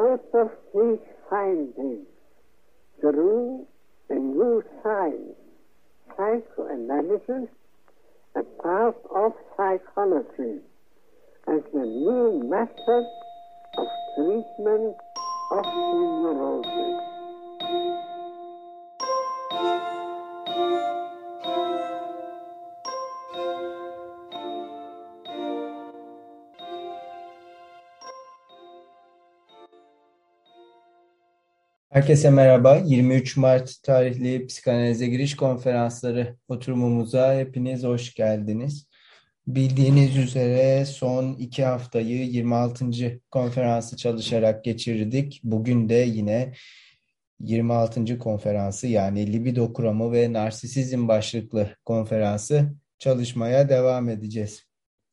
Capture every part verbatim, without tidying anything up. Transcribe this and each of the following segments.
out of these findings grew a new science, psychoanalysis, a part of psychology, as the new method of treatment of neurosis. Herkese merhaba. yirmi üç Mart tarihli psikanalize giriş konferansları oturumumuza hepiniz hoş geldiniz. Bildiğiniz üzere son iki haftayı yirmi altıncı konferansı çalışarak geçirdik. Bugün de yine yirmi altıncı konferansı yani libido kuramı ve narsisizm başlıklı konferansı çalışmaya devam edeceğiz.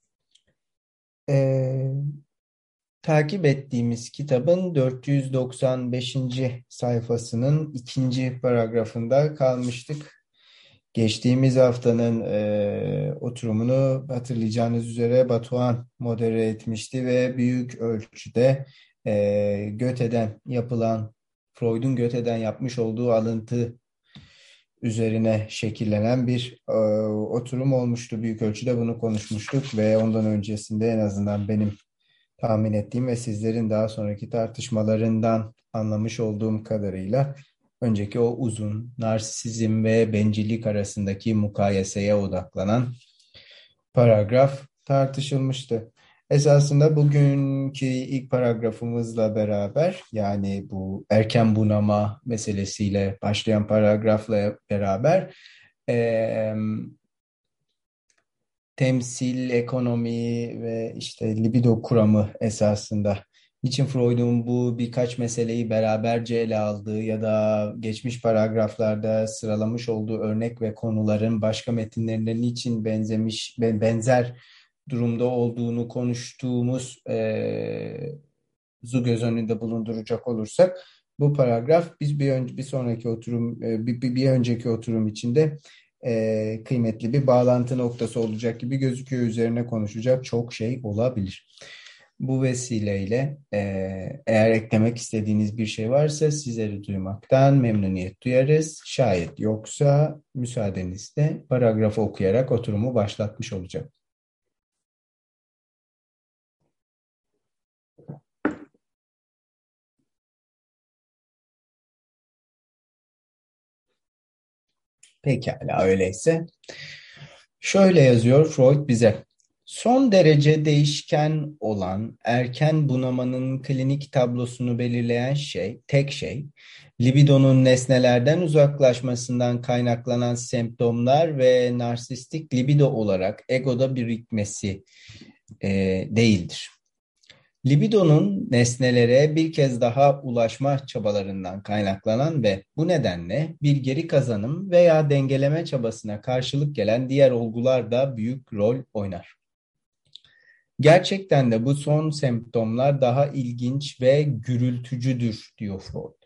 Ee, Takip ettiğimiz kitabın dört yüz doksan beşinci sayfasının ikinci paragrafında kalmıştık. Geçtiğimiz haftanın e, oturumunu hatırlayacağınız üzere Batuhan modere etmişti ve büyük ölçüde e, Goethe'den yapılan, Freud'un Goethe'den yapmış olduğu alıntı üzerine şekillenen bir e, oturum olmuştu. Büyük ölçüde bunu konuşmuştuk ve ondan öncesinde en azından benim tahmin ettiğim ve sizlerin daha sonraki tartışmalarından anlamış olduğum kadarıyla önceki o uzun narsisizm ve bencillik arasındaki mukayeseye odaklanan paragraf tartışılmıştı. Esasında bugünkü ilk paragrafımızla beraber yani bu erken bunama meselesiyle başlayan paragrafla beraber eee temsil, ekonomi ve işte libido kuramı esasında. Niçin Freud'un bu birkaç meseleyi beraberce ele aldığı ya da geçmiş paragraflarda sıralamış olduğu örnek ve konuların başka metinlerine niçin benzemiş, benzer durumda olduğunu konuştuğumuz e, zu göz önünde bulunduracak olursak bu paragraf biz bir önce bir sonraki oturum e, bir, bir, bir önceki oturum içinde e, kıymetli bir bağlantı noktası olacak gibi gözüküyor. Üzerine konuşacak çok şey olabilir. Bu vesileyle e, eğer eklemek istediğiniz bir şey varsa sizleri duymaktan memnuniyet duyarız. Şayet yoksa müsaadenizle paragrafı okuyarak oturumu başlatmış olacağım. Pekala öyleyse. Şöyle yazıyor Freud bize. Son derece değişken olan erken bunamanın klinik tablosunu belirleyen şey, tek şey, libidonun nesnelerden uzaklaşmasından kaynaklanan semptomlar ve narsistik libido olarak egoda birikmesi e, değildir. Libidonun nesnelere bir kez daha ulaşma çabalarından kaynaklanan ve bu nedenle bir geri kazanım veya dengeleme çabasına karşılık gelen diğer olgular da büyük rol oynar. Gerçekten de bu son semptomlar daha ilginç ve gürültücüdür diyor Freud.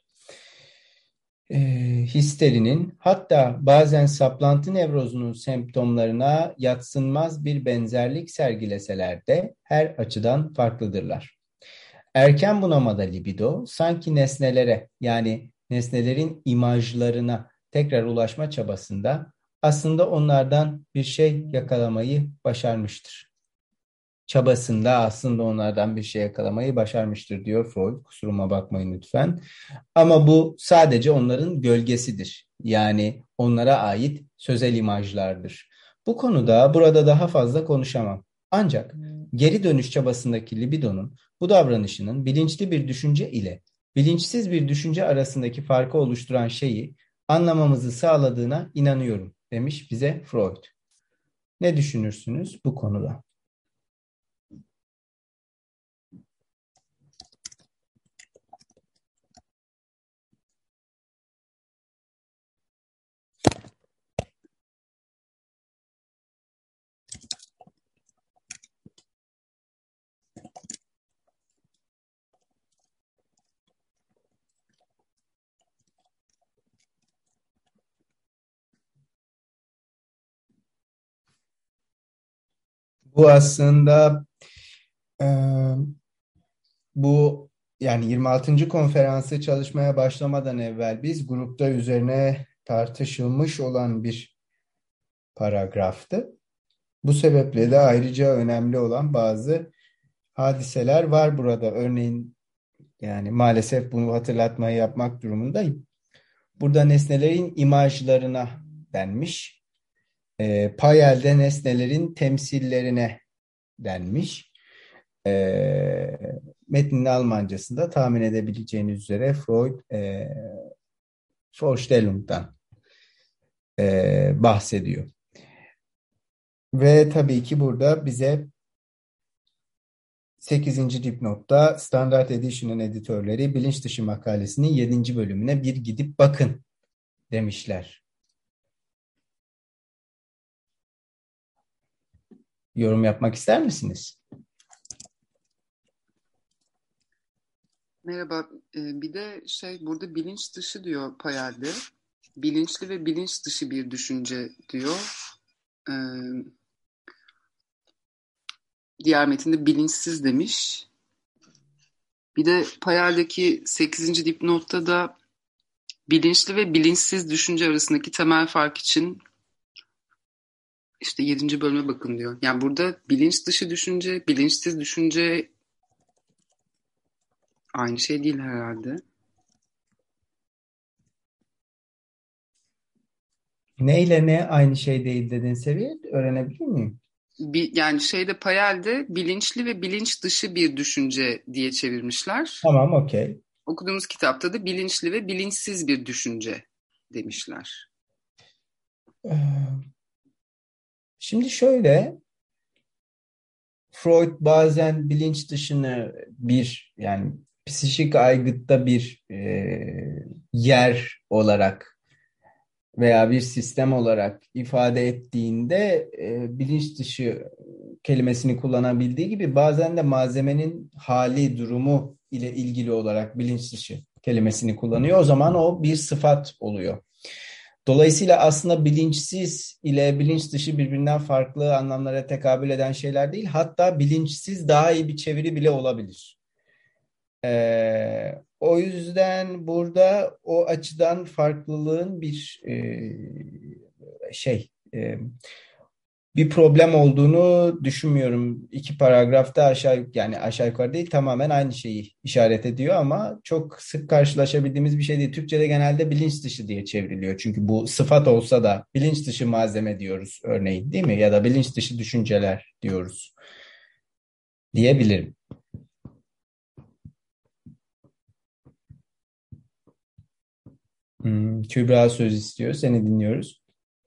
E, histerinin hatta bazen saplantı nevrozunun semptomlarına yadsınmaz bir benzerlik sergileseler de her açıdan farklıdırlar. Erken bunamada libido sanki nesnelere yani nesnelerin imajlarına tekrar ulaşma çabasında aslında onlardan bir şey yakalamayı başarmıştır. Çabasında aslında onlardan bir şey yakalamayı başarmıştır diyor Freud. Kusuruma bakmayın lütfen. Ama bu sadece onların gölgesidir. Yani onlara ait sözel imajlardır. Bu konuda burada daha fazla konuşamam. Ancak geri dönüş çabasındaki libidonun bu davranışının bilinçli bir düşünce ile bilinçsiz bir düşünce arasındaki farkı oluşturan şeyi anlamamızı sağladığına inanıyorum demiş bize Freud. Ne düşünürsünüz bu konuda? Bu aslında e, bu yani yirmi altıncı konferansı çalışmaya başlamadan evvel biz grupta üzerine tartışılmış olan bir paragraftı. Bu sebeple de ayrıca önemli olan bazı hadiseler var burada. Örneğin yani maalesef bunu hatırlatmayı yapmak durumundayım. Burada nesnelerin imajlarına denmiş. E, Payel'de nesnelerin temsillerine denmiş. E, metnin Almancasında tahmin edebileceğiniz üzere Freud e, Vorstellung'dan e, bahsediyor. Ve tabii ki burada bize sekizinci dipnotta Standard Edition'ın editörleri bilinç dışı makalesinin yedinci bölümüne bir gidip bakın demişler. Yorum yapmak ister misiniz? Merhaba. Ee, bir de şey burada bilinç dışı diyor Payer'de. Bilinçli ve bilinç dışı bir düşünce diyor. Ee, diğer metinde bilinçsiz demiş. Bir de Payer'deki sekizinci dipnotta da bilinçli ve bilinçsiz düşünce arasındaki temel fark için işte yedinci bölüme bakın diyor. Yani burada bilinç dışı düşünce, bilinçsiz düşünce aynı şey değil herhalde. Ne ile ne aynı şey değil dediğin seviye öğrenebilir miyim? Bir, yani şeyde Payel'de bilinçli ve bilinç dışı bir düşünce diye çevirmişler. Tamam, okey. Okuduğumuz kitapta da bilinçli ve bilinçsiz bir düşünce demişler. Ee, Şimdi şöyle, Freud bazen bilinç dışını bir yani psikik aygıtta bir e, yer olarak veya bir sistem olarak ifade ettiğinde e, bilinç dışı kelimesini kullanabildiği gibi bazen de malzemenin hali, durumu ile ilgili olarak bilinç dışı kelimesini kullanıyor. O zaman o bir sıfat oluyor. Dolayısıyla aslında bilinçsiz ile bilinç dışı birbirinden farklı anlamlara tekabül eden şeyler değil. Hatta bilinçsiz daha iyi bir çeviri bile olabilir. Ee, o yüzden burada o açıdan farklılığın bir e, şey e, bir problem olduğunu düşünmüyorum. İki paragrafta aşağı yani aşağı yukarı değil tamamen aynı şeyi işaret ediyor ama çok sık karşılaşabildiğimiz bir şey değil. Türkçe'de genelde bilinç dışı diye çevriliyor. Çünkü bu sıfat olsa da bilinç dışı malzeme diyoruz örneğin değil mi? Ya da bilinç dışı düşünceler diyoruz diyebilirim. Hmm, Kübra söz istiyor. Seni dinliyoruz.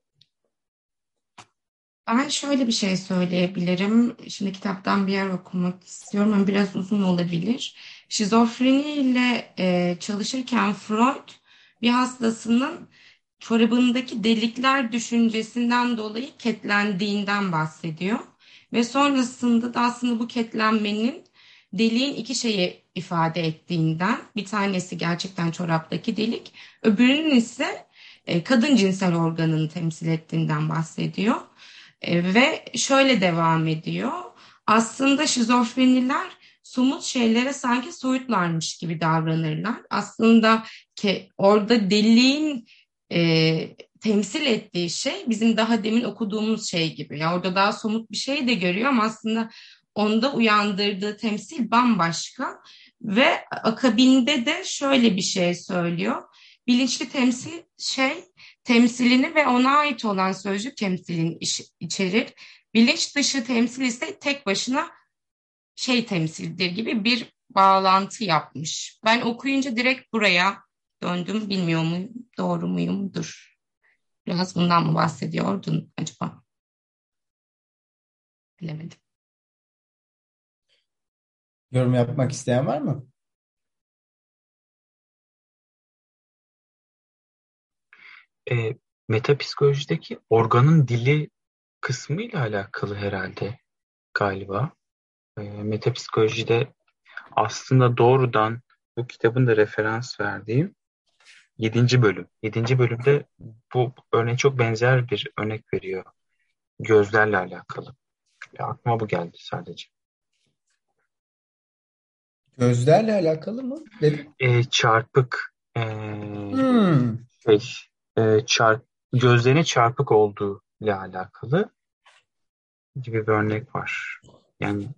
Ben şöyle bir şey söyleyebilirim. Şimdi kitaptan bir yer okumak istiyorum ama biraz uzun olabilir. Şizofreni ile e, çalışırken Freud bir hastasının çorabındaki delikler düşüncesinden dolayı ketlendiğinden bahsediyor. Ve sonrasında da aslında bu ketlenmenin deliğin iki şeyi ifade ettiğinden, bir tanesi gerçekten çoraptaki delik, öbürünün ise e, kadın cinsel organını temsil ettiğinden bahsediyor. E, ve şöyle devam ediyor. Aslında şizofreniler somut şeylere sanki soyutlarmış gibi davranırlar. Aslında ki orada deliğin e, temsil ettiği şey bizim daha demin okuduğumuz şey gibi. Ya orada daha somut bir şey de görüyor ama aslında onda uyandırdığı temsil bambaşka. Ve akabinde de şöyle bir şey söylüyor. Bilinçli temsil şey temsilini ve ona ait olan sözcük temsilini içerir. Bilinç dışı temsil ise tek başına şey temsildir gibi bir bağlantı yapmış. Ben okuyunca direkt buraya döndüm. Bilmiyor muyum? Doğru muyumdur? Biraz bundan mı bahsediyordun acaba? Bilemedim. Yorum yapmak isteyen var mı? E, metapsikolojideki organın dili kısmıyla alakalı herhalde galiba. E, metapsikolojide aslında doğrudan bu kitabın da referans verdiğim yedinci bölüm. Yedinci bölümde bu örneğe çok benzer bir örnek veriyor. Gözlerle alakalı. Ya aklıma bu geldi sadece. Gözlerle alakalı mı dedim? E, çarpık e, Hmm. şey, e, çarp, gözlerinin çarpık olduğu ile alakalı gibi bir örnek var. Yani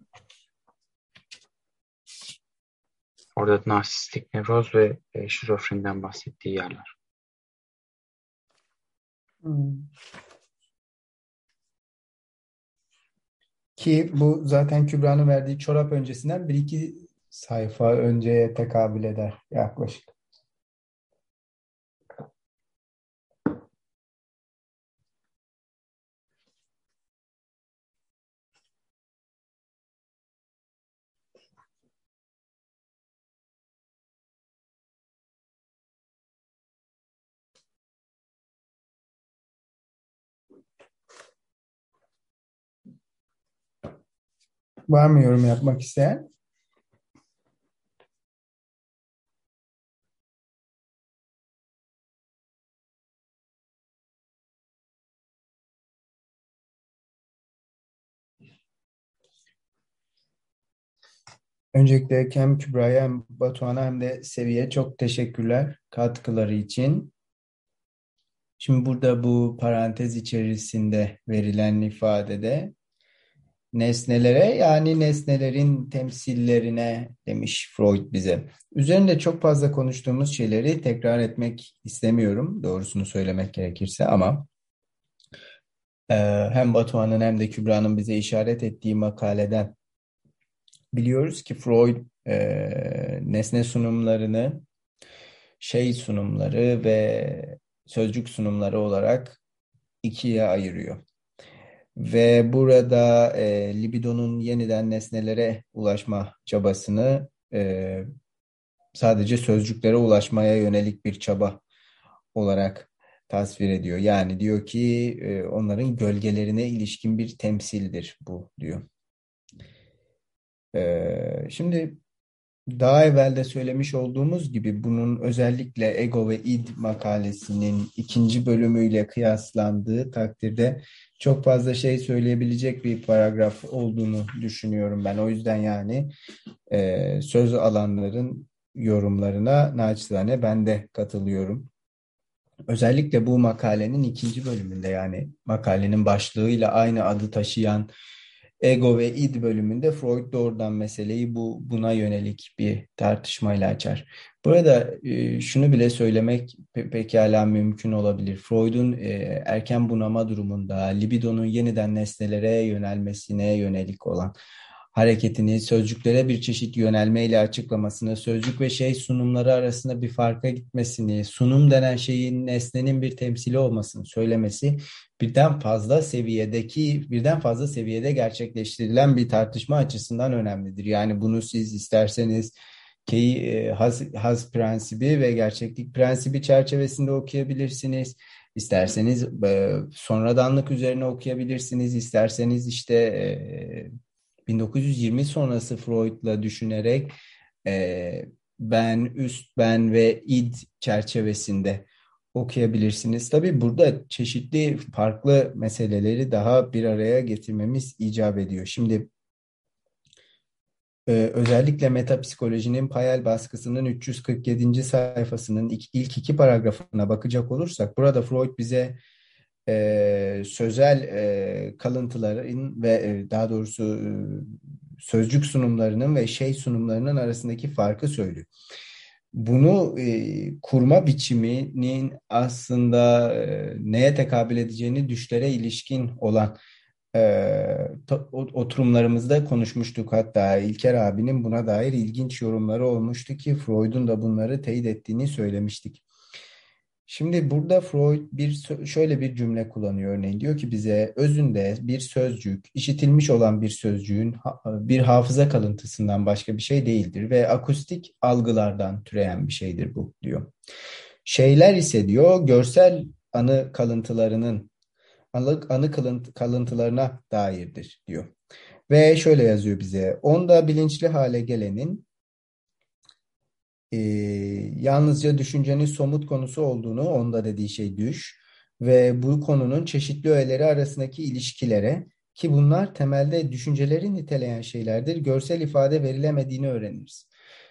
orada narsistik nevroz ve e, şizofreniden bahsettiği yerler. Hmm. Ki bu zaten Kübra'nın verdiği çorap öncesinden bir iki sayfa önceye tekabül eder yaklaşık. Var mı yorum yapmak isteyen? Öncelikle hem Kübra'ya hem Batuhan'a hem de Sevi'ye çok teşekkürler katkıları için. Şimdi burada bu parantez içerisinde verilen ifadede nesnelere yani nesnelerin temsillerine demiş Freud bize. Üzerinde çok fazla konuştuğumuz şeyleri tekrar etmek istemiyorum doğrusunu söylemek gerekirse ama e, hem Batuhan'ın hem de Kübra'nın bize işaret ettiği makaleden biliyoruz ki Freud e, nesne sunumlarını şey sunumları ve sözcük sunumları olarak ikiye ayırıyor. Ve burada e, libidonun yeniden nesnelere ulaşma çabasını e, sadece sözcüklere ulaşmaya yönelik bir çaba olarak tasvir ediyor. Yani diyor ki e, onların gölgelerine ilişkin bir temsildir bu diyor. E, şimdi daha evvel de söylemiş olduğumuz gibi bunun özellikle Ego ve İd makalesinin ikinci bölümüyle kıyaslandığı takdirde çok fazla şey söyleyebilecek bir paragraf olduğunu düşünüyorum ben. O yüzden yani e, söz alanların yorumlarına naçizane ben de katılıyorum. Özellikle bu makalenin ikinci bölümünde yani makalenin başlığıyla aynı adı taşıyan Ego ve id bölümünde Freud doğrudan meseleyi bu buna yönelik bir tartışmayla açar. Burada e, şunu bile söylemek pe pekala mümkün olabilir. Freud'un e, erken bunama durumunda libidonun yeniden nesnelere yönelmesine yönelik olan hareketini sözcüklere bir çeşit yönelmeyle açıklamasını, sözcük ve şey sunumları arasında bir farka gitmesini, sunum denen şeyin nesnenin bir temsili olmasını söylemesi birden fazla seviyedeki birden fazla seviyede gerçekleştirilen bir tartışma açısından önemlidir. Yani bunu siz isterseniz Key, e, haz, haz prensibi ve gerçeklik prensibi çerçevesinde okuyabilirsiniz. İsterseniz e, sonradanlık üzerine okuyabilirsiniz. İsterseniz işte e, bin dokuz yüz yirmi sonrası Freud'la düşünerek e, ben, üst ben ve id çerçevesinde okuyabilirsiniz. Tabii burada çeşitli farklı meseleleri daha bir araya getirmemiz icap ediyor. Şimdi e, özellikle metapsikolojinin Payel baskısının üç yüz kırk yedinci sayfasının ilk, ilk iki paragrafına bakacak olursak burada Freud bize e, sözel e, kalıntıların ve e, daha doğrusu e, sözcük sunumlarının ve şey sunumlarının arasındaki farkı söylüyor. Bunu e, kurma biçiminin aslında e, neye tekabül edeceğini düşlere ilişkin olan e, to- oturumlarımızda konuşmuştuk. Hatta İlker abinin buna dair ilginç yorumları olmuştu ki Freud'un da bunları teyit ettiğini söylemiştik. Şimdi burada Freud bir sö- şöyle bir cümle kullanıyor örneğin. Diyor ki bize özünde bir sözcük, işitilmiş olan bir sözcüğün ha- bir hafıza kalıntısından başka bir şey değildir ve akustik algılardan türeyen bir şeydir bu diyor. Şeyler ise diyor görsel anı kalıntılarının anı, anı kalıntı, kalıntılarına dairdir diyor. Ve şöyle yazıyor bize. Onda bilinçli hale gelenin e, yalnızca düşüncenin somut konusu olduğunu, onda dediği şey düş ve bu konunun çeşitli öğeleri arasındaki ilişkilere ki bunlar temelde düşünceleri niteleyen şeylerdir, görsel ifade verilemediğini öğreniriz.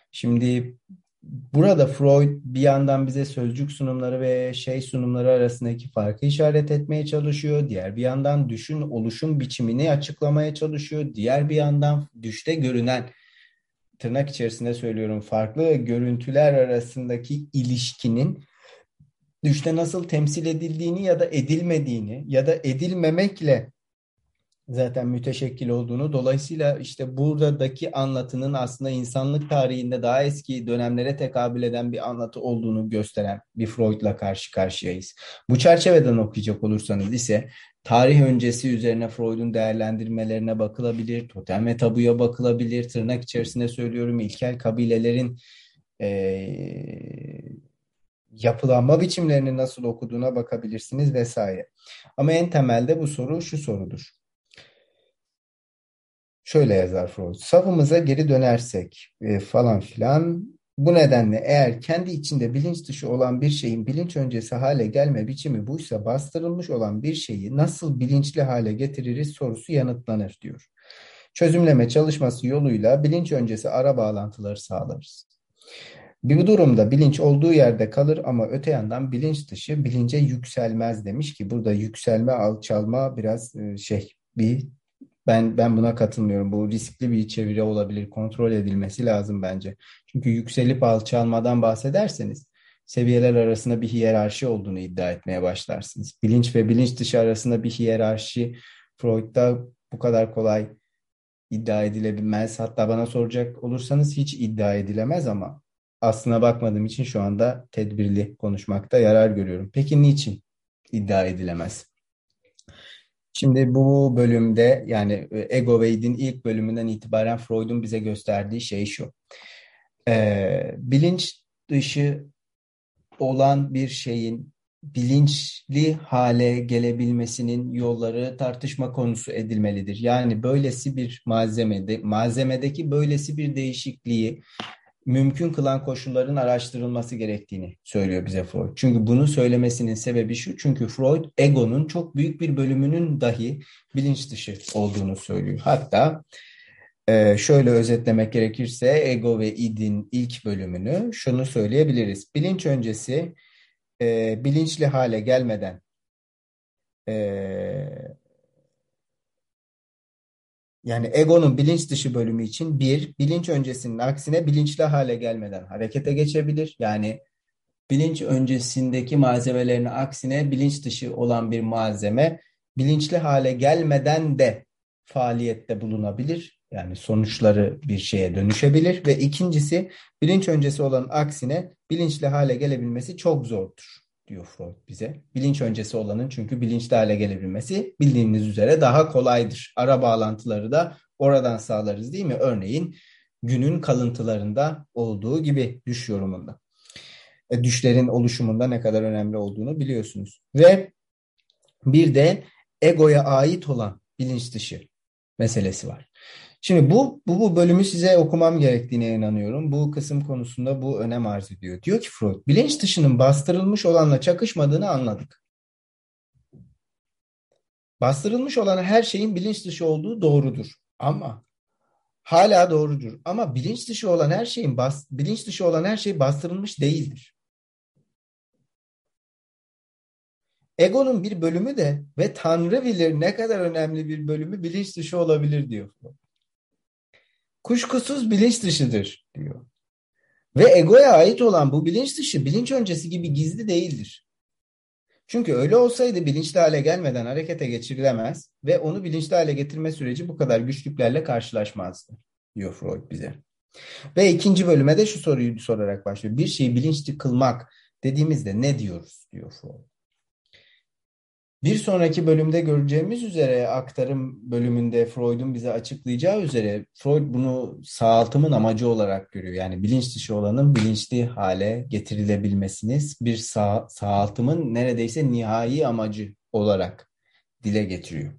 Şimdi burada Freud bir yandan bize sözcük sunumları ve şey sunumları arasındaki farkı işaret etmeye çalışıyor. Diğer bir yandan düşün oluşum biçimini açıklamaya çalışıyor. Diğer bir yandan düşte görünen, tırnak içerisinde söylüyorum, farklı görüntüler arasındaki ilişkinin düşte nasıl temsil edildiğini ya da edilmediğini ya da edilmemekle zaten müteşekkil olduğunu, dolayısıyla işte buradaki anlatının aslında insanlık tarihinde daha eski dönemlere tekabül eden bir anlatı olduğunu gösteren bir Freud'la karşı karşıyayız. Bu çerçeveden okuyacak olursanız ise tarih öncesi üzerine Freud'un değerlendirmelerine bakılabilir, totem ve tabuya bakılabilir, tırnak içerisinde söylüyorum, ilkel kabilelerin ee, yapılanma biçimlerini nasıl okuduğuna bakabilirsiniz vesaire. Ama en temelde bu soru şu sorudur. Şöyle yazar Freud: safımıza geri dönersek e, falan filan, bu nedenle eğer kendi içinde bilinç dışı olan bir şeyin bilinç öncesi hale gelme biçimi buysa, bastırılmış olan bir şeyi nasıl bilinçli hale getiririz sorusu yanıtlanır diyor. Çözümleme çalışması yoluyla bilinç öncesi ara bağlantıları sağlarız. Bir durumda bilinç olduğu yerde kalır ama öte yandan bilinç dışı bilince yükselmez demiş ki burada yükselme, alçalma biraz e, şey bir Ben ben buna katılmıyorum. Bu riskli bir çeviri olabilir. Kontrol edilmesi lazım bence. Çünkü yükselip alçalmadan bahsederseniz seviyeler arasında bir hiyerarşi olduğunu iddia etmeye başlarsınız. Bilinç ve bilinç dışı arasında bir hiyerarşi Freud'da bu kadar kolay iddia edilebilmez. Hatta bana soracak olursanız hiç iddia edilemez ama aslına bakmadığım için şu anda tedbirli konuşmakta yarar görüyorum. Peki niçin iddia edilemez? Şimdi bu bölümde, yani Ego ve İd'in ilk bölümünden itibaren Freud'un bize gösterdiği şey şu. Ee, bilinç dışı olan bir şeyin bilinçli hale gelebilmesinin yolları tartışma konusu edilmelidir. Yani böylesi bir malzemede, malzemedeki böylesi bir değişikliği mümkün kılan koşulların araştırılması gerektiğini söylüyor bize Freud. Çünkü bunu söylemesinin sebebi şu: çünkü Freud egonun çok büyük bir bölümünün dahi bilinç dışı olduğunu söylüyor. Hatta e, şöyle özetlemek gerekirse Ego ve İd'in ilk bölümünü şunu söyleyebiliriz: bilinç öncesi e, bilinçli hale gelmeden e, yani egonun bilinç dışı bölümü için bir, bilinç öncesinin aksine bilinçli hale gelmeden harekete geçebilir. Yani bilinç öncesindeki malzemelerin aksine bilinç dışı olan bir malzeme bilinçli hale gelmeden de faaliyette bulunabilir. Yani sonuçları bir şeye dönüşebilir. Ve ikincisi, bilinç öncesi olan aksine bilinçli hale gelebilmesi çok zordur diyor Freud bize. Bilinç öncesi olanın çünkü bilinçli hale gelebilmesi bildiğiniz üzere daha kolaydır. Ara bağlantıları da oradan sağlarız, değil mi? Örneğin günün kalıntılarında olduğu gibi, düş yorumunda. E, düşlerin oluşumunda ne kadar önemli olduğunu biliyorsunuz. Ve bir de egoya ait olan bilinç dışı meselesi var. Şimdi bu, bu, bu bölümü size okumam gerektiğine inanıyorum. Bu kısım konusunda bu önem arz ediyor. Diyor ki Freud, bilinç dışının bastırılmış olanla çakışmadığını anladık. Bastırılmış olan her şeyin bilinç dışı olduğu doğrudur. Ama hala doğrudur. Ama bilinç dışı olan her şeyin bas, bilinç dışı olan her şey bastırılmış değildir. Egonun bir bölümü de ve Tanrı bilir ne kadar önemli bir bölümü bilinç dışı olabilir diyor. Kuşkusuz bilinç dışıdır diyor. Ve egoya ait olan bu bilinç dışı bilinç öncesi gibi gizli değildir. Çünkü öyle olsaydı bilinçli hale gelmeden harekete geçirilemez ve onu bilinçli hale getirme süreci bu kadar güçlüklerle karşılaşmazdı diyor Freud bize. Ve ikinci bölüme de şu soruyu sorarak başlıyor. Bir şeyi bilinçli kılmak dediğimizde ne diyoruz diyor Freud. Bir sonraki bölümde göreceğimiz üzere, aktarım bölümünde Freud'un bize açıklayacağı üzere, Freud bunu sağaltımın amacı olarak görüyor. Yani bilinç dışı olanın bilinçli hale getirilebilmesini bir sağ, sağaltımın neredeyse nihai amacı olarak dile getiriyor.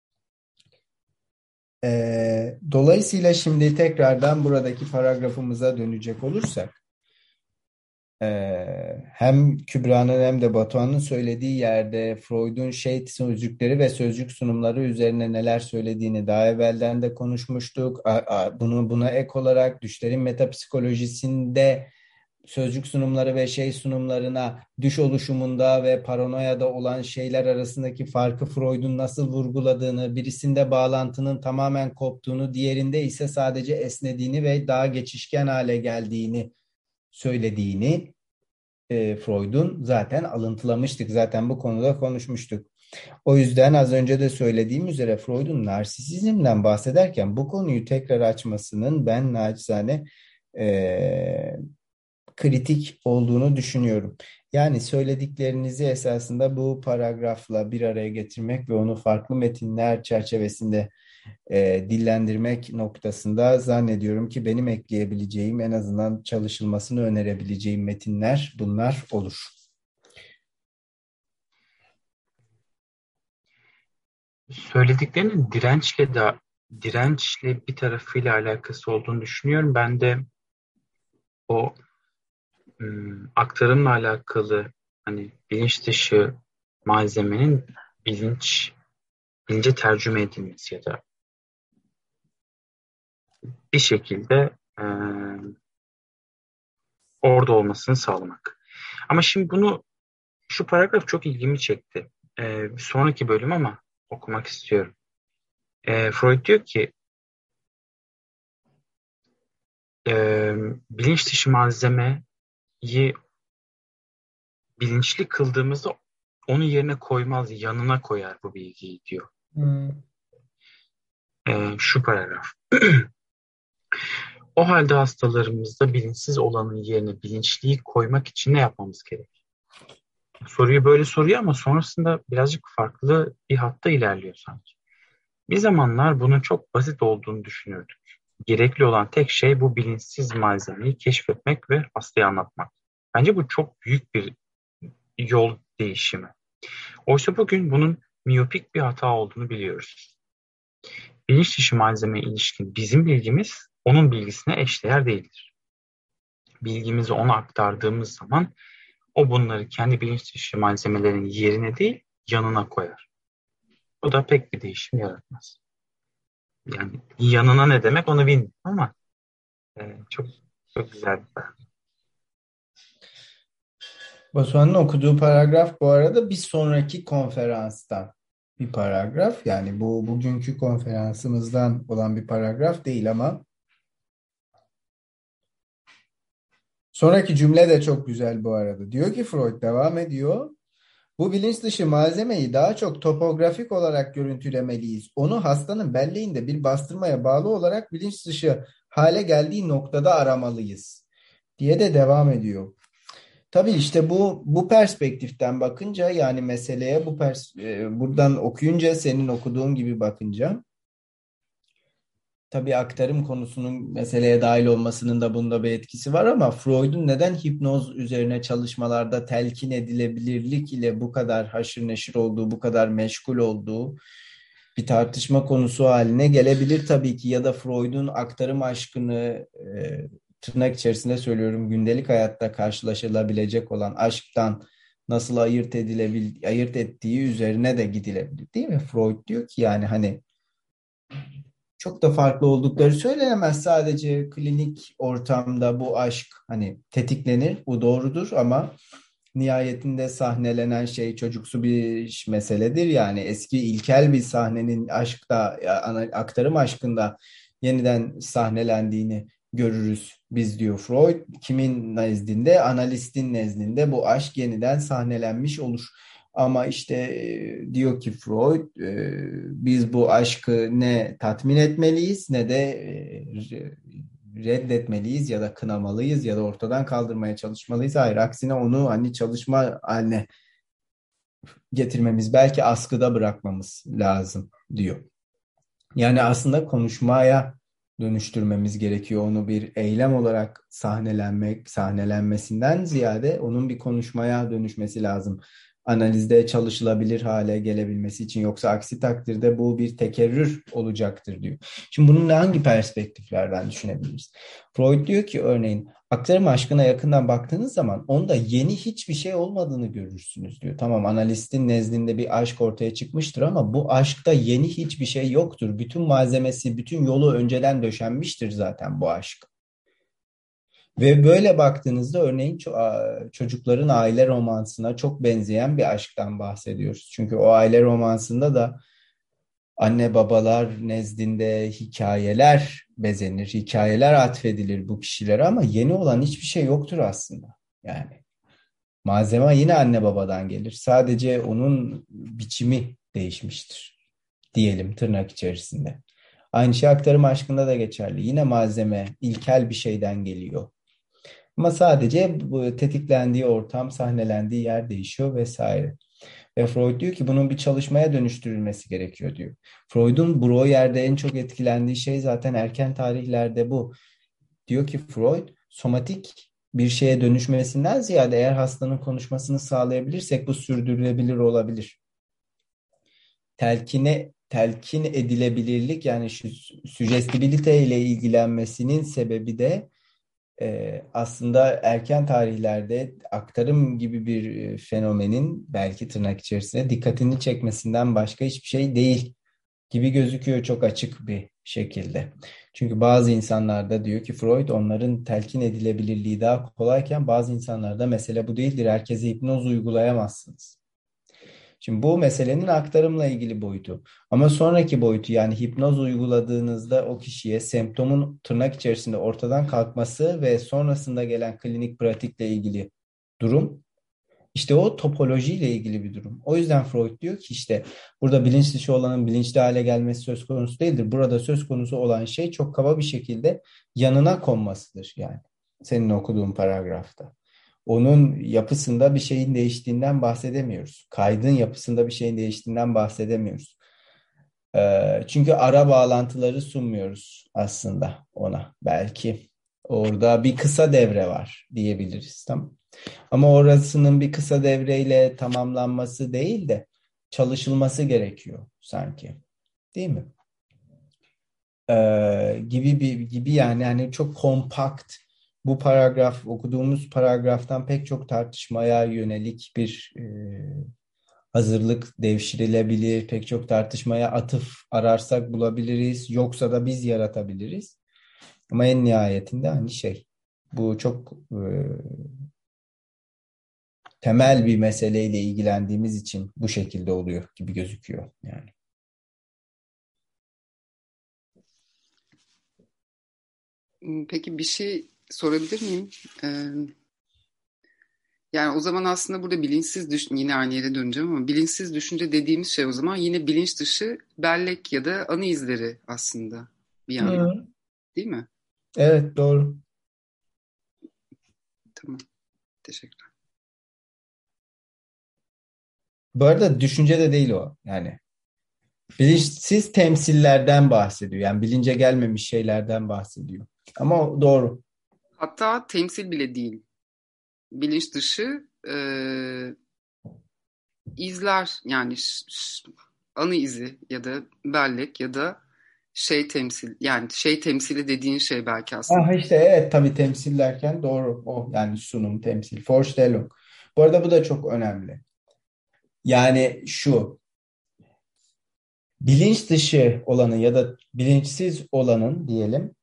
Ee, dolayısıyla şimdi tekrardan buradaki paragrafımıza dönecek olursak, ee, hem Kübra'nın hem de Batuhan'ın söylediği yerde Freud'un şey sözcükleri ve sözcük sunumları üzerine neler söylediğini daha evvelden de konuşmuştuk. A- a- Bunu buna ek olarak düşlerin metapsikolojisinde sözcük sunumları ve şey sunumlarına düş oluşumunda ve paranoyada olan şeyler arasındaki farkı Freud'un nasıl vurguladığını, birisinde bağlantının tamamen koptuğunu, diğerinde ise sadece esnediğini ve daha geçişken hale geldiğini söylediğini e, Freud'un zaten alıntılamıştık. Zaten bu konuda konuşmuştuk. O yüzden az önce de söylediğim üzere Freud'un narsisizmden bahsederken bu konuyu tekrar açmasının ben naçizane e, kritik olduğunu düşünüyorum. Yani söylediklerinizi esasında bu paragrafla bir araya getirmek ve onu farklı metinler çerçevesinde e, dillendirmek noktasında zannediyorum ki benim ekleyebileceğim, en azından çalışılmasını önerebileceğim metinler bunlar olur. Söylediklerinin dirençle de dirençle bir tarafıyla alakası olduğunu düşünüyorum. Ben de o ım, aktarımla alakalı hani bilinç dışı malzemenin bilinç bilince tercüme edilmesi ya da bir şekilde e, orada olmasını sağlamak. Ama şimdi bunu şu paragraf çok ilgimi çekti. E, bir sonraki bölüm ama okumak istiyorum. E, Freud diyor ki e, bilinç dışı malzemeyi bilinçli kıldığımızda onu yerine koymaz, yanına koyar bu bilgiyi diyor. Hmm. E, şu paragraf. O halde hastalarımızda bilinçsiz olanın yerine bilinçliyi koymak için ne yapmamız gerek? Soruyu böyle soruyor ama sonrasında birazcık farklı bir hatta ilerliyor sanki. Bir zamanlar bunun çok basit olduğunu düşünürdük. Gerekli olan tek şey bu bilinçsiz malzemeyi keşfetmek ve hastaya anlatmak. Bence bu çok büyük bir yol değişimi. Oysa bugün bunun miyopik bir hata olduğunu biliyoruz. Bilinç dışı malzemeye ilişkin bizim bilgimiz onun bilgisine eşdeğer değildir. Bilgimizi ona aktardığımız zaman o bunları kendi bilinç dışı malzemelerin yerine değil yanına koyar. Bu da pek bir değişim yaratmaz. Yani yanına ne demek onu bilmiyorum ama e, çok çok güzel bir paragraf. Batuhan'ın okuduğu paragraf bu arada bir sonraki konferanstan bir paragraf. Yani bu bugünkü konferansımızdan olan bir paragraf değil ama sonraki cümle de çok güzel bu arada. Diyor ki Freud devam ediyor. Bu bilinç dışı malzemeyi daha çok topografik olarak görüntülemeliyiz. Onu hastanın belleğinde bir bastırmaya bağlı olarak bilinç dışı hale geldiği noktada aramalıyız diye de devam ediyor. Tabii işte bu bu perspektiften bakınca yani meseleye bu pers e, buradan okuyunca senin okuduğun gibi bakınca tabii aktarım konusunun meseleye dahil olmasının da bunda bir etkisi var ama Freud'un neden hipnoz üzerine çalışmalarda telkin edilebilirlik ile bu kadar haşır neşir olduğu, bu kadar meşgul olduğu bir tartışma konusu haline gelebilir tabii ki ya da Freud'un aktarım aşkını e, tırnak içerisinde söylüyorum gündelik hayatta karşılaşılabilecek olan aşktan nasıl ayırt edilebil ayırt ettiği üzerine de gidilebilir değil mi? Freud diyor ki yani hani çok da farklı oldukları söylenemez. Sadece klinik ortamda bu aşk hani tetiklenir. Bu doğrudur ama nihayetinde sahnelenen şey çocuksu bir meseledir. Yani eski ilkel bir sahnenin aşkta, aktarım aşkında yeniden sahnelendiğini görürüz biz diyor Freud. Kimin nezdinde? Analistin nezdinde bu aşk yeniden sahnelenmiş olur. Ama işte e, diyor ki Freud, e, biz bu aşkı ne tatmin etmeliyiz ne de e, reddetmeliyiz ya da kınamalıyız ya da ortadan kaldırmaya çalışmalıyız. Hayır, aksine onu hani çalışma haline getirmemiz, belki askıda bırakmamız lazım diyor. Yani aslında konuşmaya dönüştürmemiz gerekiyor. Onu bir eylem olarak sahnelenmek, sahnelenmesinden ziyade onun bir konuşmaya dönüşmesi lazım. analizde çalışılabilir hale gelebilmesi için, yoksa aksi takdirde bu bir tekerrür olacaktır diyor. Şimdi bunu hangi perspektiflerden düşünebiliriz? Freud diyor ki örneğin aktarım aşkına yakından baktığınız zaman onda yeni hiçbir şey olmadığını görürsünüz diyor. Tamam, analistin nezdinde bir aşk ortaya çıkmıştır ama bu aşkta yeni hiçbir şey yoktur. Bütün malzemesi, bütün yolu önceden döşenmiştir zaten bu aşk. Ve böyle baktığınızda örneğin çocukların aile romansına çok benzeyen bir aşktan bahsediyoruz. Çünkü o aile romansında da anne babalar nezdinde hikayeler bezenir, hikayeler atfedilir bu kişilere ama yeni olan hiçbir şey yoktur aslında. Yani malzeme yine anne babadan gelir. Sadece onun biçimi değişmiştir diyelim tırnak içerisinde. Aynı şey aktarım aşkında da geçerli. Yine malzeme ilkel bir şeyden geliyor. Ama sadece bu tetiklendiği ortam, sahnelendiği yer değişiyor vesaire. Ve Freud diyor ki bunun bir çalışmaya dönüştürülmesi gerekiyor diyor. Freud'un Breuer'de en çok etkilendiği şey zaten erken tarihlerde bu. Diyor ki Freud, somatik bir şeye dönüşmesinden ziyade eğer hastanın konuşmasını sağlayabilirsek bu sürdürülebilir olabilir. Telkine, telkin edilebilirlik, yani şu süjestibilite ile ilgilenmesinin sebebi de Ee, aslında erken tarihlerde aktarım gibi bir fenomenin belki tırnak içerisinde dikkatini çekmesinden başka hiçbir şey değil gibi gözüküyor çok açık bir şekilde. Çünkü bazı insanlarda diyor ki Freud, onların telkin edilebilirliği daha kolayken bazı insanlarda mesele bu değildir. Herkese hipnoz uygulayamazsınız. Şimdi bu meselenin aktarımla ilgili boyutu. Ama sonraki boyutu, yani hipnoz uyguladığınızda o kişiye semptomun tırnak içerisinde ortadan kalkması ve sonrasında gelen klinik pratikle ilgili durum, işte o topolojiyle ilgili bir durum. O yüzden Freud diyor ki işte burada bilinç dışı olanın bilinçli hale gelmesi söz konusu değildir. Burada söz konusu olan şey çok kaba bir şekilde yanına konmasıdır yani. Senin okuduğun paragrafta. Onun yapısında bir şeyin değiştiğinden bahsedemiyoruz. Kaydın yapısında bir şeyin değiştiğinden bahsedemiyoruz. Ee, çünkü ara bağlantıları sunmuyoruz aslında ona. Belki orada bir kısa devre var diyebiliriz. Tamam. Ama orasının bir kısa devreyle tamamlanması değil de çalışılması gerekiyor sanki. Değil mi? Ee, gibi bir gibi yani hani çok kompakt. Bu paragraf, okuduğumuz paragraftan pek çok tartışmaya yönelik bir e, hazırlık devşirilebilir. Pek çok tartışmaya atıf ararsak bulabiliriz. Yoksa da biz yaratabiliriz. Ama en nihayetinde hani şey, bu çok e, temel bir meseleyle ilgilendiğimiz için bu şekilde oluyor gibi gözüküyor yani. Peki bir şey sorabilir miyim? Ee, yani o zaman aslında burada bilinçsiz düşünce, yine aynı yere döneceğim ama bilinçsiz düşünce dediğimiz şey o zaman yine bilinç dışı bellek ya da anı izleri aslında bir yandan. Hı. Değil mi? Evet, doğru. Tamam. Teşekkürler. Bu arada düşünce de değil o yani. Bilinçsiz temsillerden bahsediyor. Yani bilince gelmemiş şeylerden bahsediyor. Ama o doğru. Hatta temsil bile değil. Bilinç dışı e, izler, yani ş, ş, anı izi ya da bellek ya da şey temsil, yani şey temsili dediğin şey belki aslında. Ah işte evet, tabii temsil derken doğru o, yani sunum, temsil, Vorstellung. Bu arada bu da çok önemli. Yani şu, bilinç dışı olanın ya da bilinçsiz olanın diyelim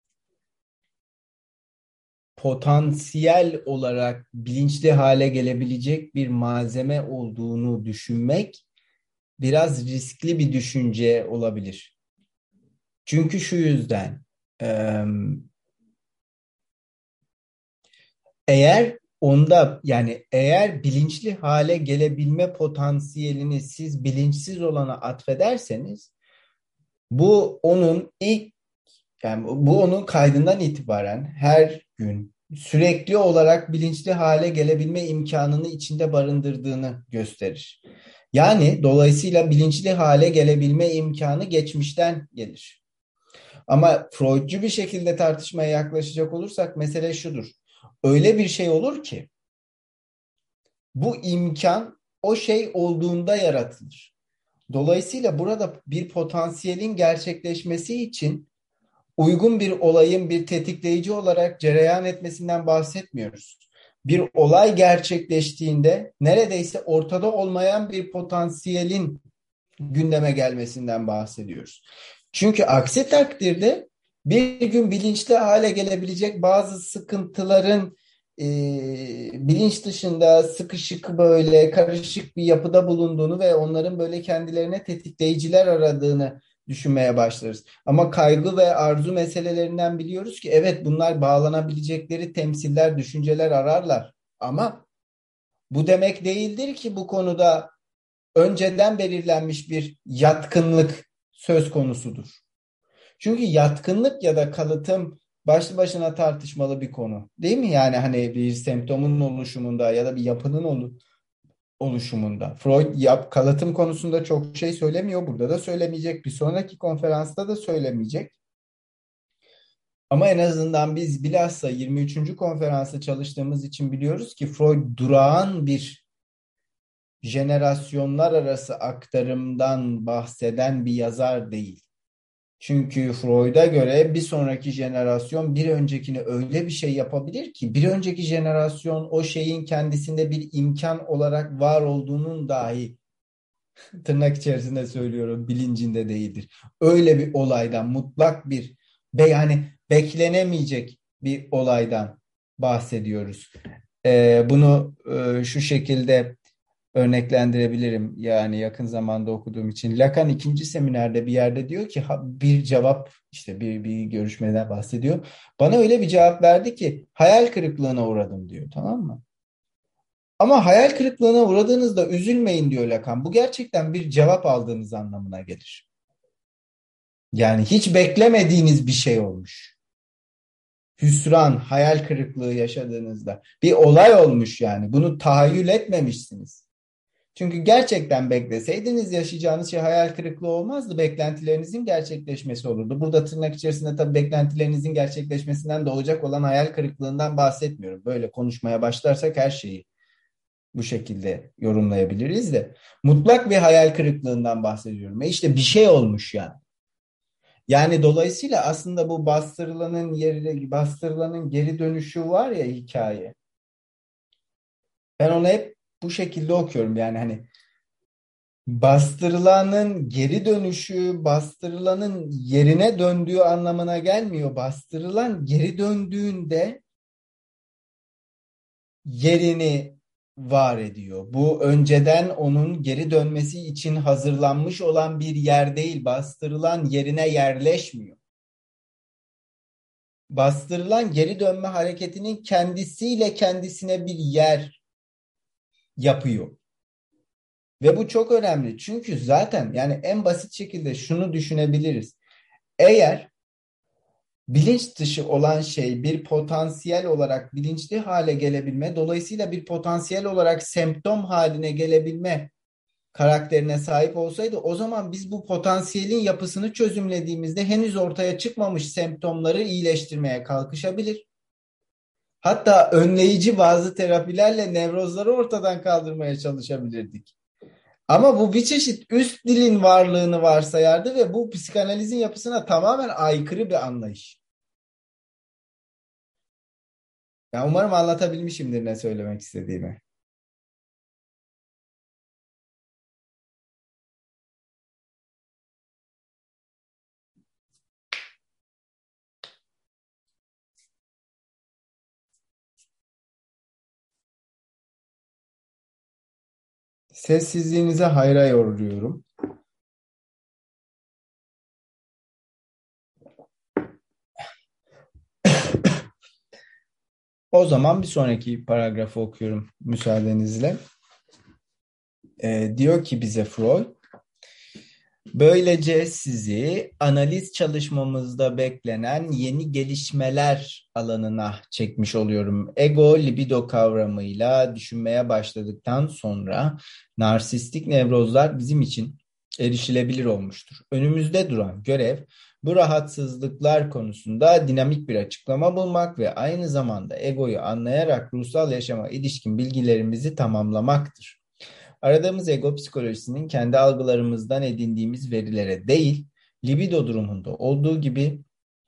potansiyel olarak bilinçli hale gelebilecek bir malzeme olduğunu düşünmek biraz riskli bir düşünce olabilir. Çünkü şu yüzden eğer onda, yani eğer bilinçli hale gelebilme potansiyelini siz bilinçsiz olana atfederseniz bu onun ilk, yani bu onun kaydından itibaren her gün sürekli olarak bilinçli hale gelebilme imkanını içinde barındırdığını gösterir. Yani dolayısıyla bilinçli hale gelebilme imkanı geçmişten gelir. Ama Freudcu bir şekilde tartışmaya yaklaşacak olursak mesele şudur. Öyle bir şey olur ki bu imkan o şey olduğunda yaratılır. Dolayısıyla burada bir potansiyelin gerçekleşmesi için uygun bir olayın bir tetikleyici olarak cereyan etmesinden bahsetmiyoruz. Bir olay gerçekleştiğinde neredeyse ortada olmayan bir potansiyelin gündeme gelmesinden bahsediyoruz. Çünkü aksi takdirde bir gün bilinçli hale gelebilecek bazı sıkıntıların e, bilinç dışında sıkışık böyle karışık bir yapıda bulunduğunu ve onların böyle kendilerine tetikleyiciler aradığını düşünmeye başlarız. Ama kaygı ve arzu meselelerinden biliyoruz ki evet bunlar bağlanabilecekleri temsiller, düşünceler ararlar. Ama bu demek değildir ki bu konuda önceden belirlenmiş bir yatkınlık söz konusudur. Çünkü yatkınlık ya da kalıtım başlı başına tartışmalı bir konu. Değil mi? Yani hani bir semptomun oluşumunda ya da bir yapının oluşumunda. Freud yap, kalıtım konusunda çok şey söylemiyor. Burada da söylemeyecek. Bir sonraki konferansta da söylemeyecek. Ama en azından biz bilhassa yirmi üçüncü konferansta çalıştığımız için biliyoruz ki Freud durağan bir jenerasyonlar arası aktarımdan bahseden bir yazar değil. Çünkü Freud'a göre bir sonraki jenerasyon bir öncekini öyle bir şey yapabilir ki bir önceki jenerasyon o şeyin kendisinde bir imkan olarak var olduğunun dahi tırnak içerisinde söylüyorum bilincinde değildir. Öyle bir olaydan mutlak bir ve yani beklenemeyecek bir olaydan bahsediyoruz. Ee, bunu e, şu şekilde örneklendirebilirim. Yani yakın zamanda okuduğum için. Lacan ikinci seminerde bir yerde diyor ki bir cevap işte bir, bir görüşmeden bahsediyor. Bana öyle bir cevap verdi ki hayal kırıklığına uğradım diyor, tamam mı? Ama hayal kırıklığına uğradığınızda üzülmeyin diyor Lacan. Bu gerçekten bir cevap aldığınız anlamına gelir. Yani hiç beklemediğiniz bir şey olmuş. Hüsran, hayal kırıklığı yaşadığınızda bir olay olmuş yani. Bunu tahayyül etmemişsiniz. Çünkü gerçekten bekleseydiniz yaşayacağınız şey hayal kırıklığı olmazdı. Beklentilerinizin gerçekleşmesi olurdu. Burada tırnak içerisinde tabii beklentilerinizin gerçekleşmesinden doğacak olan hayal kırıklığından bahsetmiyorum. Böyle konuşmaya başlarsak her şeyi bu şekilde yorumlayabiliriz de. Mutlak bir hayal kırıklığından bahsediyorum. E işte bir şey olmuş yani. Yani dolayısıyla aslında bu bastırılanın yeri, bastırılanın geri dönüşü var ya hikaye. Ben onu hep bu şekilde okuyorum. Yani hani bastırılanın geri dönüşü, bastırılanın yerine döndüğü anlamına gelmiyor. Bastırılan geri döndüğünde yerini var ediyor. Bu önceden onun geri dönmesi için hazırlanmış olan bir yer değil. Bastırılan yerine yerleşmiyor. Bastırılan geri dönme hareketinin kendisiyle kendisine bir yer yapıyor. Ve bu çok önemli. Çünkü zaten yani en basit şekilde şunu düşünebiliriz. Eğer bilinç dışı olan şey bir potansiyel olarak bilinçli hale gelebilme, dolayısıyla bir potansiyel olarak semptom haline gelebilme karakterine sahip olsaydı, o zaman biz bu potansiyelin yapısını çözümlediğimizde henüz ortaya çıkmamış semptomları iyileştirmeye kalkışabilir. Hatta önleyici bazı terapilerle nevrozları ortadan kaldırmaya çalışabilirdik. Ama bu bir çeşit üst dilin varlığını varsayardı ve bu psikanalizin yapısına tamamen aykırı bir anlayış. Ya umarım anlatabilmişimdir ne söylemek istediğimi. Sessizliğinize hayra yoruyorum. O zaman bir sonraki paragrafı okuyorum müsaadenizle. Ee, diyor ki bize Freud, böylece sizi analiz çalışmamızda beklenen yeni gelişmeler alanına çekmiş oluyorum. Ego libido kavramıyla düşünmeye başladıktan sonra narsistik nevrozlar bizim için erişilebilir olmuştur. Önümüzde duran görev bu rahatsızlıklar konusunda dinamik bir açıklama bulmak ve aynı zamanda egoyu anlayarak ruhsal yaşama ilişkin bilgilerimizi tamamlamaktır. Aradığımız ego psikolojisinin kendi algılarımızdan edindiğimiz verilere değil, libido durumunda olduğu gibi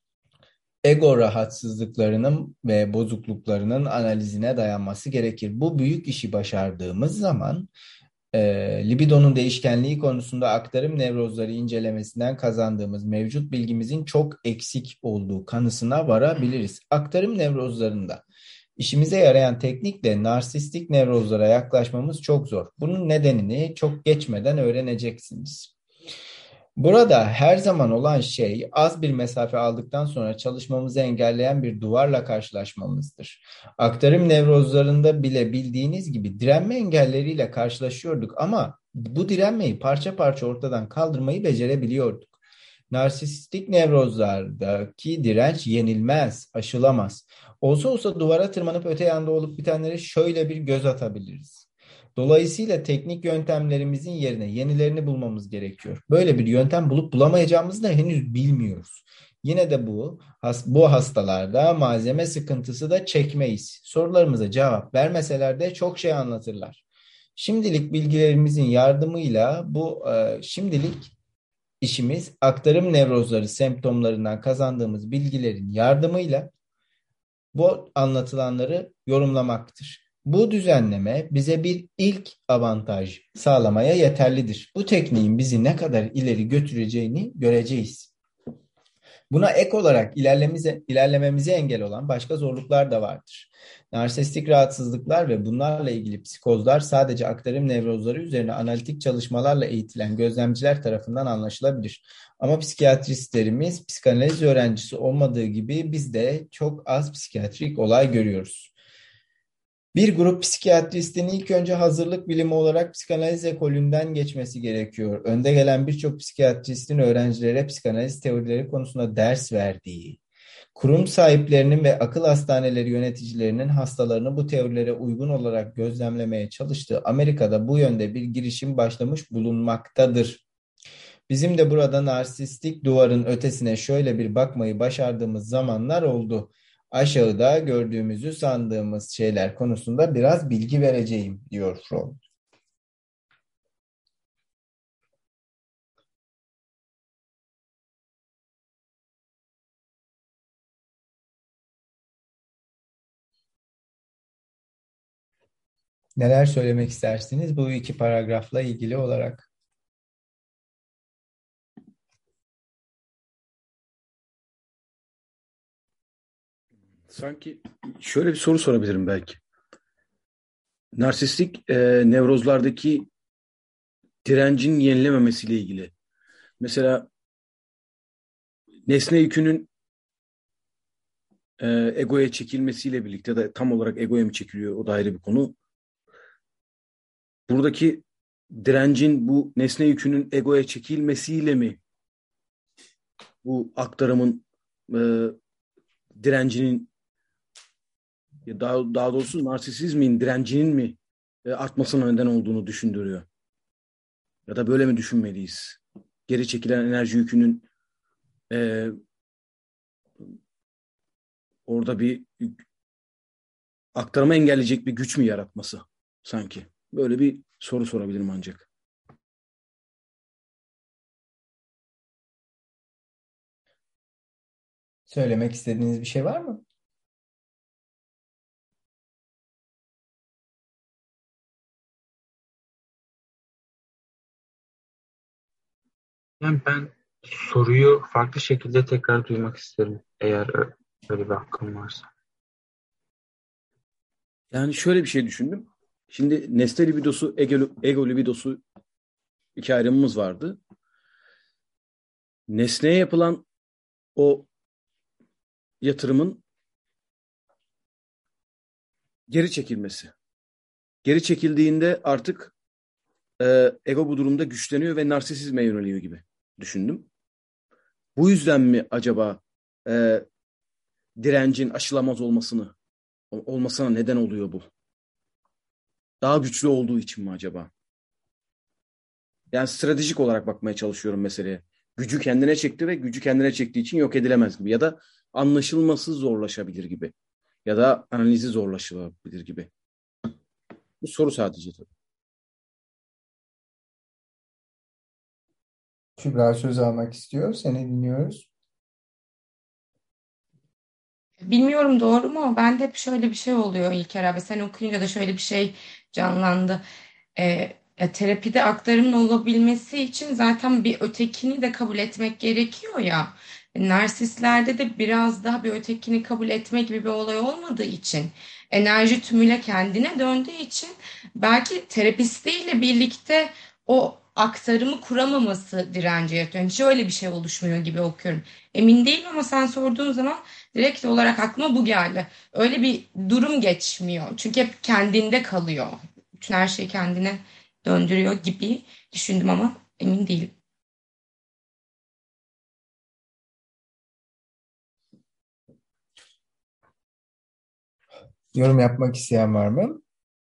ego rahatsızlıklarının ve bozukluklarının analizine dayanması gerekir. Bu büyük işi başardığımız zaman e, libidonun değişkenliği konusunda aktarım nevrozları incelemesinden kazandığımız mevcut bilgimizin çok eksik olduğu kanısına varabiliriz. Aktarım nevrozlarında işimize yarayan teknikle narsistik nevrozlara yaklaşmamız çok zor. Bunun nedenini çok geçmeden öğreneceksiniz. Burada her zaman olan şey az bir mesafe aldıktan sonra çalışmamızı engelleyen bir duvarla karşılaşmamızdır. Aktarım nevrozlarında bile bildiğiniz gibi direnme engelleriyle karşılaşıyorduk ama bu direnmeyi parça parça ortadan kaldırmayı becerebiliyorduk. Narsistik nevrozlardaki direnç yenilmez, aşılamaz. Olsa olsa duvara tırmanıp öte yanda olup bitenlere şöyle bir göz atabiliriz. Dolayısıyla teknik yöntemlerimizin yerine yenilerini bulmamız gerekiyor. Böyle bir yöntem bulup bulamayacağımızı da henüz bilmiyoruz. Yine de bu bu hastalarda malzeme sıkıntısı da çekmeyiz. Sorularımıza cevap vermeseler de çok şey anlatırlar. Şimdilik bilgilerimizin yardımıyla bu e, şimdilik işimiz aktarım nevrozları semptomlarından kazandığımız bilgilerin yardımıyla bu anlatılanları yorumlamaktır. Bu düzenleme bize bir ilk avantaj sağlamaya yeterlidir. Bu tekniğin bizi ne kadar ileri götüreceğini göreceğiz. Buna ek olarak ilerlememize, ilerlememize engel olan başka zorluklar da vardır. Narsistik rahatsızlıklar ve bunlarla ilgili psikozlar sadece aktarım nevrozları üzerine analitik çalışmalarla eğitilen gözlemciler tarafından anlaşılabilir. Ama psikiyatristlerimiz psikanaliz öğrencisi olmadığı gibi biz de çok az psikiyatrik olay görüyoruz. Bir grup psikiyatristin ilk önce hazırlık bilimi olarak psikanaliz ekolünden geçmesi gerekiyor. Önde gelen birçok psikiyatristin öğrencilere psikanaliz teorileri konusunda ders verdiği, kurum sahiplerinin ve akıl hastaneleri yöneticilerinin hastalarını bu teorilere uygun olarak gözlemlemeye çalıştığı Amerika'da bu yönde bir girişim başlamış bulunmaktadır. Bizim de burada narsistik duvarın ötesine şöyle bir bakmayı başardığımız zamanlar oldu. Aşağıda gördüğümüzü sandığımız şeyler konusunda biraz bilgi vereceğim, diyor Freud. Neler söylemek istersiniz bu iki paragrafla ilgili olarak? Sanki şöyle bir soru sorabilirim belki. Narsistik e, nevrozlardaki direncin yenilememesiyle ilgili. Mesela nesne yükünün e, egoya çekilmesiyle birlikte de tam olarak egoya mı çekiliyor, o da ayrı bir konu. Buradaki direncin bu nesne yükünün egoya çekilmesiyle mi bu aktarımın e, direncinin daha, daha doğrusu narsisizmin direncinin mi e, artmasına neden olduğunu düşündürüyor? Ya da böyle mi düşünmeliyiz? Geri çekilen enerji yükünün e, orada bir aktarımı engelleyecek bir güç mü yaratması sanki? Böyle bir soru sorabilirim ancak. Söylemek istediğiniz bir şey var mı? Yani ben soruyu farklı şekilde tekrar duymak isterim eğer ö- öyle bir hakkım varsa. Yani şöyle bir şey düşündüm. Şimdi nesne libidosu, ego, ego libidosu iki ayrımımız vardı. Nesneye yapılan o yatırımın geri çekilmesi. Geri çekildiğinde artık e, ego bu durumda güçleniyor ve narsisizme yöneliyor gibi düşündüm. Bu yüzden mi acaba e, direncin aşılamaz olmasını olmasına neden oluyor bu? Daha güçlü olduğu için mi acaba? Yani stratejik olarak bakmaya çalışıyorum meseleye. Gücü kendine çekti ve gücü kendine çektiği için yok edilemez gibi. Ya da anlaşılması zorlaşabilir gibi. Ya da analizi zorlaşabilir gibi. Bu soru sadece tabii. Kübra söz almak istiyor. Seni dinliyoruz. Bilmiyorum doğru mu? Bende hep şöyle bir şey oluyor İlker abi. Sen okuyunca da şöyle bir şey canlandı. Ee, e, terapide aktarımın olabilmesi için zaten bir ötekini de kabul etmek gerekiyor ya. Narsistlerde de biraz daha bir ötekini kabul etme gibi bir olay olmadığı için, enerji tümüyle kendine döndüğü için belki terapistiyle birlikte o aktarımı kuramaması direnci yaratıyor. Yani şöyle bir şey oluşmuyor gibi okuyorum. Emin değilim ama sen sorduğun zaman direkt olarak aklıma bu geldi. Öyle bir durum geçmiyor. Çünkü hep kendinde kalıyor. Bütün her şeyi kendine döndürüyor gibi düşündüm ama emin değilim. Yorum yapmak isteyen var mı?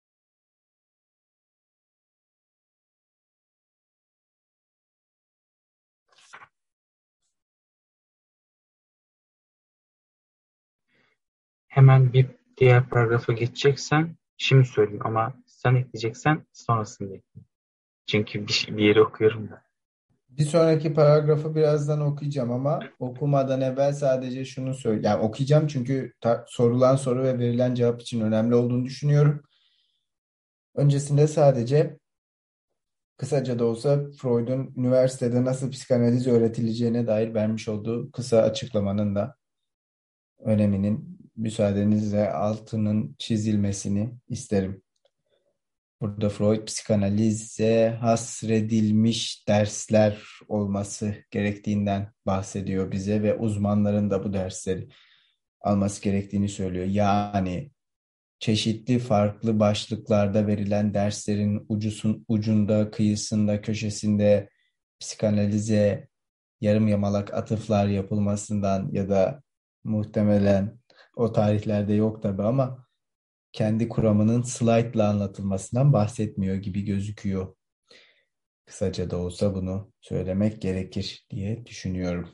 Hemen bir diğer paragrafa geçeceksen şimdi söyleyeyim ama sen ekleyeceksen sonrasında ekleyeyim. Çünkü bir, bir yeri okuyorum da. Bir sonraki paragrafı birazdan okuyacağım ama okumadan evvel sadece şunu söyle. Yani okuyacağım çünkü ta- sorulan soru ve verilen cevap için önemli olduğunu düşünüyorum. Öncesinde sadece kısaca da olsa Freud'un üniversitede nasıl psikanaliz öğretileceğine dair vermiş olduğu kısa açıklamanın da öneminin müsaadenizle altının çizilmesini isterim. Burada Freud psikanalize hasredilmiş dersler olması gerektiğinden bahsediyor bize ve uzmanların da bu dersleri alması gerektiğini söylüyor. Yani çeşitli farklı başlıklarda verilen derslerin ucusun, ucunda, kıyısında, köşesinde psikanalize yarım yamalak atıflar yapılmasından ya da muhtemelen o tarihlerde yok tabii ama kendi kuramının slaytla anlatılmasından bahsetmiyor gibi gözüküyor. Kısaca da olsa bunu söylemek gerekir diye düşünüyorum.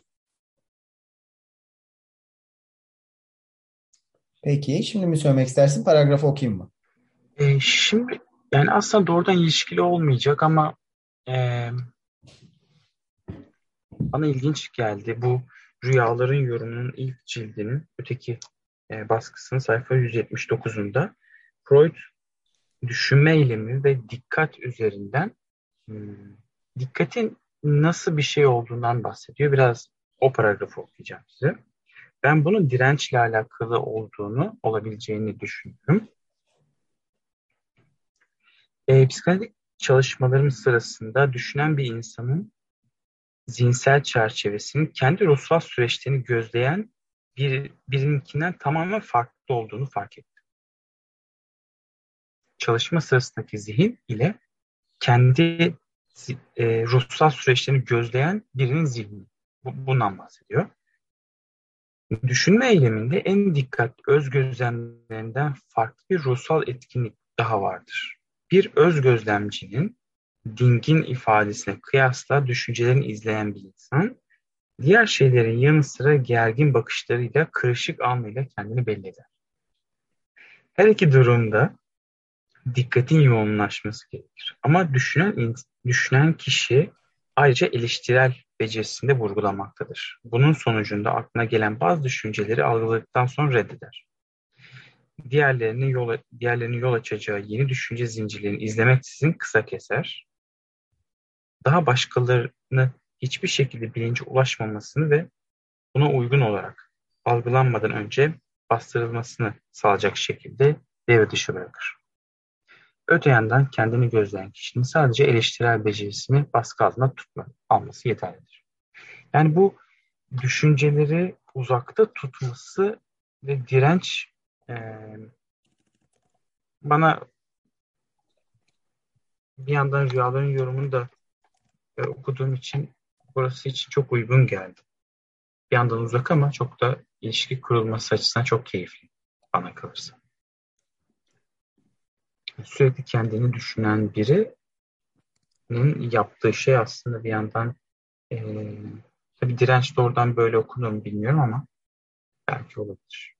Peki, şimdi mi söylemek istersin? Paragrafı okuyayım mı? E, şimdi yani aslında doğrudan ilişkili olmayacak ama e, bana ilginç geldi. Bu Rüyaların Yorumunun ilk cildinin öteki e, baskısının sayfa yüz yetmiş dokuzunda Freud düşünme eylemi ve dikkat üzerinden hmm, dikkatin nasıl bir şey olduğundan bahsediyor. Biraz o paragrafı okuyacağım size. Ben bunun dirençle alakalı olduğunu, olabileceğini düşünüyorum. E, psikanalitik çalışmalarım sırasında düşünen bir insanın zihinsel çerçevesinin kendi ruhsal süreçlerini gözleyen bir, birininkinden tamamen farklı olduğunu fark ettim. Çalışma sırasındaki zihin ile kendi e, ruhsal süreçlerini gözleyen birinin zihni. Bu, bundan bahsediyor. Düşünme eyleminde en dikkatli öz gözlemlerinden farklı bir ruhsal etkinlik daha vardır. Bir öz gözlemcinin dingin ifadesine kıyasla düşüncelerini izleyen bir insan, diğer şeylerin yanı sıra gergin bakışlarıyla, kırışık alnıyla kendini belli eder. Her iki durumda dikkatin yoğunlaşması gerekir. Ama düşünen, düşünen kişi ayrıca eleştirel becerisini de vurgulamaktadır. Bunun sonucunda aklına gelen bazı düşünceleri algıladıktan sonra reddeder. Diğerlerinin yol, diğerlerinin yol açacağı yeni düşünce zincirlerini izlemeksizin kısa keser. Daha başkalarını hiçbir şekilde bilince ulaşmamasını ve buna uygun olarak algılanmadan önce bastırılmasını sağlayacak şekilde devre dışı bırakır. Öte yandan kendini gözleyen kişinin sadece eleştirel becerisini baskı altında tutma, alması yeterlidir. Yani bu düşünceleri uzakta tutması ve direnç e, bana bir yandan Rüyaların Yorumunu da e, okuduğum için burası için çok uygun geldi. Bir yandan uzak ama çok da ilişki kurulması açısından çok keyifli bana kalırsa. Sürekli kendini düşünen birinin yaptığı şey aslında bir yandan e, tabii direnç doğrudan böyle okunur mu bilmiyorum ama belki olabilir.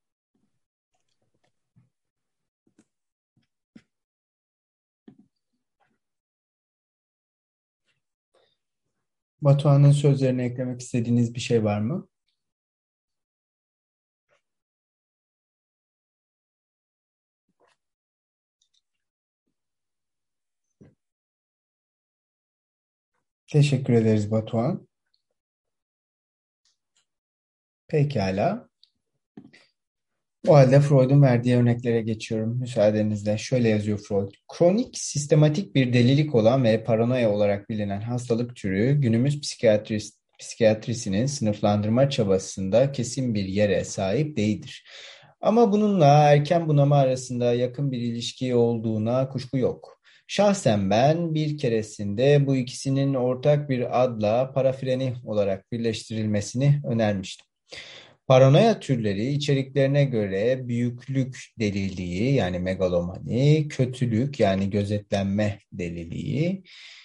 Batuhan'ın sözlerine eklemek istediğiniz bir şey var mı? Teşekkür ederiz Batuhan. Pekala. O halde Freud'un verdiği örneklere geçiyorum müsaadenizle. Şöyle yazıyor Freud. Kronik, sistematik bir delilik olan ve paranoya olarak bilinen hastalık türü günümüz psikiyatrist, psikiyatrisinin sınıflandırma çabasında kesin bir yere sahip değildir. Ama bununla erken bunama arasında yakın bir ilişki olduğuna kuşku yok. Şahsen ben bir keresinde bu ikisinin ortak bir adla parafreni olarak birleştirilmesini önermiştim. Paranoya türleri içeriklerine göre büyüklük deliliği yani megalomani, kötülük yani gözetlenme deliliği,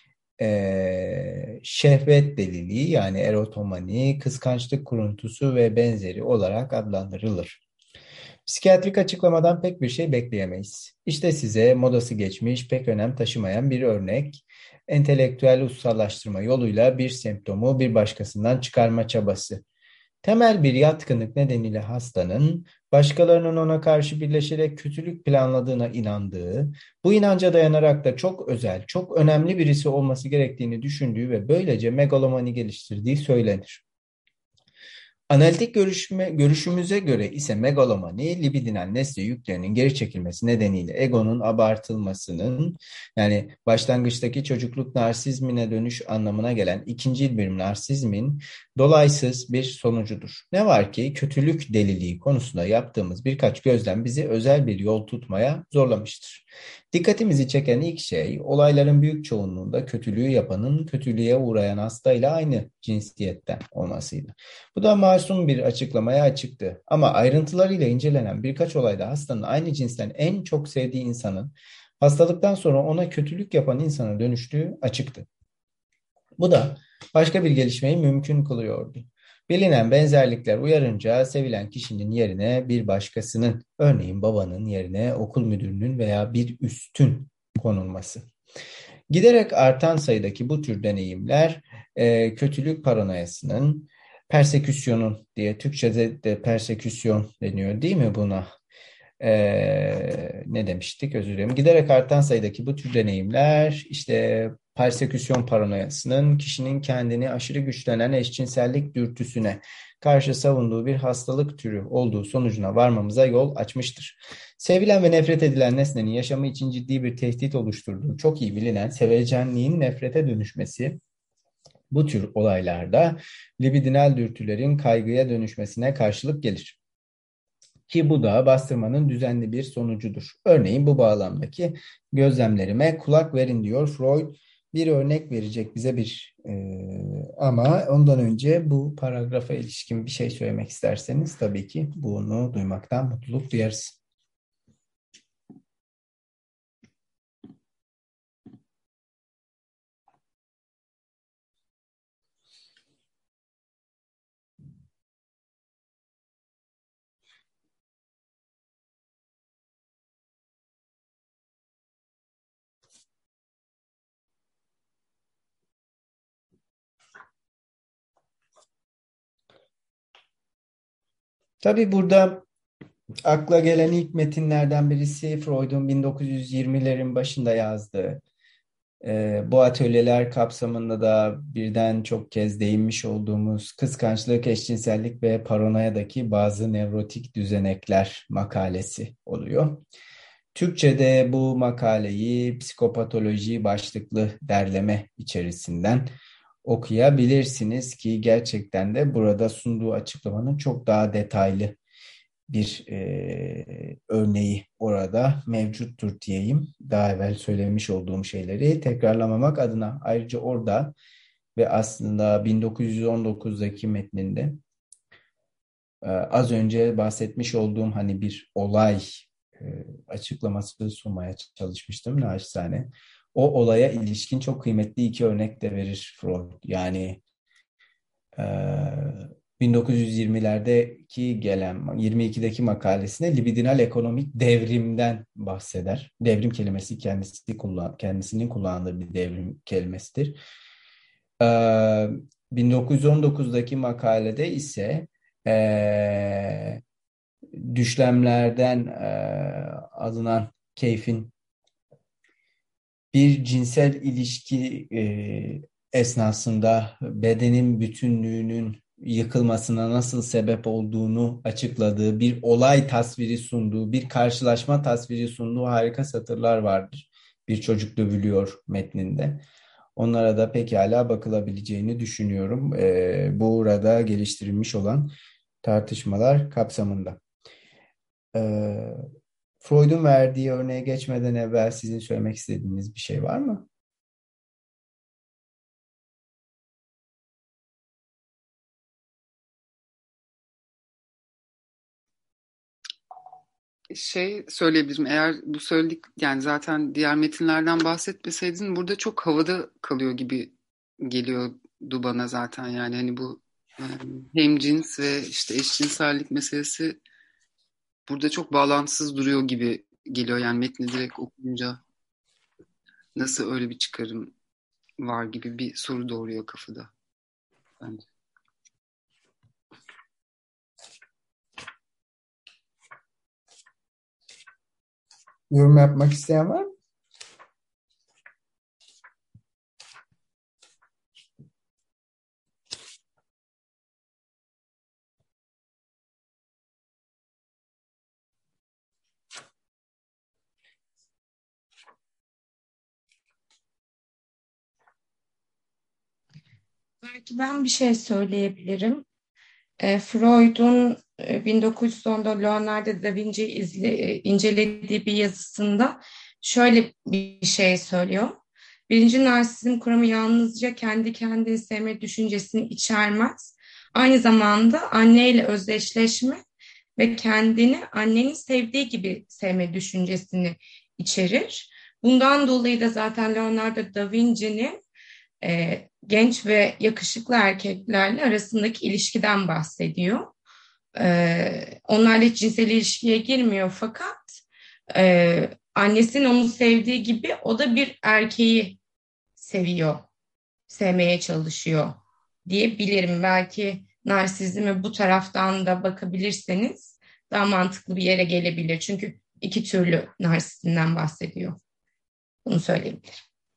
eee, şehvet deliliği yani erotomani, kıskançlık kuruntusu ve benzeri olarak adlandırılır. Psikiyatrik açıklamadan pek bir şey bekleyemeyiz. İşte size modası geçmiş, pek önem taşımayan bir örnek. Entelektüel ussallaştırma yoluyla bir semptomu bir başkasından çıkarma çabası. Temel bir yatkınlık nedeniyle hastanın başkalarının ona karşı birleşerek kötülük planladığına inandığı, bu inanca dayanarak da çok özel, çok önemli birisi olması gerektiğini düşündüğü ve böylece megalomani geliştirdiği söylenir. Analitik görüşme, görüşümüze göre ise megalomani, libidinal nesne yüklerinin geri çekilmesi nedeniyle egonun abartılmasının, yani başlangıçtaki çocukluk narsizmine dönüş anlamına gelen ikincil bir narsizmin dolaysız bir sonucudur. Ne var ki kötülük deliliği konusunda yaptığımız birkaç gözlem bizi özel bir yol tutmaya zorlamıştır. Dikkatimizi çeken ilk şey, olayların büyük çoğunluğunda kötülüğü yapanın kötülüğe uğrayan hastayla aynı cinsiyetten olmasıydı. Bu da masum bir açıklamaya açıktı. Ama ayrıntılarıyla incelenen birkaç olayda hastanın aynı cinsten en çok sevdiği insanın hastalıktan sonra ona kötülük yapan insana dönüştüğü açıktı. Bu da başka bir gelişmeyi mümkün kılıyordu. Bilinen benzerlikler uyarınca sevilen kişinin yerine bir başkasının, örneğin babanın yerine okul müdürünün veya bir üstün konulması. Giderek artan sayıdaki bu tür deneyimler e, kötülük paranoyasının, perseküsyonun diye Türkçe'de de perseküsyon deniyor değil mi buna? Ee, ne demiştik özür dilerim. Giderek artan sayıdaki bu tür deneyimler işte perseküsyon paranoyasının kişinin kendini aşırı güçlenen eşcinsellik dürtüsüne karşı savunduğu bir hastalık türü olduğu sonucuna varmamıza yol açmıştır. Sevilen ve nefret edilen nesnenin yaşamı için ciddi bir tehdit oluşturduğu çok iyi bilinen sevecenliğin nefrete dönüşmesi bu tür olaylarda libidinal dürtülerin kaygıya dönüşmesine karşılık gelir. Ki bu da bastırmanın düzenli bir sonucudur. Örneğin bu bağlamdaki gözlemlerime kulak verin diyor Freud. Bir örnek verecek bize bir e, ama ondan önce bu paragrafa ilişkin bir şey söylemek isterseniz tabii ki bunu duymaktan mutluluk duyarız. Tabii burada akla gelen ilk metinlerden birisi Freud'un bin dokuz yüz yirmilerin başında yazdığı. Ee, bu atölyeler kapsamında da birden çok kez değinmiş olduğumuz kıskançlık, eşcinsellik ve paranoyadaki bazı nevrotik düzenekler makalesi oluyor. Türkçe'de bu makaleyi psikopatoloji başlıklı derleme içerisinden okuyabilirsiniz ki gerçekten de burada sunduğu açıklamanın çok daha detaylı bir e, örneği orada mevcuttur diyeyim. Daha evvel söylemiş olduğum şeyleri tekrarlamamak adına. Ayrıca orada ve aslında bin dokuz yüz on dokuzdaki metninde e, az önce bahsetmiş olduğum hani bir olay e, açıklaması sunmaya çalışmıştım naçizane. O olaya ilişkin çok kıymetli iki örnek de verir Freud. Yani e, bin dokuz yüz yirmilerdeki gelen yirmi ikideki makalesinde libidinal ekonomik devrimden bahseder. Devrim kelimesi kendisi kullan, kendisinin kullandığı bir devrim kelimesidir. Ee, bin dokuz yüz on dokuzdaki makalede ise ee, düşlemlerden ee, alınan keyfin bir cinsel ilişki ee, esnasında bedenin bütünlüğünün yıkılmasına nasıl sebep olduğunu açıkladığı, bir olay tasviri sunduğu, bir karşılaşma tasviri sunduğu harika satırlar vardır. Bir çocuk dövülüyor metninde. Onlara da pekala bakılabileceğini düşünüyorum. Ee, burada geliştirilmiş olan tartışmalar kapsamında. Ee, Freud'un verdiği örneğe geçmeden evvel sizin söylemek istediğiniz bir şey var mı? Şey söyleyebilirim, eğer bu söyledik yani zaten diğer metinlerden bahsetmeseydin burada çok havada kalıyor gibi geliyordu bana zaten, yani hani bu e, hemcins ve işte eşcinsellik meselesi burada çok bağlantısız duruyor gibi geliyor, yani metni direkt okuyunca nasıl öyle bir çıkarım var gibi bir soru doğuruyor kafada bence. Yorum yapmak isteyen var mı? Belki ben bir şey söyleyebilirim. E, Freud'un e, bin dokuz yüz onda Leonardo da Vinci'yi izle, e, incelediği bir yazısında şöyle bir şey söylüyor. Birinci narsizm kuramı yalnızca kendi kendini sevme düşüncesini içermez. Aynı zamanda anneyle özdeşleşme ve kendini annenin sevdiği gibi sevme düşüncesini içerir. Bundan dolayı da zaten Leonardo da Vinci'nin e, genç ve yakışıklı erkeklerle arasındaki ilişkiden bahsediyor. E, onlarla hiç cinsel ilişkiye girmiyor fakat e, annesinin onu sevdiği gibi o da bir erkeği seviyor, sevmeye çalışıyor diyebilirim. Belki narsizme bu taraftan da bakabilirseniz daha mantıklı bir yere gelebilir. Çünkü iki türlü narsizmden bahsediyor. Bunu söyleyebilirim.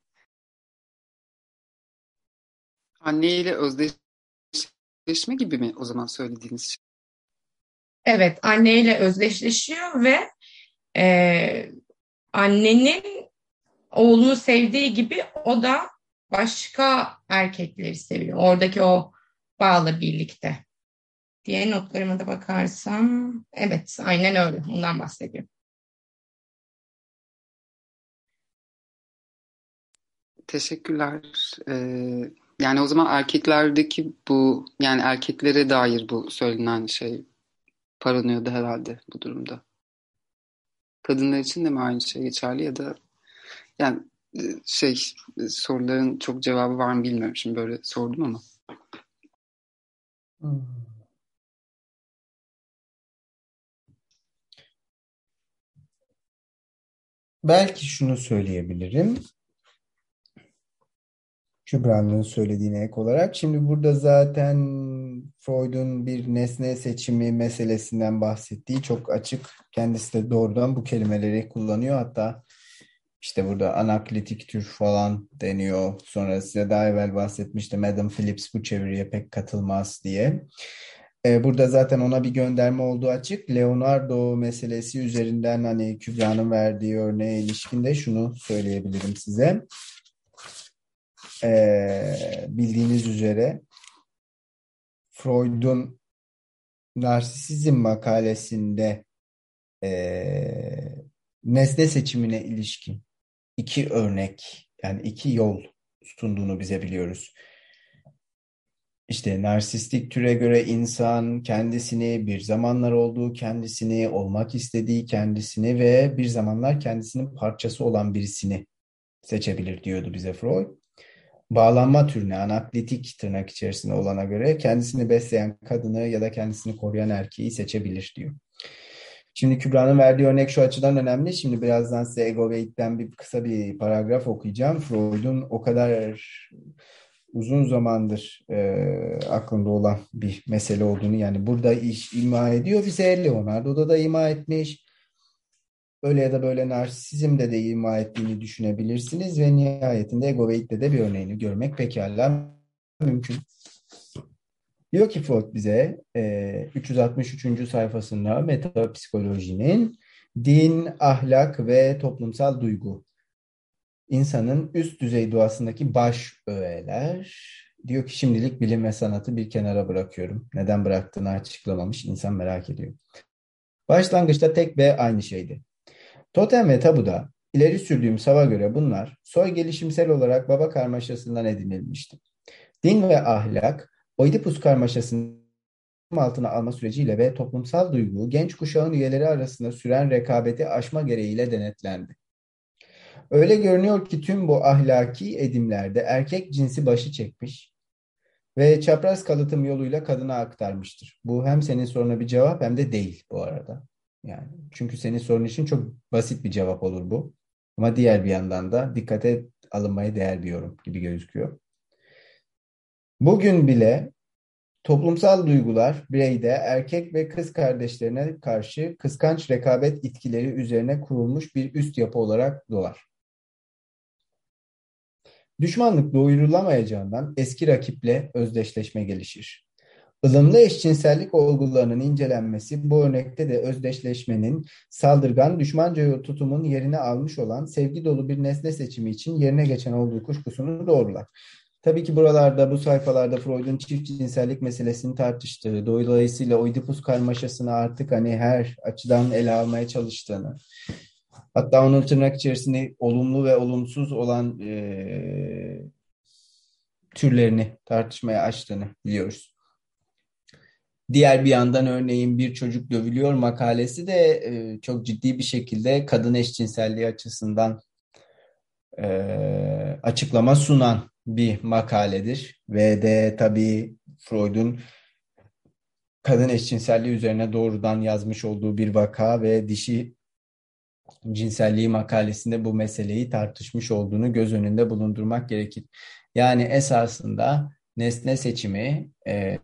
Anneyle özdeşleşme gibi mi o zaman söylediğiniz şey? Evet, anneyle özdeşleşiyor ve e, annenin oğlunu sevdiği gibi o da başka erkekleri seviyor. Oradaki o bağla birlikte diye notlarıma da bakarsam evet aynen öyle. Ondan bahsediyorum. Teşekkürler. Ee, yani o zaman erkeklerdeki bu, yani erkeklere dair bu söylenen şey paranoyadı herhalde bu durumda. Kadınlar için de mi aynı şey geçerli ya da yani e, şey e, soruların çok cevabı var mı bilmiyorum. Şimdi böyle sordum ama. Hmm. Belki şunu söyleyebilirim. Kübra'nın söylediğine ek olarak. Şimdi burada zaten Freud'un bir nesne seçimi meselesinden bahsettiği çok açık. Kendisi de doğrudan bu kelimeleri kullanıyor. Hatta işte burada anaklitik tür falan deniyor. Sonra size daha evvel bahsetmiştim. Adam Phillips bu çeviriye pek katılmaz diye. Ee, burada zaten ona bir gönderme olduğu açık. Leonardo meselesi üzerinden hani Kübra'nın verdiği örneğe ilişkin de şunu söyleyebilirim size. Ee, bildiğiniz üzere Freud'un narsisizm makalesinde ee, nesne seçimine ilişkin iki örnek, yani iki yol sunduğunu bize biliyoruz. İşte narsistik türe göre insan kendisini, bir zamanlar olduğu kendisini, olmak istediği kendisini ve bir zamanlar kendisinin parçası olan birisini seçebilir diyordu bize Freud. Bağlanma türüne, anaklitik tırnak içerisinde olana göre kendisini besleyen kadını ya da kendisini koruyan erkeği seçebilir diyor. Şimdi Kübra'nın verdiği örnek şu açıdan önemli. Şimdi birazdan size Ego ve İt'ten bir kısa bir paragraf okuyacağım. Freud'un o kadar uzun zamandır e, aklımda olan bir mesele olduğunu, yani burada iş ima ediyor bize, Leonardo'da da ima etmiş. Öyle ya da böyle narsizmde de ima ettiğini düşünebilirsiniz ve nihayetinde Ego ve İd'de de bir örneğini görmek pekala mümkün. Diyor ki Freud bize e, üç yüz altmış üçüncü sayfasında metapsikolojinin din, ahlak ve toplumsal duygu, insanın üst düzey doğasındaki baş öğeler. Diyor ki şimdilik bilim ve sanatı bir kenara bırakıyorum. Neden bıraktığını açıklamamış, insan merak ediyor. Başlangıçta tek ve aynı şeydi. Totem ve tabuda ileri sürdüğüm sava göre bunlar soy gelişimsel olarak baba karmaşasından edinilmişti. Din ve ahlak, Oidipus karmaşasının altına alma süreciyle ve toplumsal duygu genç kuşağın üyeleri arasında süren rekabeti aşma gereğiyle denetlendi. Öyle görünüyor ki tüm bu ahlaki edimlerde erkek cinsi başı çekmiş ve çapraz kalıtım yoluyla kadına aktarmıştır. Bu hem senin soruna bir cevap hem de değil bu arada. Yani çünkü senin sorun için çok basit bir cevap olur bu. Ama diğer bir yandan da dikkate alınmaya değer bir yorum gibi gözüküyor. Bugün bile toplumsal duygular bireyde erkek ve kız kardeşlerine karşı kıskanç rekabet itkileri üzerine kurulmuş bir üst yapı olarak doğar. Düşmanlık doyurulamayacağından eski rakiple özdeşleşme gelişir. Ilımlı eşcinsellik olgularının incelenmesi bu örnekte de özdeşleşmenin saldırgan düşmanca tutumun yerini almış olan sevgi dolu bir nesne seçimi için yerine geçen olduğu kuşkusunu doğrular. Tabii ki buralarda, bu sayfalarda Freud'un çift cinsellik meselesini tartıştığı, dolayısıyla Oidipus karmaşasını artık hani her açıdan ele almaya çalıştığını, hatta onun tırnak içerisinde olumlu ve olumsuz olan e, türlerini tartışmaya açtığını biliyoruz. Diğer bir yandan örneğin Bir Çocuk Dövülüyor makalesi de e, çok ciddi bir şekilde kadın eşcinselliği açısından e, açıklama sunan bir makaledir. Ve de tabii Freud'un kadın eşcinselliği üzerine doğrudan yazmış olduğu bir vaka ve dişi cinselliği makalesinde bu meseleyi tartışmış olduğunu göz önünde bulundurmak gerekir. Yani esasında nesne seçimi e,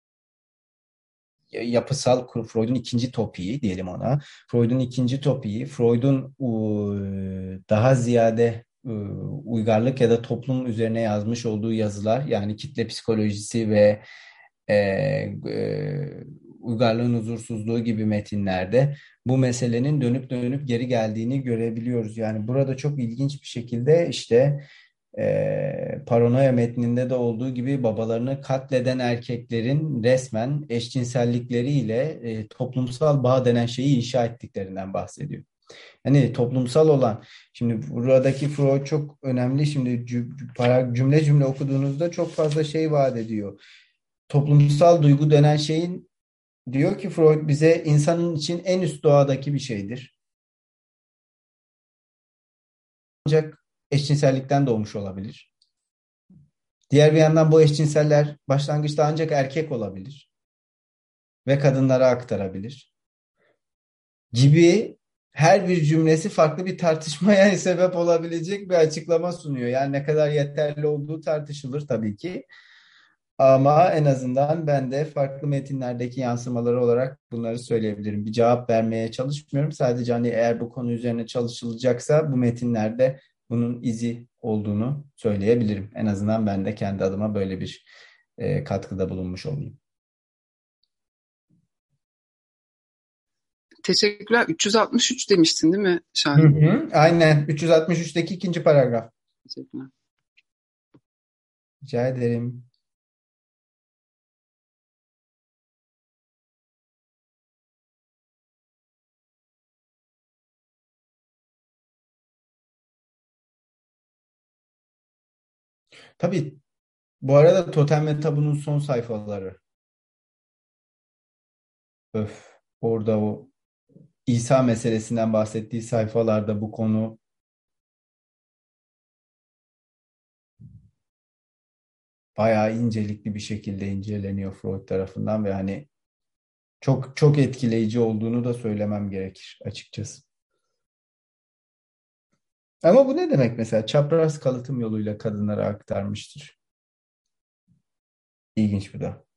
yapısal Freud'un ikinci topiği diyelim ona. Freud'un ikinci topiği, Freud'un daha ziyade uygarlık ya da toplum üzerine yazmış olduğu yazılar, yani kitle psikolojisi ve e, e, uygarlığın huzursuzluğu gibi metinlerde bu meselenin dönüp dönüp geri geldiğini görebiliyoruz. Yani burada çok ilginç bir şekilde işte e, paranoya metninde de olduğu gibi babalarını katleden erkeklerin resmen eşcinsellikleriyle e, toplumsal bağ denen şeyi inşa ettiklerinden bahsediyor. Hani toplumsal olan, şimdi buradaki Freud çok önemli, şimdi cümle cümle okuduğunuzda çok fazla şey vaat ediyor. Toplumsal duygu denen şeyin, diyor ki Freud bize, insanın için en üst doğadaki bir şeydir. Ancak eşcinsellikten doğmuş olabilir. Diğer bir yandan bu eşcinseller başlangıçta ancak erkek olabilir ve kadınlara aktarabilir gibi her bir cümlesi farklı bir tartışmaya sebep olabilecek bir açıklama sunuyor. Yani ne kadar yeterli olduğu tartışılır tabii ki. Ama en azından ben de farklı metinlerdeki yansımaları olarak bunları söyleyebilirim. Bir cevap vermeye çalışmıyorum. Sadece hani eğer bu konu üzerine çalışılacaksa bu metinlerde bunun izi olduğunu söyleyebilirim. En azından ben de kendi adıma böyle bir e, katkıda bulunmuş olayım. Teşekkürler. üç yüz altmış üç demiştin değil mi Şahin? Hı hı, aynen. üç yüz altmış üçteki ikinci paragraf. Teşekkürler. Rica ederim. Tabii bu arada Totem ve Tabu'nun son sayfaları. Öf, orada o İsa meselesinden bahsettiği sayfalarda bu konu bayağı incelikli bir şekilde inceleniyor Freud tarafından ve hani çok çok etkileyici olduğunu da söylemem gerekir açıkçası. Ama bu ne demek mesela? Çapraz kalıtım yoluyla kadınlara aktarmıştır. İlginç bu da.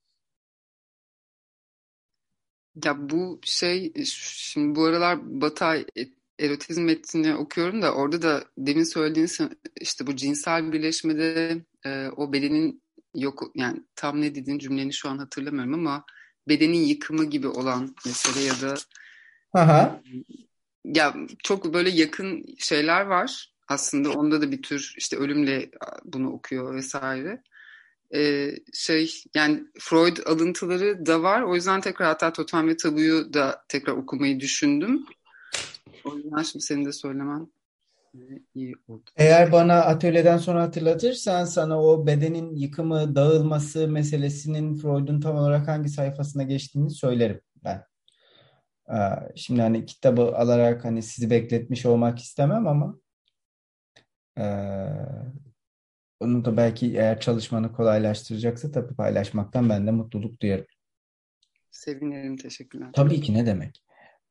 Ya bu şey şimdi bu aralar Batı erotizm metnini okuyorum da orada da demin söylediğiniz işte bu cinsel birleşmede e, o bedenin yok yani tam ne dediğin cümleni şu an hatırlamıyorum ama bedenin yıkımı gibi olan mesele ya da Aha. ya çok böyle yakın şeyler var. Aslında onda da bir tür işte ölümle bunu okuyor vesaire. Ee, şey yani Freud alıntıları da var. O yüzden tekrar hatta Totem ve Tabu'yu da tekrar okumayı düşündüm. O yüzden şimdi senin de söylemen iyi oldu. Eğer bana atölyeden sonra hatırlatırsan sana o bedenin yıkımı, dağılması meselesinin Freud'un tam olarak hangi sayfasına geçtiğini söylerim ben. Şimdi hani kitabı alarak hani sizi bekletmiş olmak istemem ama onu da belki eğer çalışmanı kolaylaştıracaksa tabii paylaşmaktan ben de mutluluk duyarım. Sevinirim, teşekkürler. Tabii ki ne demek.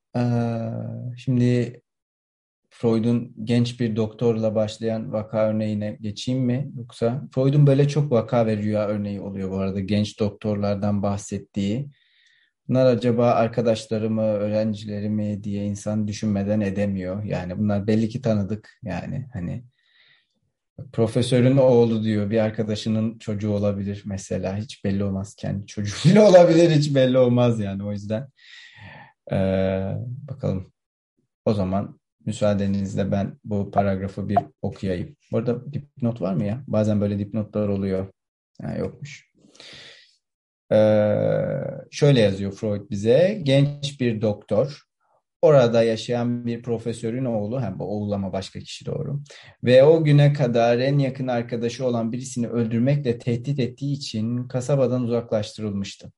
Şimdi Freud'un genç bir doktorla başlayan vaka örneğine geçeyim mi? Yoksa Freud'un böyle çok vaka ve rüya örneği oluyor bu arada. Genç doktorlardan bahsettiği. Bunlar acaba arkadaşları mı, öğrencileri mi diye insan düşünmeden edemiyor. Yani bunlar belli ki tanıdık yani hani. Profesörün oğlu diyor, bir arkadaşının çocuğu olabilir mesela. Hiç belli olmaz, kendi çocuğu bile olabilir, hiç belli olmaz yani o yüzden. Ee, bakalım. O zaman müsaadenizle ben bu paragrafı bir okuyayım. Bu arada dipnot var mı ya? Bazen böyle dipnotlar oluyor. Ha, yokmuş. Ee, şöyle yazıyor Freud bize. Genç bir doktor, orada yaşayan bir profesörün oğlu, hem bu oğul ama başka kişi doğru. Ve o güne kadar en yakın arkadaşı olan birisini öldürmekle tehdit ettiği için kasabadan uzaklaştırılmıştı.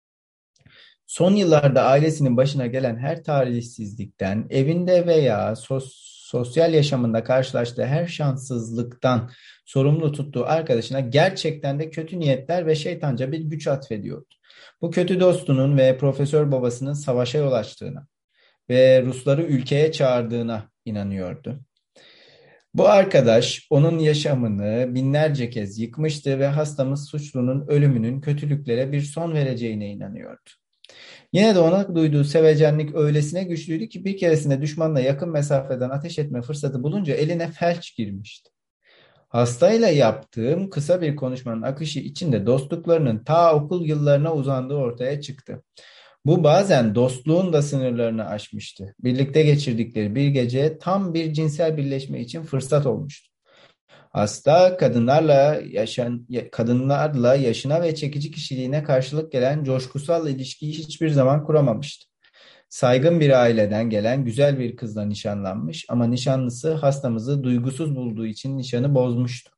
Son yıllarda ailesinin başına gelen her talihsizlikten, evinde veya sos, sosyal yaşamında karşılaştığı her şanssızlıktan sorumlu tuttuğu arkadaşına gerçekten de kötü niyetler ve şeytanca bir güç atfediyordu. Bu kötü dostunun ve profesör babasının savaşa yol açtığına ve Rusları ülkeye çağırdığına inanıyordu. Bu arkadaş onun yaşamını binlerce kez yıkmıştı ve hastamız suçlunun ölümünün kötülüklere bir son vereceğine inanıyordu. Yine de ona duyduğu sevecenlik öylesine güçlüydü ki bir keresinde düşmanla yakın mesafeden ateş etme fırsatı bulunca eline felç girmişti. Hastayla yaptığım kısa bir konuşmanın akışı içinde dostluklarının ta okul yıllarına uzandığı ortaya çıktı. Bu bazen dostluğun da sınırlarını aşmıştı. Birlikte geçirdikleri bir gece tam bir cinsel birleşme için fırsat olmuştu. Hasta kadınlarla yaşan kadınlarla yaşına ve çekici kişiliğine karşılık gelen coşkusal ilişkiyi hiçbir zaman kuramamıştı. Saygın bir aileden gelen güzel bir kızla nişanlanmış ama nişanlısı hastamızı duygusuz bulduğu için nişanı bozmuştu.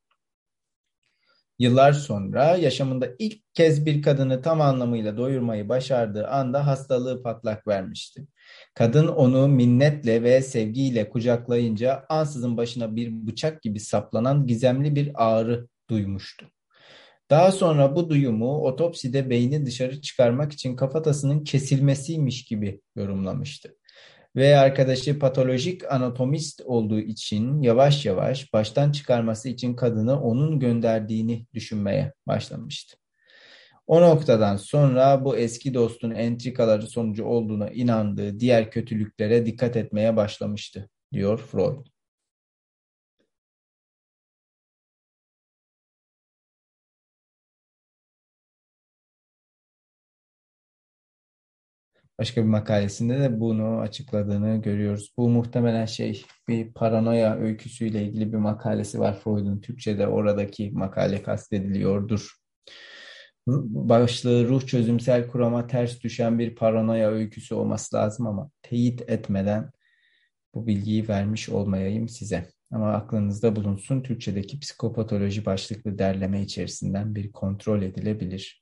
Yıllar sonra yaşamında ilk kez bir kadını tam anlamıyla doyurmayı başardığı anda hastalığı patlak vermişti. Kadın onu minnetle ve sevgiyle kucaklayınca ansızın başına bir bıçak gibi saplanan gizemli bir ağrı duymuştu. Daha sonra bu duyumu otopside beyni dışarı çıkarmak için kafatasının kesilmesiymiş gibi yorumlamıştı. Ve arkadaşı patolojik anatomist olduğu için yavaş yavaş baştan çıkarması için kadını onun gönderdiğini düşünmeye başlamıştı. O noktadan sonra bu eski dostun entrikaları sonucu olduğuna inandığı diğer kötülüklere dikkat etmeye başlamıştı, diyor Freud. Başka bir makalesinde de bunu açıkladığını görüyoruz. Bu muhtemelen şey bir paranoya öyküsüyle ilgili bir makalesi var Freud'un. Türkçe'de oradaki makale kastediliyordur. Başlığı ruh çözümsel kurama ters düşen bir paranoya öyküsü olması lazım ama teyit etmeden bu bilgiyi vermiş olmayayım size. Ama aklınızda bulunsun, Türkçedeki psikopatoloji başlıklı derleme içerisinden bir kontrol edilebilir.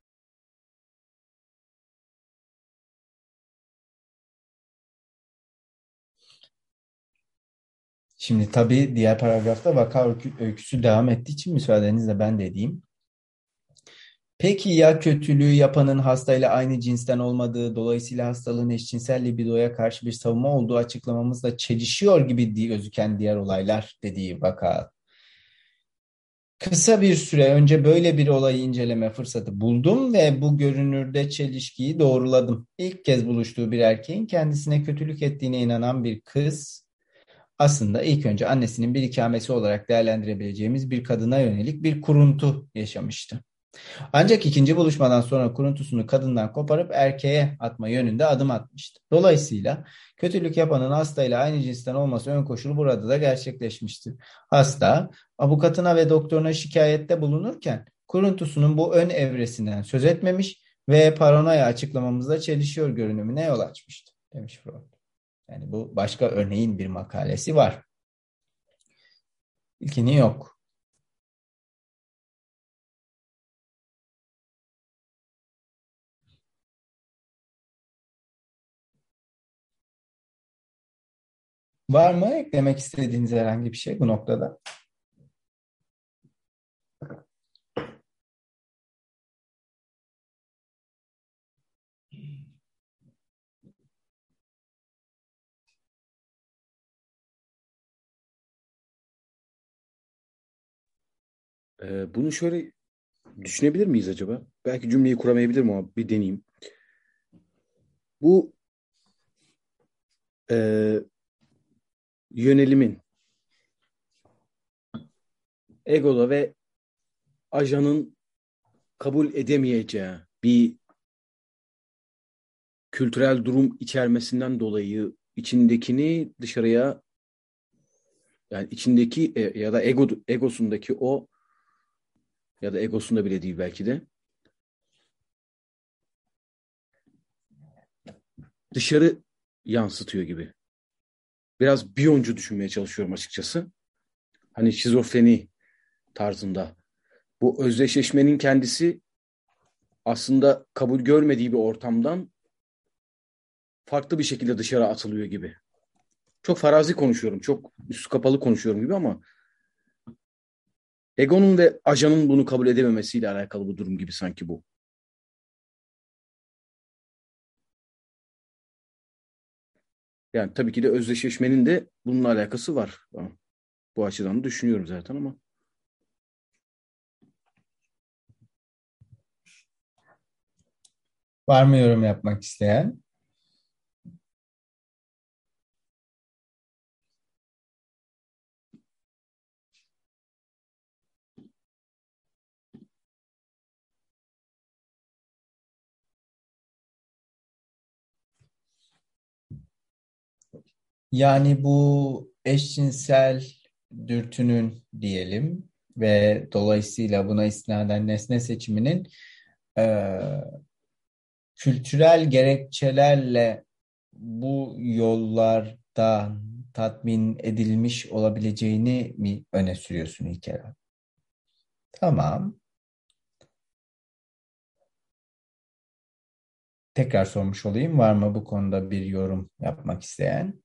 Şimdi tabii diğer paragrafta vaka öyküsü devam ettiği için müsaadenizle ben de edeyim. Peki ya kötülüğü yapanın hastayla aynı cinsten olmadığı, dolayısıyla hastalığın eşcinsel libidoya karşı bir savunma olduğu açıklamamızla çelişiyor gibi gözüken diğer olaylar dediği vaka. Kısa bir süre önce böyle bir olayı inceleme fırsatı buldum ve bu görünürde çelişkiyi doğruladım. İlk kez buluştuğu bir erkeğin kendisine kötülük ettiğine inanan bir kız, aslında ilk önce annesinin bir ikamesi olarak değerlendirebileceğimiz bir kadına yönelik bir kuruntu yaşamıştı. Ancak ikinci buluşmadan sonra kuruntusunu kadından koparıp erkeğe atma yönünde adım atmıştı. Dolayısıyla kötülük yapanın hastayla aynı cinsten olması ön koşulu burada da gerçekleşmişti. Hasta, avukatına ve doktoruna şikayette bulunurken kuruntusunun bu ön evresinden söz etmemiş ve paranoya açıklamamızla çelişiyor görünümüne yol açmıştı, demiş Freud. Yani bu başka örneğin bir makalesi var. İlkini yok. Var mı eklemek istediğiniz herhangi bir şey bu noktada? Ee, bunu şöyle düşünebilir miyiz acaba? Belki cümleyi kuramayabilirim ama bir deneyeyim. Bu e, yönelimin egola ve ajanın kabul edemeyeceği bir kültürel durum içermesinden dolayı içindekini dışarıya, yani içindeki e, ya da ego egosundaki o, ya da egosunda bile değil belki de, dışarı yansıtıyor gibi. Biraz Biyoncu düşünmeye çalışıyorum açıkçası. Hani şizofreni tarzında. Bu özdeşleşmenin kendisi aslında kabul görmediği bir ortamdan farklı bir şekilde dışarı atılıyor gibi. Çok farazi konuşuyorum, çok üstü kapalı konuşuyorum gibi ama egonun ve ajanın bunu kabul edememesiyle alakalı bu durum gibi sanki bu. Yani tabii ki de özdeşleşmenin de bununla alakası var. Bu açıdan düşünüyorum zaten ama. Var mı yorum yapmak isteyen? Yani bu eşcinsel dürtünün diyelim ve dolayısıyla buna istinaden nesne seçiminin e, kültürel gerekçelerle bu yollarda tatmin edilmiş olabileceğini mi öne sürüyorsun İlker? Tamam. Tekrar sormuş olayım. Var mı bu konuda bir yorum yapmak isteyen?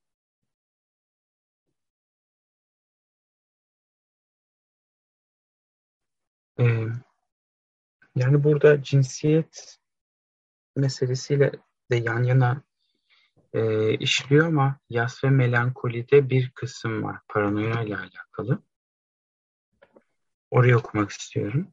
Ee, yani burada cinsiyet meselesiyle de yan yana e, işliyor ama yas ve melankolide bir kısım var paranoya ile alakalı. Orayı okumak istiyorum.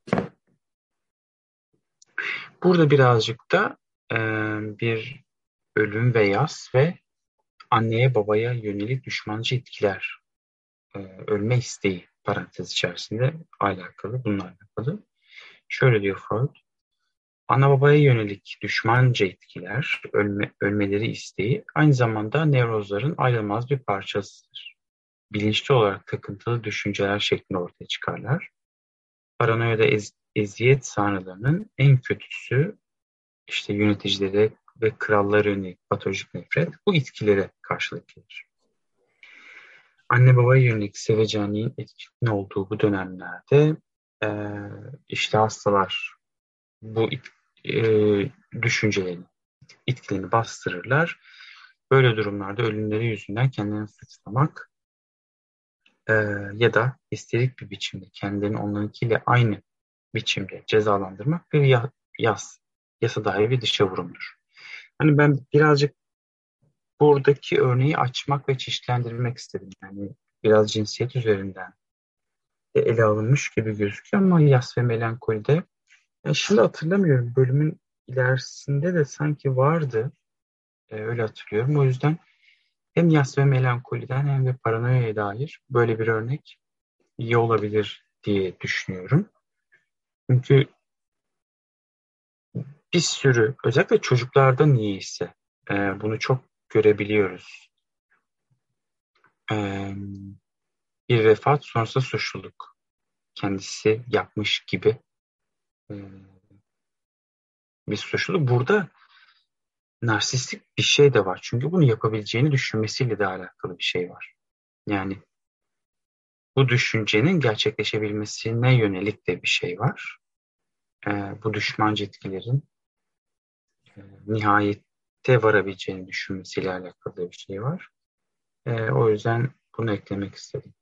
Burada birazcık da e, bir ölüm ve yas ve anneye babaya yönelik düşmancı etkiler, e, ölme isteği parantez içerisinde alakalı, bununla alakalı. Şöyle diyor Freud, ana babaya yönelik düşmanca etkiler, ölme, ölmeleri isteği aynı zamanda nevrozların ayrılmaz bir parçasıdır. Bilinçli olarak takıntılı düşünceler şeklinde ortaya çıkarlar. Paranoyada ez, eziyet sanrılarının en kötüsü işte yöneticilere ve krallara yönelik patolojik nefret bu etkilere karşılık gelir. Anne babaya yönelik sevecenliğin etkin olduğu bu dönemlerde e, işte hastalar bu e, düşüncelerini, etkilerini bastırırlar. Böyle durumlarda ölümleri yüzünden kendilerini suçlamak e, ya da histerik bir biçimde kendilerini onlarınkiyle aynı biçimde cezalandırmak bir ya, yas, yasa dair bir dışa vurumdur. Hani ben birazcık buradaki örneği açmak ve çeşitlendirmek istedim. Yani biraz cinsiyet üzerinden ele alınmış gibi gözüküyor ama Yas ve Melankolide, yani şimdi hatırlamıyorum, bölümün ilerisinde de sanki vardı. E, öyle hatırlıyorum. O yüzden hem Yas ve Melankoliden hem de Paranoya'ya dair böyle bir örnek iyi olabilir diye düşünüyorum. Çünkü bir sürü, özellikle çocuklarda niyeyse e, bunu çok görebiliyoruz. E, bir vefat sonrası suçluluk. Kendisi yapmış gibi e, bir suçluluk. Burada narsistik bir şey de var. Çünkü bunu yapabileceğini düşünmesiyle de alakalı bir şey var. Yani bu düşüncenin gerçekleşebilmesine yönelik de bir şey var. E, bu düşmancı etkilerin e, nihayete varabileceğini düşünmesiyle alakalı bir şey var. E, o yüzden bunu eklemek istedim.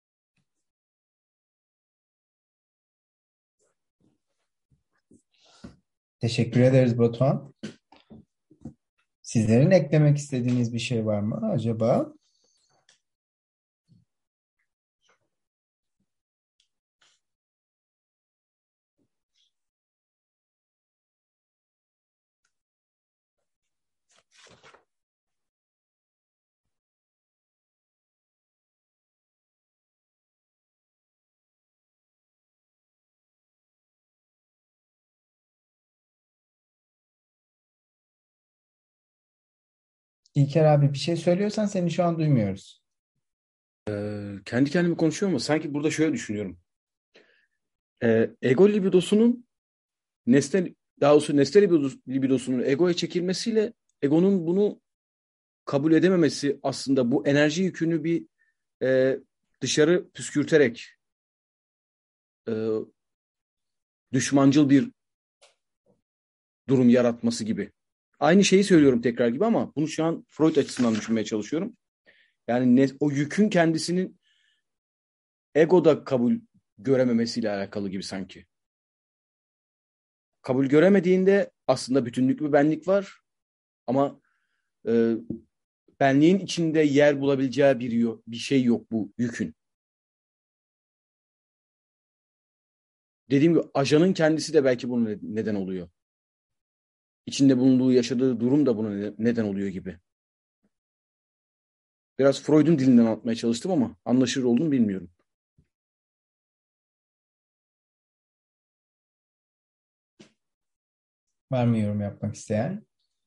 Teşekkür ederiz Batuhan. Sizlerin eklemek istediğiniz bir şey var mı acaba? İlker abi bir şey söylüyorsan seni şu an duymuyoruz. Ee, kendi kendime konuşuyorum ama sanki burada şöyle düşünüyorum. Ee, ego libidosunun nesne, daha doğrusu nesne libidos- libidosunun egoya çekilmesiyle egonun bunu kabul edememesi aslında bu enerji yükünü bir e, dışarı püskürterek e, düşmancıl bir durum yaratması gibi. Aynı şeyi söylüyorum tekrar gibi ama bunu şu an Freud açısından düşünmeye çalışıyorum. Yani ne, o yükün kendisinin egoda kabul görememesiyle alakalı gibi sanki. Kabul göremediğinde aslında bütünlük bir benlik var ama e, benliğin içinde yer bulabileceği bir, yo- bir şey yok bu yükün. Dediğim gibi ajanın kendisi de belki bunun neden oluyor. İçinde bulunduğu, yaşadığı durum da buna neden oluyor gibi. Biraz Freud'un dilinden anlatmaya çalıştım ama anlaşılır olduğunu bilmiyorum. Var mı yorum yapmak isteyen?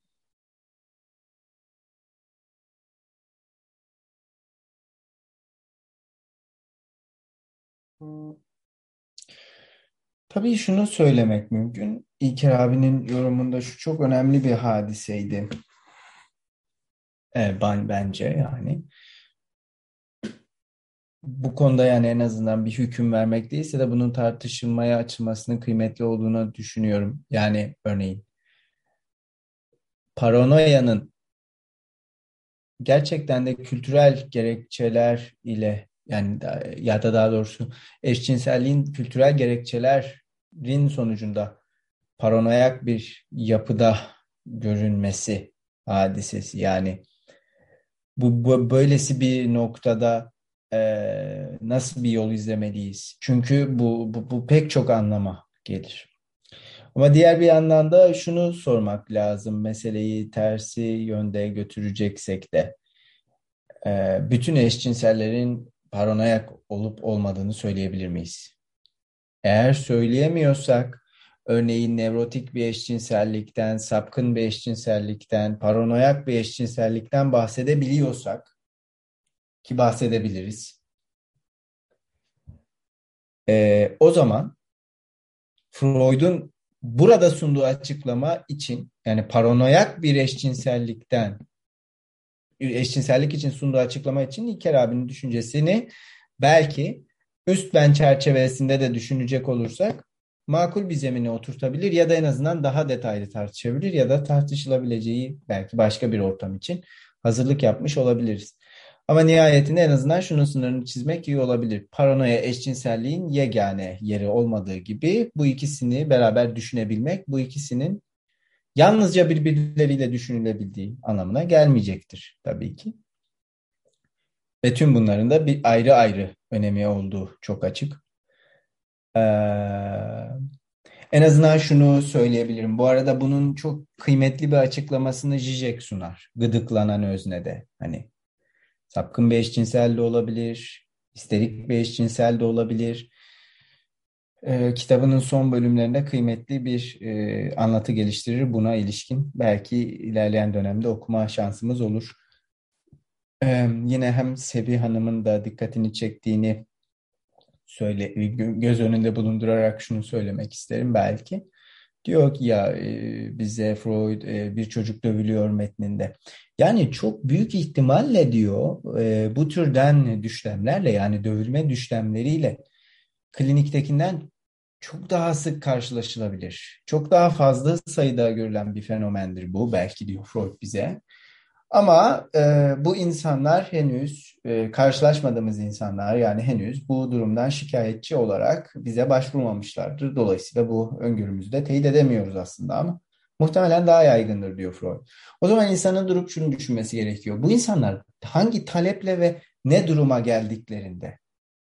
Tabii şunu söylemek mümkün. İlker abinin yorumunda şu çok önemli bir hadiseydi. E, ben bence yani. Bu konuda yani en azından bir hüküm vermek değilse de bunun tartışılmaya açılmasının kıymetli olduğunu düşünüyorum. Yani örneğin paranoyanın gerçekten de kültürel gerekçeler ile yani da- ya da daha doğrusu eşcinselliğin kültürel gerekçelerin sonucunda paranoyak bir yapıda görünmesi hadisesi. Yani bu, bu böylesi bir noktada eee, nasıl bir yol izlemeliyiz? Çünkü bu, bu, bu pek çok anlama gelir. Ama diğer bir yandan da şunu sormak lazım. Meseleyi tersi yönde götüreceksek de eee, bütün eşcinsellerin paranoyak olup olmadığını söyleyebilir miyiz? Eğer söyleyemiyorsak, örneğin nevrotik bir eşcinsellikten, sapkın bir eşcinsellikten, paranoyak bir eşcinsellikten bahsedebiliyorsak, ki bahsedebiliriz, e, o zaman Freud'un burada sunduğu açıklama için, yani paranoyak bir eşcinsellikten, eşcinsellik için sunduğu açıklama için İlker abinin düşüncesini belki üst ben çerçevesinde de düşünecek olursak makul bir zemine oturtabilir ya da en azından daha detaylı tartışabilir ya da tartışılabileceği belki başka bir ortam için hazırlık yapmış olabiliriz. Ama nihayetinde en azından şunun sınırını çizmek iyi olabilir. Paranoya eşcinselliğin yegane yeri olmadığı gibi bu ikisini beraber düşünebilmek, bu ikisinin yalnızca birbirleriyle düşünülebildiği anlamına gelmeyecektir tabii ki. Ve tüm bunların da bir ayrı ayrı önemi olduğu çok açık. Ee, En azından şunu söyleyebilirim. Bu arada bunun çok kıymetli bir açıklamasını Zizek sunar. Gıdıklanan öznede. Hani sapkın bir eşcinsel de olabilir, histerik bir eşcinsel de olabilir. Ee, kitabının son bölümlerinde kıymetli bir e, anlatı geliştirir buna ilişkin. Belki ilerleyen dönemde okuma şansımız olur. Ee, yine hem Sevi Hanım'ın da dikkatini çektiğini söyle, gö- göz önünde bulundurarak şunu söylemek isterim belki. Diyor ki ya e, bize Freud e, bir çocuk dövülüyor metninde. Yani çok büyük ihtimalle diyor e, bu türden düşlemlerle yani dövülme düşlemleriyle kliniktekinden çok daha sık karşılaşılabilir. Çok daha fazla sayıda görülen bir fenomendir bu belki diyor Freud bize. Ama e, bu insanlar henüz e, karşılaşmadığımız insanlar yani henüz bu durumdan şikayetçi olarak bize başvurmamışlardır. Dolayısıyla bu öngörümüzü de teyit edemiyoruz aslında ama muhtemelen daha yaygındır diyor Freud. O zaman insanın durup şunu düşünmesi gerekiyor. Bu insanlar hangi taleple ve ne duruma geldiklerinde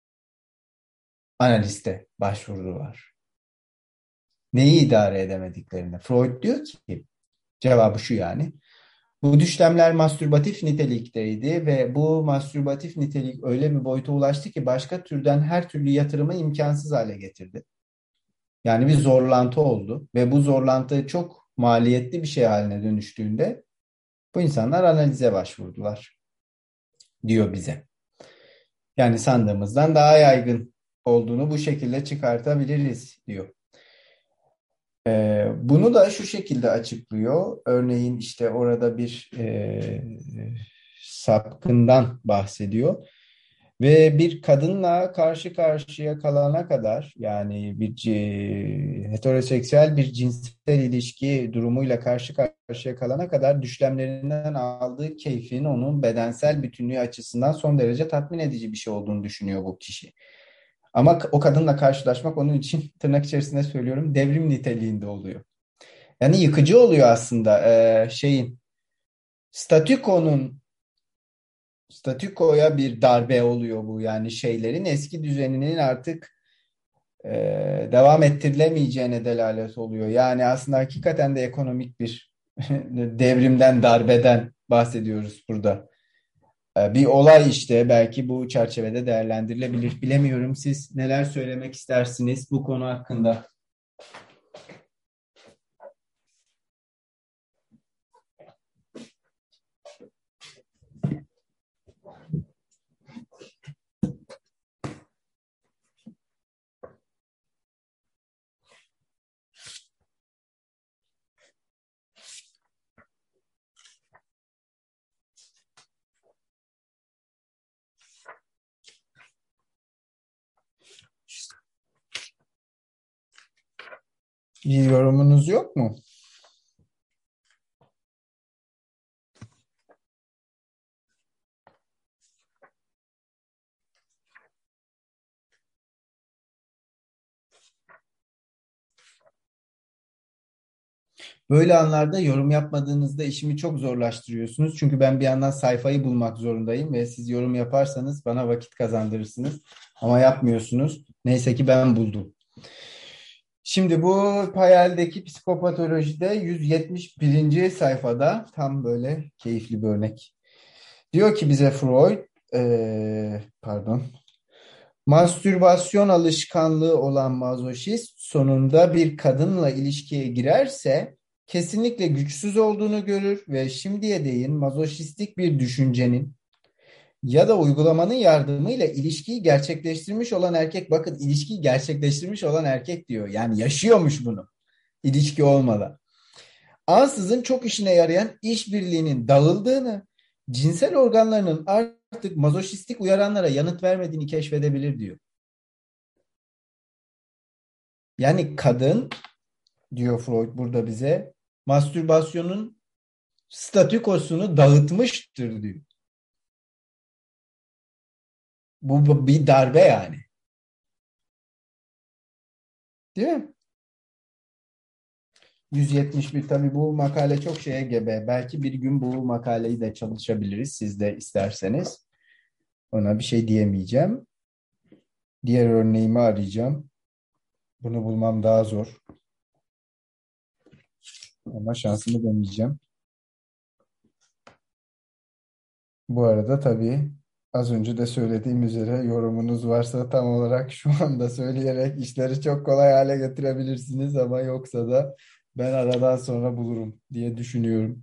analiste başvurdular? Neyi idare edemediklerinde? Freud diyor ki cevabı şu yani. Bu düşlemler mastürbatif nitelikteydi ve bu mastürbatif nitelik öyle bir boyuta ulaştı ki başka türden her türlü yatırımı imkansız hale getirdi. Yani bir zorlantı oldu ve bu zorlantı çok maliyetli bir şey haline dönüştüğünde bu insanlar analize başvurdular diyor bize. Yani sandığımızdan daha yaygın olduğunu bu şekilde çıkartabiliriz diyor. Ee, bunu da şu şekilde açıklıyor. Örneğin işte orada bir e, sapkından bahsediyor. Ve bir kadınla karşı karşıya kalana kadar yani bir ci- heteroseksüel bir cinsel ilişki durumuyla karşı karşıya kalana kadar düşlemlerinden aldığı keyfin onun bedensel bütünlüğü açısından son derece tatmin edici bir şey olduğunu düşünüyor bu kişi. Ama o kadınla karşılaşmak onun için tırnak içerisinde söylüyorum devrim niteliğinde oluyor. Yani yıkıcı oluyor aslında ee, şeyin statükonun statükoya bir darbe oluyor bu. Yani şeylerin eski düzeninin artık e, devam ettirilemeyeceğine delalet oluyor. Yani aslında hakikaten de ekonomik bir devrimden, darbeden bahsediyoruz burada. E, bir olay işte belki bu çerçevede değerlendirilebilir. Bilemiyorum siz neler söylemek istersiniz bu konu hakkında? Bir yorumunuz yok mu? Böyle anlarda yorum yapmadığınızda işimi çok zorlaştırıyorsunuz. Çünkü ben bir yandan sayfayı bulmak zorundayım ve siz yorum yaparsanız bana vakit kazandırırsınız. Ama yapmıyorsunuz. Neyse ki ben buldum. Şimdi bu Payel'deki psikopatolojide yüz yetmiş birinci sayfada tam böyle keyifli bir örnek. Diyor ki bize Freud, eee, pardon, mastürbasyon alışkanlığı olan mazoşist sonunda bir kadınla ilişkiye girerse kesinlikle güçsüz olduğunu görür ve şimdiye değin mazoşistik bir düşüncenin ya da uygulamanın yardımıyla ilişkiyi gerçekleştirmiş olan erkek, bakın ilişkiyi gerçekleştirmiş olan erkek diyor. Yani yaşıyormuş bunu ilişki olmadan. Ansızın çok işine yarayan işbirliğinin dağıldığını, cinsel organlarının artık mazoşistik uyaranlara yanıt vermediğini keşfedebilir diyor. Yani kadın diyor Freud burada bize mastürbasyonun statükosunu dağıtmıştır diyor. Bu, bu bir darbe yani. Değil mi? yüz yetmiş bir tabii bu makale çok şeye gebe. Belki bir gün bu makaleyi de çalışabiliriz siz de isterseniz. Ona bir şey diyemeyeceğim. Diğer örneğimi arayacağım. Bunu bulmam daha zor. Ama şansımı deneyeceğim. Bu arada tabii az önce de söylediğim üzere yorumunuz varsa tam olarak şu anda söyleyerek işleri çok kolay hale getirebilirsiniz ama yoksa da ben aradan sonra bulurum diye düşünüyorum.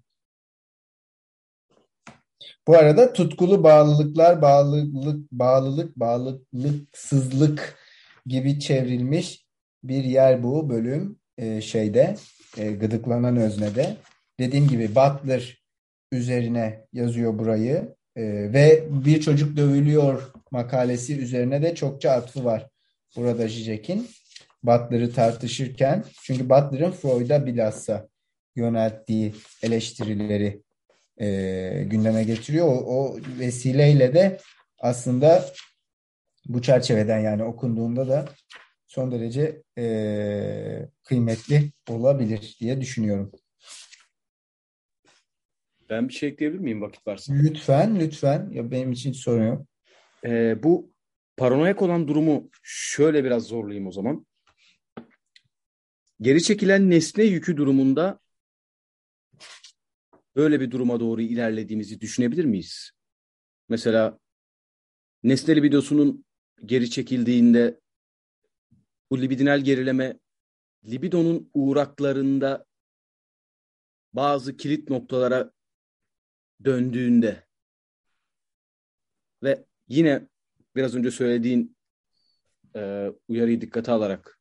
Bu arada tutkulu bağlılıklar, bağlılık, bağlılık, bağlılıksızlık gibi çevrilmiş bir yer bu bölüm e, şeyde e, gıdıklanan öznede. Dediğim gibi Butler üzerine yazıyor burayı e, ve bir çocuk dövülüyor makalesi üzerine de çokça atfı var burada Zizek'in Butler'ı tartışırken. Çünkü Butler'ın Freud'a bilhassa yönelttiği eleştirileri e, gündeme getiriyor. O, o vesileyle de aslında bu çerçeveden yani okunduğunda da son derece e, kıymetli olabilir diye düşünüyorum. Ben bir şey ekleyebilir miyim vakit varsa? Lütfen, lütfen. Ya benim için hiç sorun yok. Ee, bu paranoyak olan durumu şöyle biraz zorlayayım o zaman. Geri çekilen nesne yükü durumunda böyle bir duruma doğru ilerlediğimizi düşünebilir miyiz? Mesela nesne libidosunun geri çekildiğinde bu libidinal gerileme libidonun uğraklarında bazı kilit noktalara döndüğünde ve yine biraz önce söylediğin e, uyarıyı dikkate alarak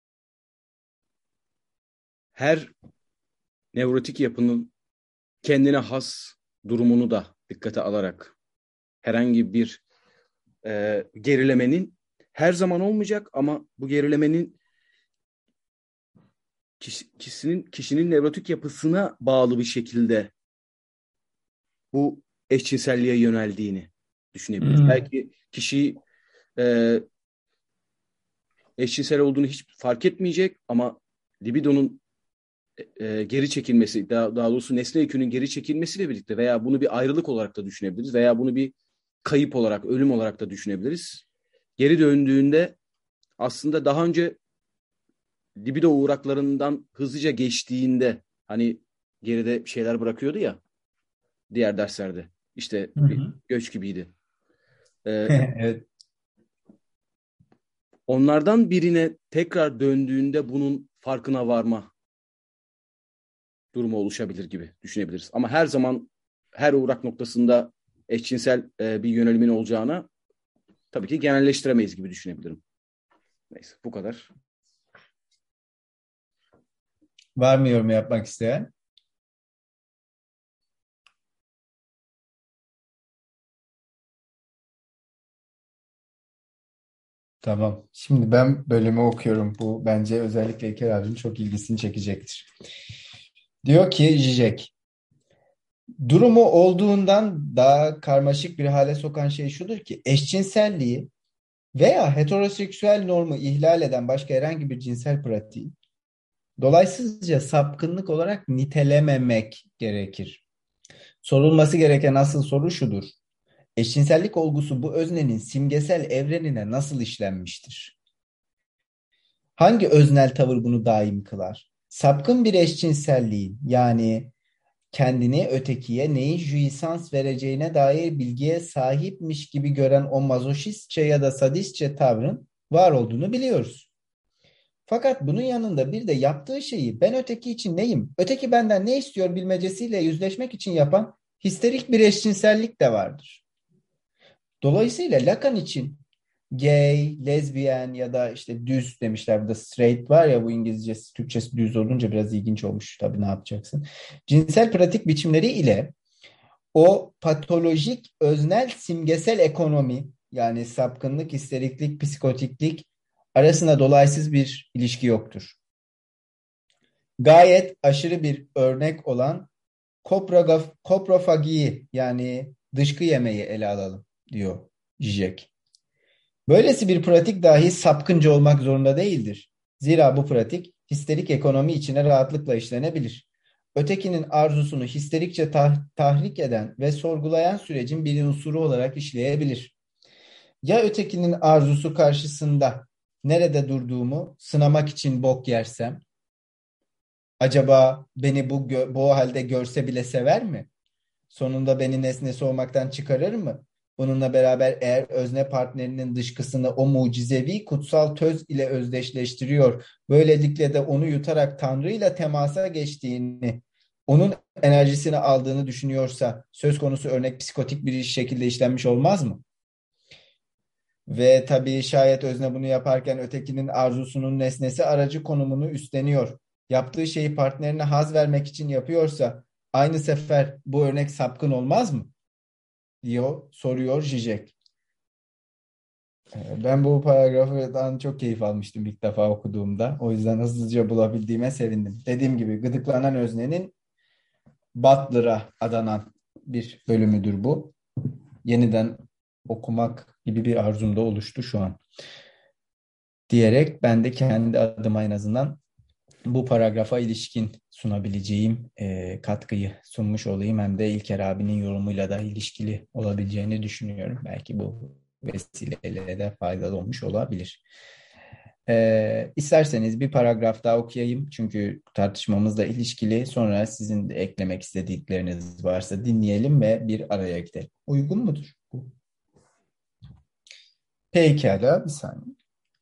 her nevrotik yapının kendine has durumunu da dikkate alarak herhangi bir e, gerilemenin her zaman olmayacak ama bu gerilemenin kişi, kişinin kişinin nevrotik yapısına bağlı bir şekilde bu eşcinselliğe yöneldiğini düşünebiliriz. Hmm. Belki kişi e, eşcinsel olduğunu hiç fark etmeyecek ama libidonun e, geri çekilmesi, daha, daha doğrusu nesne yükünün geri çekilmesiyle birlikte veya bunu bir ayrılık olarak da düşünebiliriz veya bunu bir kayıp olarak, ölüm olarak da düşünebiliriz. Geri döndüğünde aslında daha önce libido uğraklarından hızlıca geçtiğinde hani geride şeyler bırakıyordu ya diğer derslerde. İşte hı hı. Bir göç gibiydi. Ee, evet. Onlardan birine tekrar döndüğünde bunun farkına varma durumu oluşabilir gibi düşünebiliriz. Ama her zaman her uğrak noktasında eşcinsel e, bir yönelimin olacağına tabii ki genelleştiremeyiz gibi düşünebilirim. Neyse bu kadar. Var mı yorum yapmak isteyen? Tamam. Şimdi ben bölümü okuyorum. Bu bence özellikle İlker abinin çok ilgisini çekecektir. Diyor ki Zizek, durumu olduğundan daha karmaşık bir hale sokan şey şudur ki eşcinselliği veya heteroseksüel normu ihlal eden başka herhangi bir cinsel pratiği dolayısızca sapkınlık olarak nitelememek gerekir. Sorulması gereken asıl soru şudur. Eşcinsellik olgusu bu öznenin simgesel evrenine nasıl işlenmiştir? Hangi öznel tavır bunu daim kılar? Sapkın bir eşcinselliğin yani kendini ötekiye neyin jouissance vereceğine dair bilgiye sahipmiş gibi gören o mazoşistçe ya da sadistçe tavrın var olduğunu biliyoruz. Fakat bunun yanında bir de yaptığı şeyi ben öteki için neyim, öteki benden ne istiyor bilmecesiyle yüzleşmek için yapan histerik bir eşcinsellik de vardır. Dolayısıyla Lacan için gay, lezbiyen ya da işte düz demişler. Burada straight var ya bu İngilizcesi, Türkçesi düz olunca biraz ilginç olmuş. Tabii ne yapacaksın? Cinsel pratik biçimleri ile o patolojik, öznel, simgesel ekonomi yani sapkınlık, histeriklik, psikotiklik arasında dolaysız bir ilişki yoktur. Gayet aşırı bir örnek olan koprofagiyi yani dışkı yemeyi ele alalım diyor Zizek. Böylesi bir pratik dahi sapkınca olmak zorunda değildir. Zira bu pratik histerik ekonomi içine rahatlıkla işlenebilir. Ötekinin arzusunu histerikçe tah- tahrik eden ve sorgulayan sürecin bir unsuru olarak işleyebilir. Ya ötekinin arzusu karşısında nerede durduğumu sınamak için bok yersem, acaba beni bu gö- bu halde görse bile sever mi? Sonunda beni nesnesi olmaktan çıkarır mı? Bununla beraber eğer özne partnerinin dışkısını o mucizevi kutsal töz ile özdeşleştiriyor, böylelikle de onu yutarak Tanrı ile temasa geçtiğini, onun enerjisini aldığını düşünüyorsa söz konusu örnek psikotik bir şekilde işlenmiş olmaz mı? Ve tabii şayet özne bunu yaparken ötekinin arzusunun nesnesi aracı konumunu üstleniyor. Yaptığı şeyi partnerine haz vermek için yapıyorsa aynı sefer bu örnek sapkın olmaz mı? Diyor, soruyor Zizek. Ben bu paragraftan çok keyif almıştım ilk defa okuduğumda. O yüzden hızlıca bulabildiğime sevindim. Dediğim gibi gıdıklanan öznenin Butler'a adanan bir bölümüdür bu. Yeniden okumak gibi bir arzum da oluştu şu an. Diyerek ben de kendi adıma en azından bu paragrafa ilişkin sunabileceğim e, katkıyı sunmuş olayım. Hem de İlker abinin yorumuyla da ilişkili olabileceğini düşünüyorum. Belki bu vesileyle de faydalı olmuş olabilir. E, isterseniz bir paragraf daha okuyayım. Çünkü tartışmamızla ilişkili. Sonra sizin de eklemek istedikleriniz varsa dinleyelim ve bir araya gidelim. Uygun mudur bu? Pekala, bir saniye.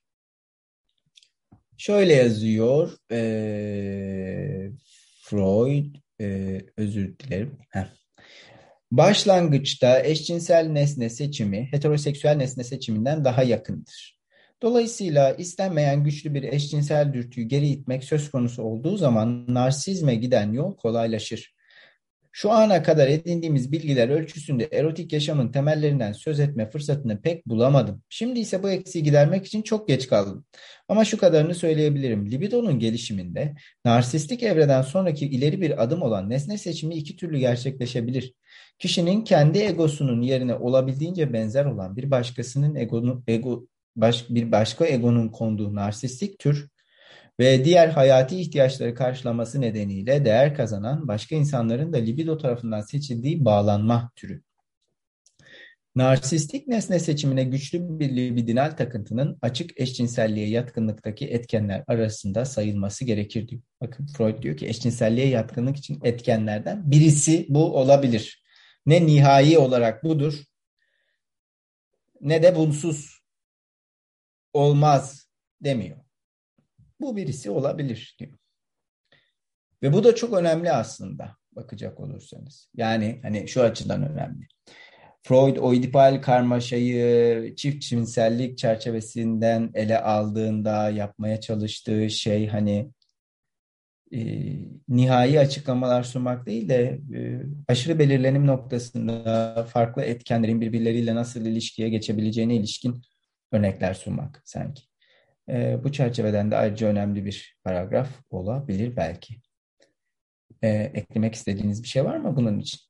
Şöyle yazıyor e, Freud, e, özür dilerim. Heh. Başlangıçta eşcinsel nesne seçimi heteroseksüel nesne seçiminden daha yakındır. Dolayısıyla istenmeyen güçlü bir eşcinsel dürtüyü geri itmek söz konusu olduğu zaman narsizme giden yol kolaylaşır. Şu ana kadar edindiğimiz bilgiler ölçüsünde erotik yaşamın temellerinden söz etme fırsatını pek bulamadım. Şimdi ise bu eksiği gidermek için çok geç kaldım. Ama şu kadarını söyleyebilirim. Libidonun gelişiminde narsistik evreden sonraki ileri bir adım olan nesne seçimi iki türlü gerçekleşebilir. Kişinin kendi egosunun yerine olabildiğince benzer olan bir başkasının egonu, ego, baş, bir başka egonun konduğu narsistik tür ve diğer hayati ihtiyaçları karşılaması nedeniyle değer kazanan başka insanların da libido tarafından seçildiği bağlanma türü. Narsistik nesne seçimine güçlü bir libidinal takıntının açık eşcinselliğe yatkınlıktaki etkenler arasında sayılması gerekir diyor. Bakın Freud diyor ki eşcinselliğe yatkınlık için etkenlerden birisi bu olabilir. Ne nihai olarak budur ne de bunsuz olmaz demiyor. Bu birisi olabilir diyor. Ve bu da çok önemli aslında bakacak olursanız. Yani hani şu açıdan önemli. Freud Oedipal karmaşayı çift cinsellik çerçevesinden ele aldığında yapmaya çalıştığı şey hani e, nihai açıklamalar sunmak değil de e, aşırı belirlenim noktasında farklı etkenlerin birbirleriyle nasıl ilişkiye geçebileceğine ilişkin örnekler sunmak sanki. E, bu çerçeveden de ayrıca önemli bir paragraf olabilir belki. E, eklemek istediğiniz bir şey var mı bunun için?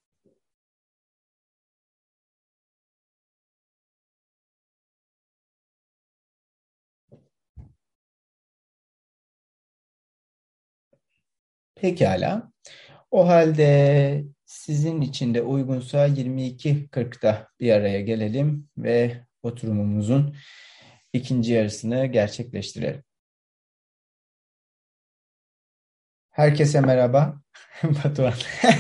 Pekala. O halde sizin için de uygunsa yirmi iki kırkta bir araya gelelim ve oturumumuzun ikinci yarısını gerçekleştirelim. Herkese merhaba. Batuhan.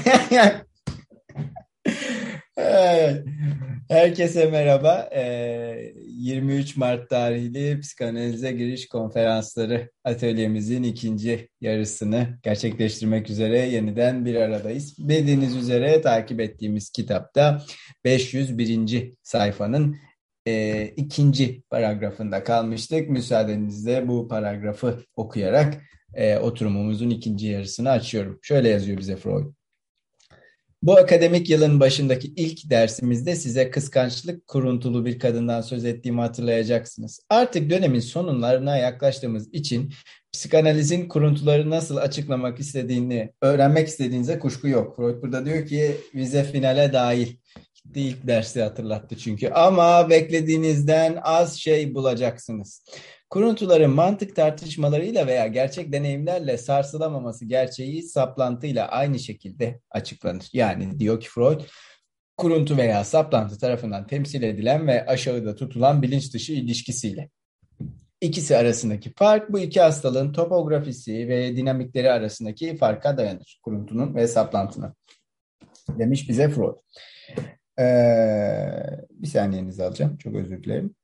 Herkese merhaba. yirmi üç Mart tarihli psikanalize giriş konferansları atölyemizin ikinci yarısını gerçekleştirmek üzere yeniden bir aradayız. Bildiğiniz üzere takip ettiğimiz kitapta beş yüz birinci sayfanın ikinci paragrafında kalmıştık. Müsaadenizle bu paragrafı okuyarak oturumumuzun ikinci yarısını açıyorum. Şöyle yazıyor bize Freud. Bu akademik yılın başındaki ilk dersimizde size kıskançlık kuruntulu bir kadından söz ettiğimi hatırlayacaksınız. Artık dönemin sonlarına yaklaştığımız için psikanalizin kuruntuları nasıl açıklamak istediğini öğrenmek istediğinize kuşku yok. Freud burada diyor ki vize finale dahil. İlk dersi hatırlattı çünkü. Ama beklediğinizden az şey bulacaksınız. Kuruntuların mantık tartışmalarıyla veya gerçek deneyimlerle sarsılamaması gerçeği saplantıyla aynı şekilde açıklanır. Yani diyor ki Freud, kuruntu veya saplantı tarafından temsil edilen ve aşağıda tutulan bilinç dışı ilişkisiyle. İkisi arasındaki fark bu iki hastalığın topografisi ve dinamikleri arasındaki farka dayanır. Kuruntunun ve saplantının. Demiş bize Freud. Ee, bir saniyenizi alacağım. Çok özür dilerim.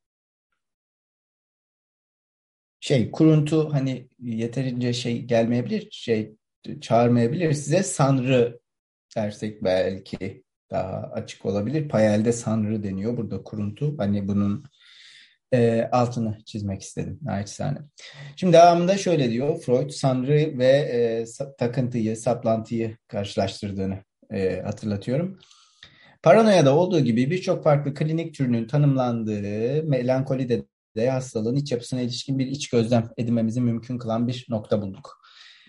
Şey kuruntu hani yeterince şey gelmeyebilir, şey çağırmayabilir size. Sanrı dersek belki daha açık olabilir. Payelde sanrı deniyor. Burada kuruntu. Hani bunun e, altını çizmek istedim naçizane. Şimdi devamında şöyle diyor. Freud sanrı ve e, sa- takıntıyı, saplantıyı karşılaştırdığını e, hatırlatıyorum. Paranoyada olduğu gibi birçok farklı klinik türünün tanımlandığı melankolide de hastalığın iç yapısına ilişkin bir iç gözlem edinmemizi mümkün kılan bir nokta bulduk.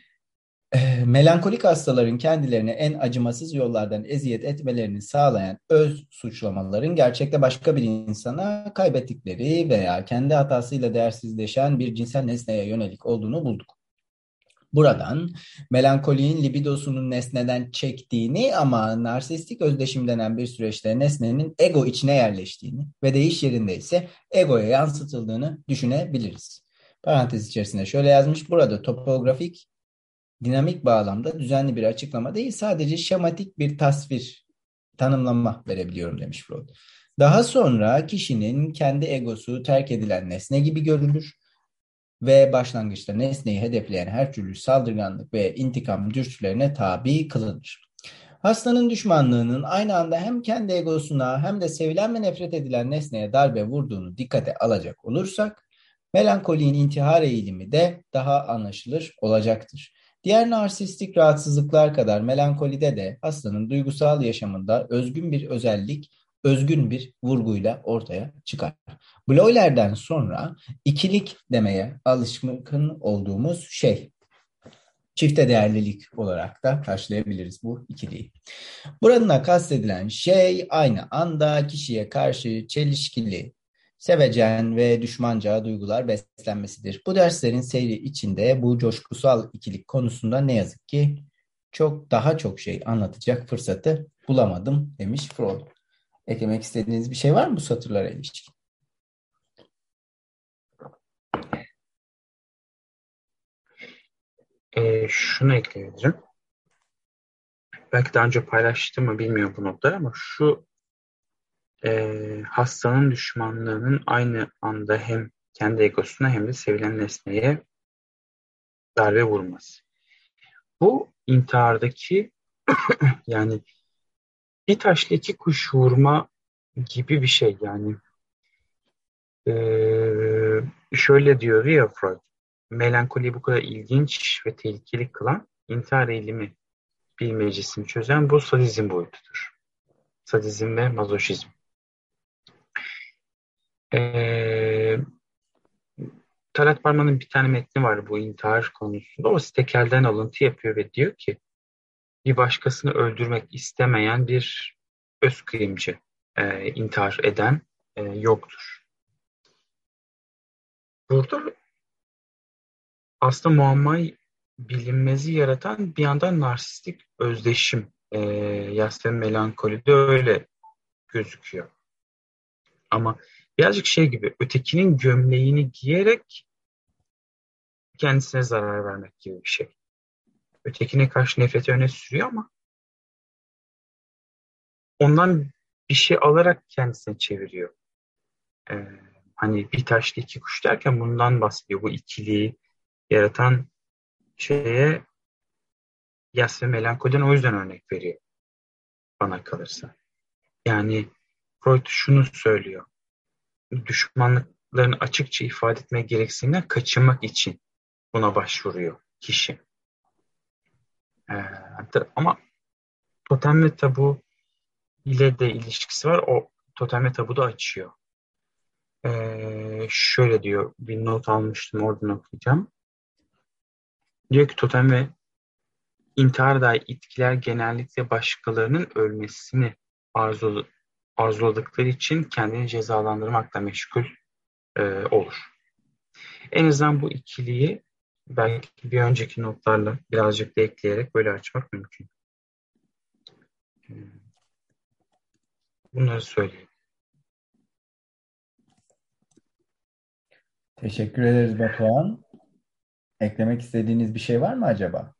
E, melankolik hastaların kendilerine en acımasız yollardan eziyet etmelerini sağlayan öz suçlamaların gerçekte başka bir insana kaybettikleri veya kendi hatasıyla değersizleşen bir cinsel nesneye yönelik olduğunu bulduk. Buradan melankoliğin libidosunun nesneden çektiğini ama narsistik özdeşim denen bir süreçte nesnenin ego içine yerleştiğini ve deyiş yerinde ise egoya yansıtıldığını düşünebiliriz. Parantez içerisinde şöyle yazmış. Burada topografik, dinamik bağlamda düzenli bir açıklama değil, sadece şematik bir tasvir, tanımlama verebiliyorum demiş Freud. Daha sonra kişinin kendi egosu terk edilen nesne gibi görülür ve başlangıçta nesneyi hedefleyen her türlü saldırganlık ve intikam dürtülerine tabi kılınır. Hastanın düşmanlığının aynı anda hem kendi egosuna hem de sevilen ve nefret edilen nesneye darbe vurduğunu dikkate alacak olursak, melankoliğin intihar eğilimi de daha anlaşılır olacaktır. Diğer narsistik rahatsızlıklar kadar melankolide de hastanın duygusal yaşamında özgün bir özellik, özgün bir vurguyla ortaya çıkar. Bloyler'den sonra ikilik demeye alışkın olduğumuz şey, çifte değerlilik olarak da karşılayabiliriz bu ikiliği. Burada kastedilen şey aynı anda kişiye karşı çelişkili, sevecen ve düşmanca duygular beslenmesidir. Bu derslerin seyri içinde bu coşkusal ikilik konusunda ne yazık ki çok daha çok şey anlatacak fırsatı bulamadım demiş Freud. Eklemek istediğiniz bir şey var mı bu satırlara ilişkin? E, şunu ekleyebilirim. Belki daha önce paylaştım mı bilmiyorum bu notları ama şu e, hastanın düşmanlığının aynı anda hem kendi egosuna hem de sevilen nesneye darbe vurması. Bu intihardaki yani bir taşla iki kuş vurma gibi bir şey yani. E, şöyle diyor Ria Freud, melankoliyi bu kadar ilginç ve tehlikeli kılan intihar eğilimi bilmececisini çözen bu sadizm boyutudur. Sadizm ve mazoşizm. Ee, Talat Parman'ın bir tane metni var bu intihar konusunda. O Stekel'den alıntı yapıyor ve diyor ki bir başkasını öldürmek istemeyen bir özkıyımcı e, intihar eden e, yoktur. Burada aslında muammayı bilinmezi yaratan bir yandan narsistik özdeşim e, yaslen melankolide öyle gözüküyor. Ama birazcık şey gibi ötekinin gömleğini giyerek kendisine zarar vermek gibi bir şey. Ötekine karşı nefreti öne sürüyor ama ondan bir şey alarak kendisine çeviriyor. Ee, hani bir taşla iki kuş derken bundan bahsediyor. Bu ikiliği yaratan şeye yas ve melankoliden o yüzden örnek veriyor bana kalırsa. Yani Freud şunu söylüyor. Düşmanlıklarını açıkça ifade etmeye gereksinimden kaçınmak için buna başvuruyor kişi. Ee, ama totem ve tabu ile de ilişkisi var. O totem ve tabu da açıyor. Ee, şöyle diyor. Bir not almıştım. Oradan okuyacağım. Diyor ki totem ve intihar dair itkiler genellikle başkalarının ölmesini arzu, arzuladıkları için kendini cezalandırmakla meşgul e, olur. En azından bu ikiliği belki bir önceki notlarla birazcık da ekleyerek böyle açmak mümkün. Bunları söyleyeyim. Teşekkür ederiz Batuhan. Eklemek istediğiniz bir şey var mı acaba?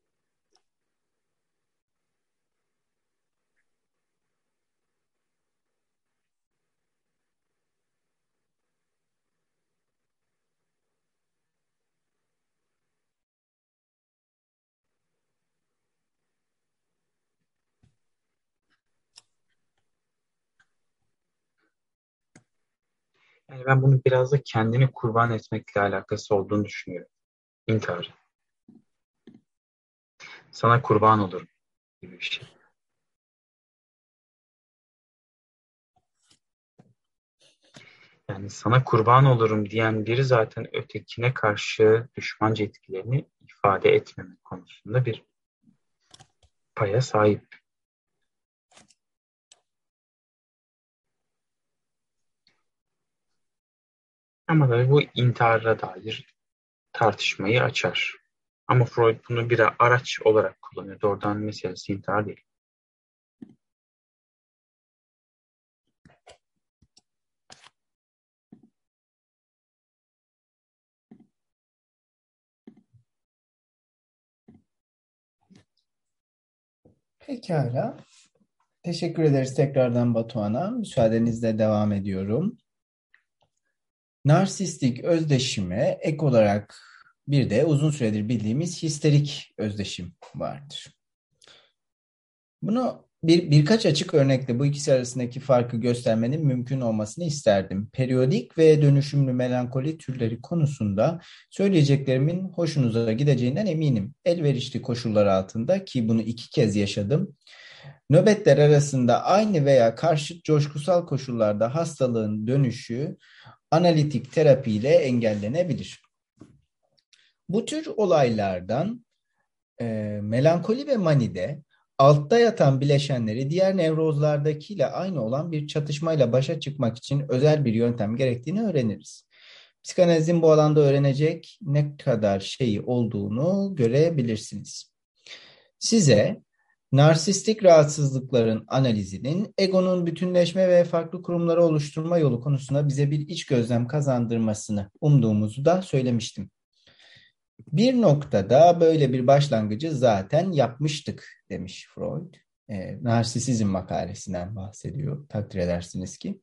Yani ben bunu biraz da kendini kurban etmekle alakası olduğunu düşünüyorum. İntihar. Sana kurban olurum gibi bir şey. Yani sana kurban olurum diyen biri zaten ötekine karşı düşmanca etkilerini ifade etmemek konusunda bir paya sahip. Ama tabii bu intihara dair tartışmayı açar. Ama Freud bunu bir araç olarak kullanıyor. Doğrudan meselesi intihar değil. Pekala. Teşekkür ederiz tekrardan Batuhan'a. Müsaadenizle devam ediyorum. Narsistik özdeşime ek olarak bir de uzun süredir bildiğimiz histerik özdeşim vardır. Bunu bir birkaç açık örnekle bu ikisi arasındaki farkı göstermenin mümkün olmasını isterdim. Periyodik ve dönüşümlü melankoli türleri konusunda söyleyeceklerimin hoşunuza gideceğinden eminim. Elverişli koşullar altında ki bunu iki kez yaşadım. Nöbetler arasında aynı veya karşıt coşkusal koşullarda hastalığın dönüşü analitik terapiyle engellenebilir. Bu tür olaylardan e, melankoli ve manide altta yatan bileşenleri diğer nevrozlardakiyle aynı olan bir çatışmayla başa çıkmak için özel bir yöntem gerektiğini öğreniriz. Psikanalizin bu alanda öğrenecek ne kadar şeyi olduğunu görebilirsiniz. Size narsistik rahatsızlıkların analizinin egonun bütünleşme ve farklı kurumları oluşturma yolu konusunda bize bir iç gözlem kazandırmasını umduğumuzu da söylemiştim. Bir noktada böyle bir başlangıcı zaten yapmıştık demiş Freud. E, narsisizm makalesinden bahsediyor. Takdir edersiniz ki.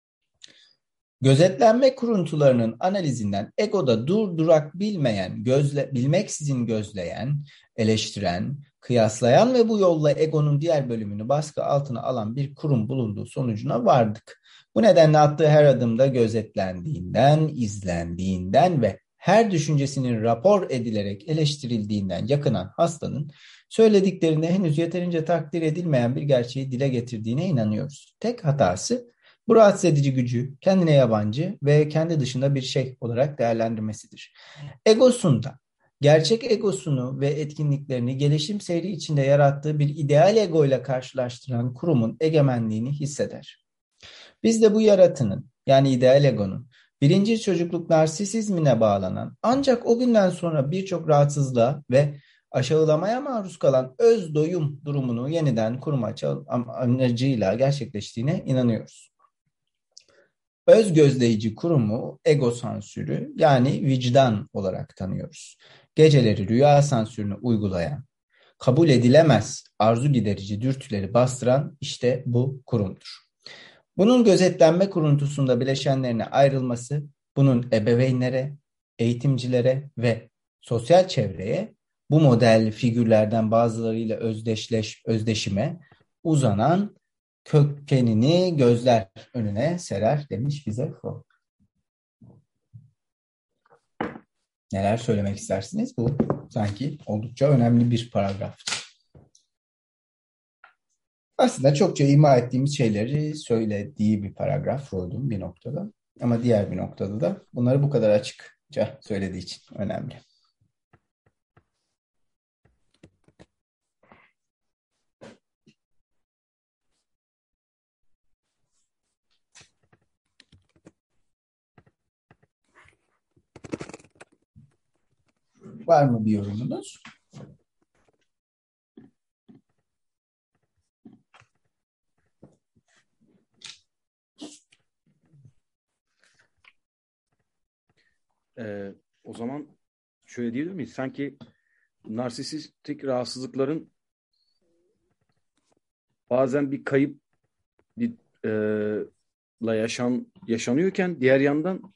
Gözetlenme kuruntularının analizinden egoda dur durak bilmeyen, gözle, bilmeksizin gözleyen, eleştiren, kıyaslayan ve bu yolla egonun diğer bölümünü baskı altına alan bir kurum bulunduğu sonucuna vardık. Bu nedenle attığı her adımda gözetlendiğinden, izlendiğinden ve her düşüncesinin rapor edilerek eleştirildiğinden yakınan hastanın söylediklerinde henüz yeterince takdir edilmeyen bir gerçeği dile getirdiğine inanıyoruz. Tek hatası bu rahatsız edici gücü kendine yabancı ve kendi dışında bir şey olarak değerlendirmesidir. Egosunda, gerçek egosunu ve etkinliklerini gelişim seyri içinde yarattığı bir ideal ego ile karşılaştıran kurumun egemenliğini hisseder. Biz de bu yaratının, yani ideal egonun, birinci çocukluk narsisizmine bağlanan ancak o günden sonra birçok rahatsızlığa ve aşağılamaya maruz kalan öz doyum durumunu yeniden kurma amacıyla gerçekleştiğine inanıyoruz. Öz gözleyici kurumu ego sansürü yani vicdan olarak tanıyoruz. Geceleri rüya sansürünü uygulayan, kabul edilemez arzu giderici dürtüleri bastıran işte bu kurumdur. Bunun gözetlenme kuruntusunda bileşenlerine ayrılması, bunun ebeveynlere, eğitimcilere ve sosyal çevreye bu model figürlerden bazılarıyla özdeşleş, özdeşime uzanan kökenini gözler önüne serer demiş bize Freud. Neler söylemek istersiniz? Bu sanki oldukça önemli bir paragraf. Aslında çokça ima ettiğimiz şeyleri söylediği bir paragraf Freud'un bir noktada. Ama diğer bir noktada da bunları bu kadar açıkça söylediği için önemli. Var mı bir yorumunuz? Ee, o zaman şöyle diyebilir miyiz? Sanki narsistik rahatsızlıkların bazen bir kayıp bir e, la yaşan yaşanıyorken diğer yandan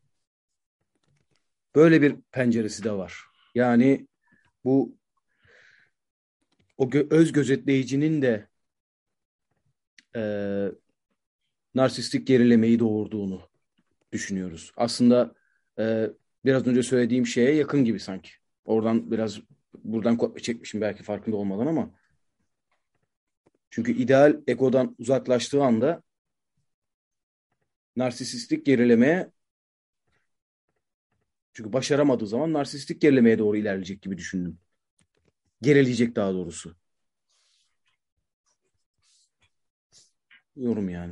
böyle bir penceresi de var. Yani bu o gö- öz gözetleyicinin de e, narsistik gerilemeyi doğurduğunu düşünüyoruz. Aslında e, biraz önce söylediğim şeye yakın gibi sanki. Oradan biraz buradan kopya çekmişim belki farkında olmadan ama çünkü ideal egodan uzaklaştığı anda narsistik gerilemeye çünkü başaramadığı zaman narsistik gerilemeye doğru ilerleyecek gibi düşündüm. Gerileyecek daha doğrusu. Yorum yani.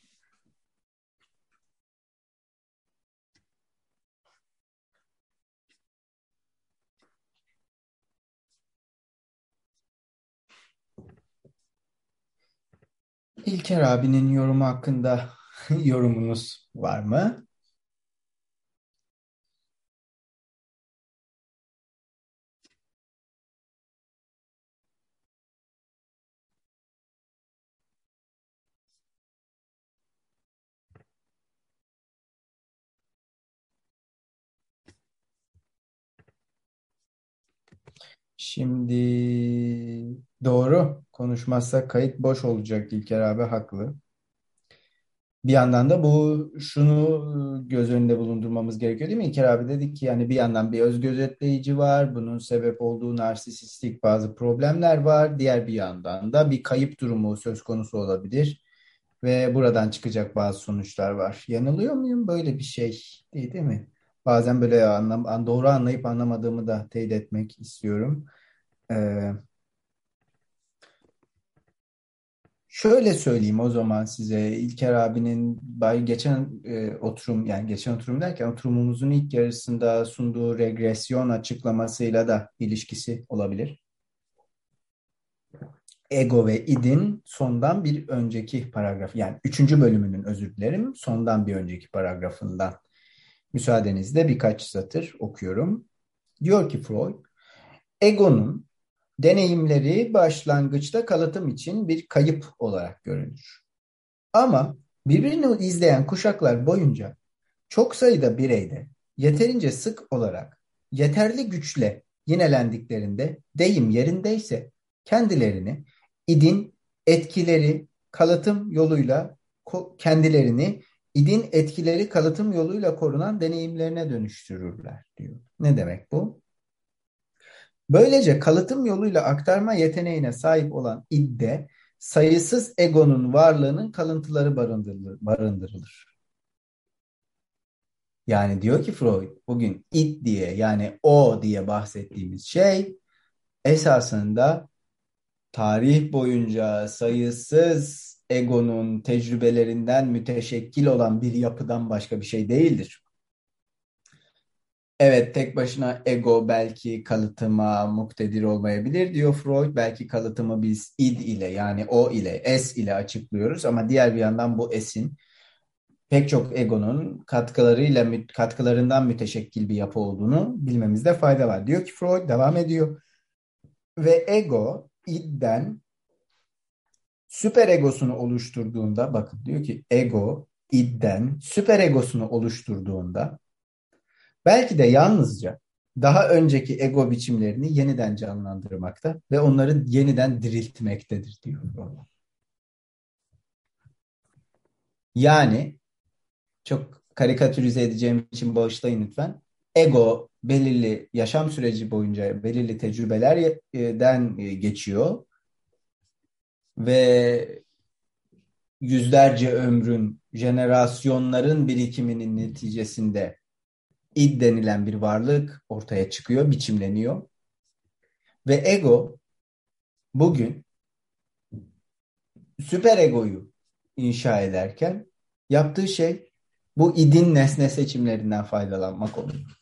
İlker abinin yorumu hakkında yorumunuz var mı? Şimdi doğru konuşmazsak kayıt boş olacak. İlker abi haklı. Bir yandan da bu şunu göz önünde bulundurmamız gerekiyor değil mi? İlker abi dedik ki yani bir yandan bir öz gözetleyici var. Bunun sebep olduğu narsistik bazı problemler var. Diğer bir yandan da bir kayıp durumu söz konusu olabilir. Ve buradan çıkacak bazı sonuçlar var. Yanılıyor muyum? Böyle bir şey değil, değil mi? Bazen böyle anlam doğru anlayıp anlamadığımı da teyit etmek istiyorum. Ee, Şöyle söyleyeyim o zaman size İlker abinin bay geçen e, oturum yani geçen oturum derken oturumumuzun ilk yarısında sunduğu regresyon açıklamasıyla da ilişkisi olabilir. Ego ve idin sondan bir önceki paragraf yani üçüncü bölümünün özür dilerim sondan bir önceki paragrafından müsaadenizle birkaç satır okuyorum. Diyor ki Freud, egonun deneyimleri başlangıçta kalıtım için bir kayıp olarak görünür. Ama birbirini izleyen kuşaklar boyunca çok sayıda bireyde yeterince sık olarak yeterli güçle yinelendiklerinde deyim yerindeyse kendilerini idin etkileri kalıtım yoluyla kendilerini idin etkileri kalıtım yoluyla korunan deneyimlerine dönüştürürler diyor. Ne demek bu? Böylece kalıtım yoluyla aktarma yeteneğine sahip olan idde sayısız egonun varlığının kalıntıları barındırılır. barındırılır. Yani diyor ki Freud, bugün id diye yani o diye bahsettiğimiz şey esasında tarih boyunca sayısız egonun tecrübelerinden müteşekkil olan bir yapıdan başka bir şey değildir. Evet, tek başına ego belki kalıtıma muktedir olmayabilir diyor Freud. Belki kalıtımı biz id ile yani o ile, s ile açıklıyoruz ama diğer bir yandan bu s'in pek çok egonun katkılarıyla katkılarından müteşekkil bir yapı olduğunu bilmemizde fayda var. Diyor ki Freud devam ediyor. Ve ego idden süper egosunu oluşturduğunda bakın diyor ki ego idden süper egosunu oluşturduğunda belki de yalnızca daha önceki ego biçimlerini yeniden canlandırmakta ve onları yeniden diriltmektedir diyor. Yani çok karikatürize edeceğim için bağışlayın lütfen. Ego belirli yaşam süreci boyunca belirli tecrübelerden geçiyor ve yüzlerce ömrün, jenerasyonların birikiminin neticesinde id denilen bir varlık ortaya çıkıyor, biçimleniyor. Ve ego bugün süper egoyu inşa ederken yaptığı şey bu idin nesne seçimlerinden faydalanmak oluyor.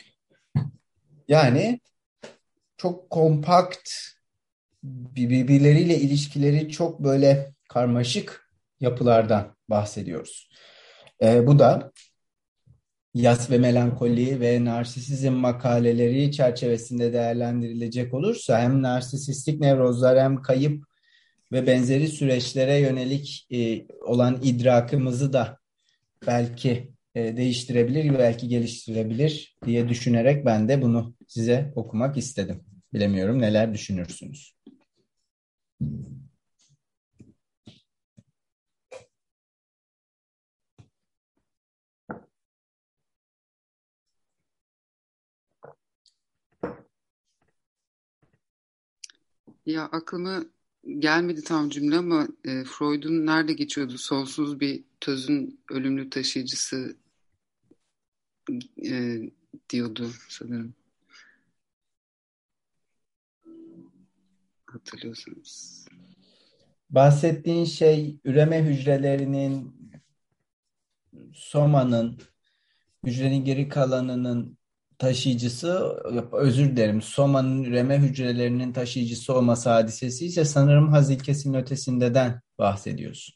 Yani çok kompakt, birbirleriyle ilişkileri çok böyle karmaşık yapılardan bahsediyoruz. E, bu da Yas ve melankoli ve narsisizm makaleleri çerçevesinde değerlendirilecek olursa hem narsisistik nevrozlar hem kayıp ve benzeri süreçlere yönelik e, olan idrakımızı da belki e, değiştirebilir, belki geliştirebilir diye düşünerek ben de bunu size okumak istedim. Bilemiyorum neler düşünürsünüz. Ya aklıma gelmedi tam cümle ama e, Freud'un nerede geçiyordu? Sonsuz bir tözün ölümlü taşıyıcısı e, diyordu sanırım. Hatırlıyorsanız. Bahsettiğin şey üreme hücrelerinin, somanın, hücrenin geri kalanının taşıyıcısı, özür dilerim, somanın üreme hücrelerinin taşıyıcısı olması hadisesi ise sanırım haz ilkesinin ötesindeden bahsediyorsun.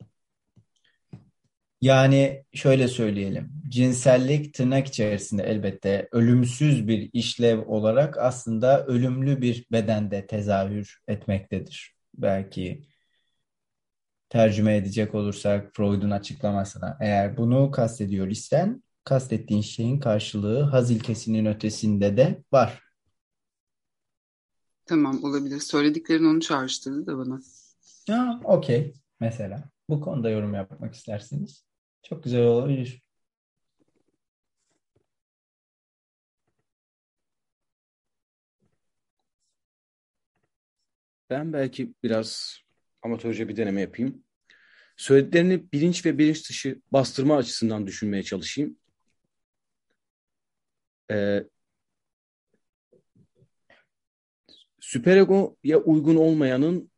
Yani şöyle söyleyelim, cinsellik tırnak içerisinde elbette ölümsüz bir işlev olarak aslında ölümlü bir bedende tezahür etmektedir. Belki tercüme edecek olursak Freud'un açıklamasına, eğer bunu kastediyor isen kastettiğin şeyin karşılığı haz ilkesinin ötesinde de var. Tamam, olabilir. Söylediklerin onu çağrıştırdı da bana. Ha, okey. Mesela bu konuda yorum yapmak isterseniz çok güzel olabilir. Ben belki biraz amatörce bir deneme yapayım. Söylediklerini bilinç ve bilinç dışı bastırma açısından düşünmeye çalışayım. Ee, süperegoya uygun olmayanın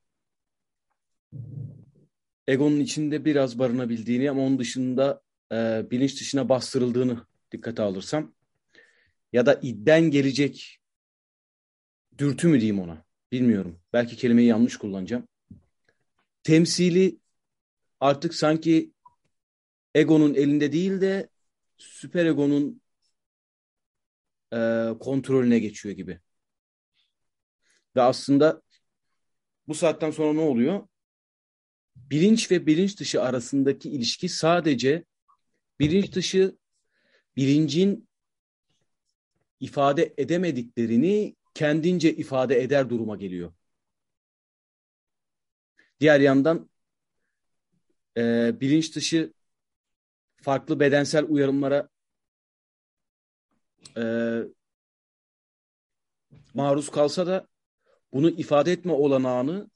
egonun içinde biraz barınabildiğini ama onun dışında e, bilinç dışına bastırıldığını dikkate alırsam ya da idden gelecek dürtü mü diyeyim ona, bilmiyorum. Belki kelimeyi yanlış kullanacağım. Temsili artık sanki egonun elinde değil de süperegonun e, kontrolüne geçiyor gibi. Ve aslında bu saatten sonra ne oluyor? Bilinç ve bilinç dışı arasındaki ilişki sadece bilinç dışı bilincin ifade edemediklerini kendince ifade eder duruma geliyor. Diğer yandan e, bilinç dışı farklı bedensel uyarımlara e, maruz kalsa da bunu ifade etme olanağını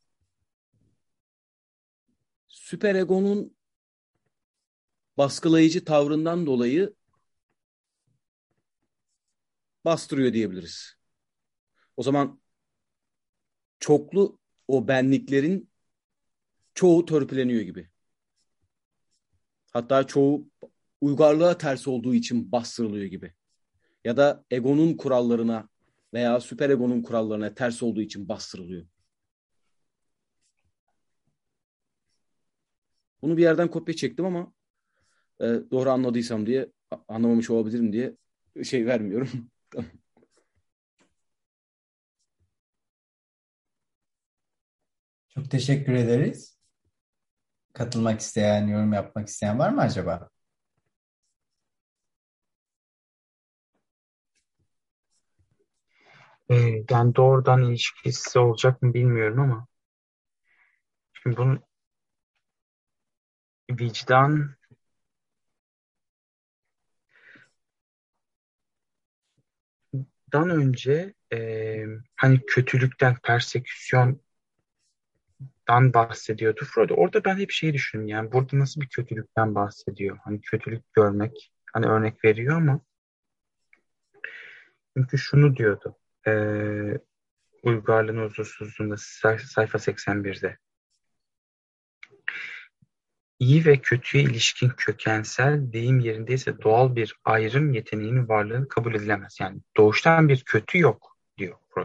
süperegonun baskılayıcı tavrından dolayı bastırıyor diyebiliriz. O zaman çoklu o benliklerin çoğu törpüleniyor gibi. Hatta çoğu uygarlığa ters olduğu için bastırılıyor gibi. Ya da egonun kurallarına veya süperegonun kurallarına ters olduğu için bastırılıyor. Bunu bir yerden kopya çektim ama e, doğru anladıysam diye, anlamamış olabilirim diye şey vermiyorum. Çok teşekkür ederiz. Katılmak isteyen, yorum yapmak isteyen var mı acaba? Ee, yani doğrudan ilişkisi olacak mı bilmiyorum ama şimdi bunun vicdan dan önce e, hani kötülükten, perseküsyondan bahsediyordu Freud. Orada ben hep şeyi düşündüm, yani burada nasıl bir kötülükten bahsediyor? Hani kötülük görmek, hani örnek veriyor ama çünkü şunu diyordu e, Uygarlığın Huzursuzluğu'nda say- sayfa seksen birde. İyi ve kötüye ilişkin kökensel, deyim yerindeyse doğal bir ayrım yeteneğinin varlığını kabul edilemez. Yani doğuştan bir kötü yok diyor Freud.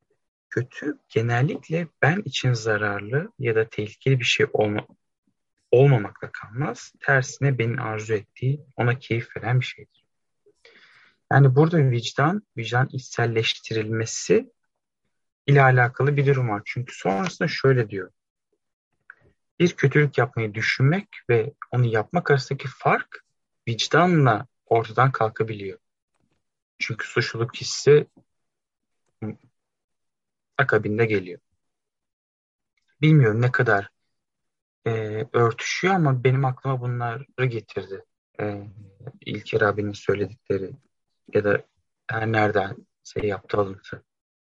Kötü genellikle ben için zararlı ya da tehlikeli bir şey olma, olmamakla kalmaz. Tersine benim arzu ettiği, ona keyif veren bir şeydir. Yani burada vicdan, vicdan içselleştirilmesi ile alakalı bir durum var. Çünkü sonrasında şöyle diyor. Bir kötülük yapmayı düşünmek ve onu yapmak arasındaki fark vicdanla ortadan kalkabiliyor. Çünkü suçluluk hissi akabinde geliyor. Bilmiyorum ne kadar e, örtüşüyor ama benim aklıma bunları getirdi. E, İlker abinin söyledikleri ya da her nereden şey yaptı alıntı.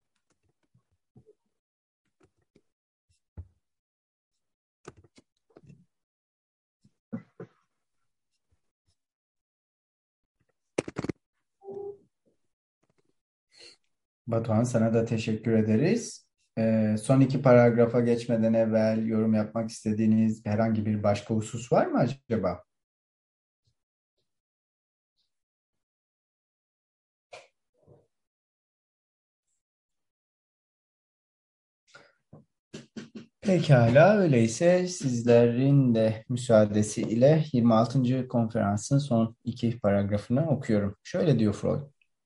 Batuhan, sana da teşekkür ederiz. Ee, son iki paragrafa geçmeden evvel yorum yapmak istediğiniz herhangi bir başka husus var mı acaba? Pekala, öyleyse sizlerin de müsaadesiyle yirmi altıncı konferansın son iki paragrafını okuyorum. Şöyle diyor Freud.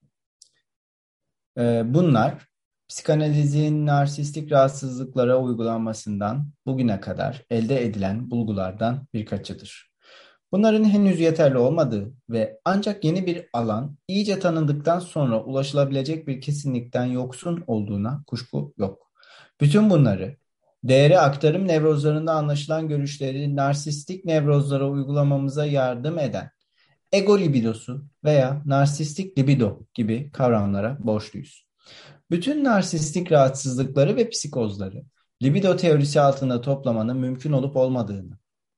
Ee, bunlar psikanalizin narsistik rahatsızlıklara uygulanmasından bugüne kadar elde edilen bulgulardan birkaçıdır. Bunların henüz yeterli olmadığı ve ancak yeni bir alan iyice tanındıktan sonra ulaşılabilecek bir kesinlikten yoksun olduğuna kuşku yok. Bütün bunları değeri aktarım nevrozlarında anlaşılan görüşleri narsistik nevrozlara uygulamamıza yardım eden ego libidosu veya narsistik libido gibi kavramlara borçluyuz. Bütün narsistik rahatsızlıkları ve psikozları libido teorisi altında toplamanın mümkün olup olmadığını,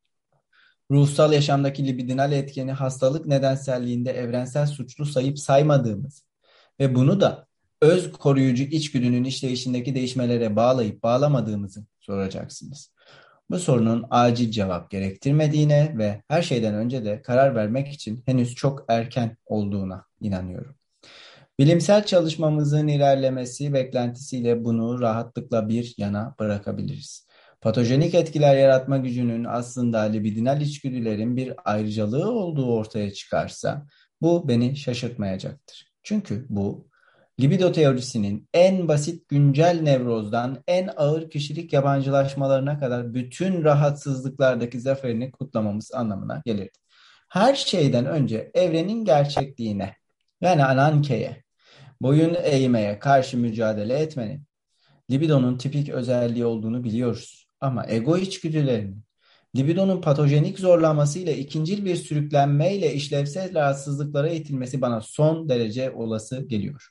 ruhsal yaşamdaki libidinal etkeni hastalık nedenselliğinde evrensel suçlu sayıp saymadığımız ve bunu da öz koruyucu içgüdünün işleyişindeki değişmelere bağlayıp bağlamadığımızı soracaksınız. Bu sorunun acil cevap gerektirmediğine ve her şeyden önce de karar vermek için henüz çok erken olduğuna inanıyorum. Bilimsel çalışmamızın ilerlemesi beklentisiyle bunu rahatlıkla bir yana bırakabiliriz. Patojenik etkiler yaratma gücünün aslında libidinal içgüdülerin bir ayrıcalığı olduğu ortaya çıkarsa bu beni şaşırtmayacaktır. Çünkü bu libido teorisinin en basit güncel nevrozdan en ağır kişilik yabancılaşmalarına kadar bütün rahatsızlıklardaki zaferini kutlamamız anlamına gelir. Her şeyden önce evrenin gerçekliğine, yani anankeye, boyun eğmeye karşı mücadele etmenin libidonun tipik özelliği olduğunu biliyoruz. Ama ego içgüdülerinin libidonun patojenik zorlamasıyla ikincil bir sürüklenmeyle işlevsel rahatsızlıklara itilmesi bana son derece olası geliyor.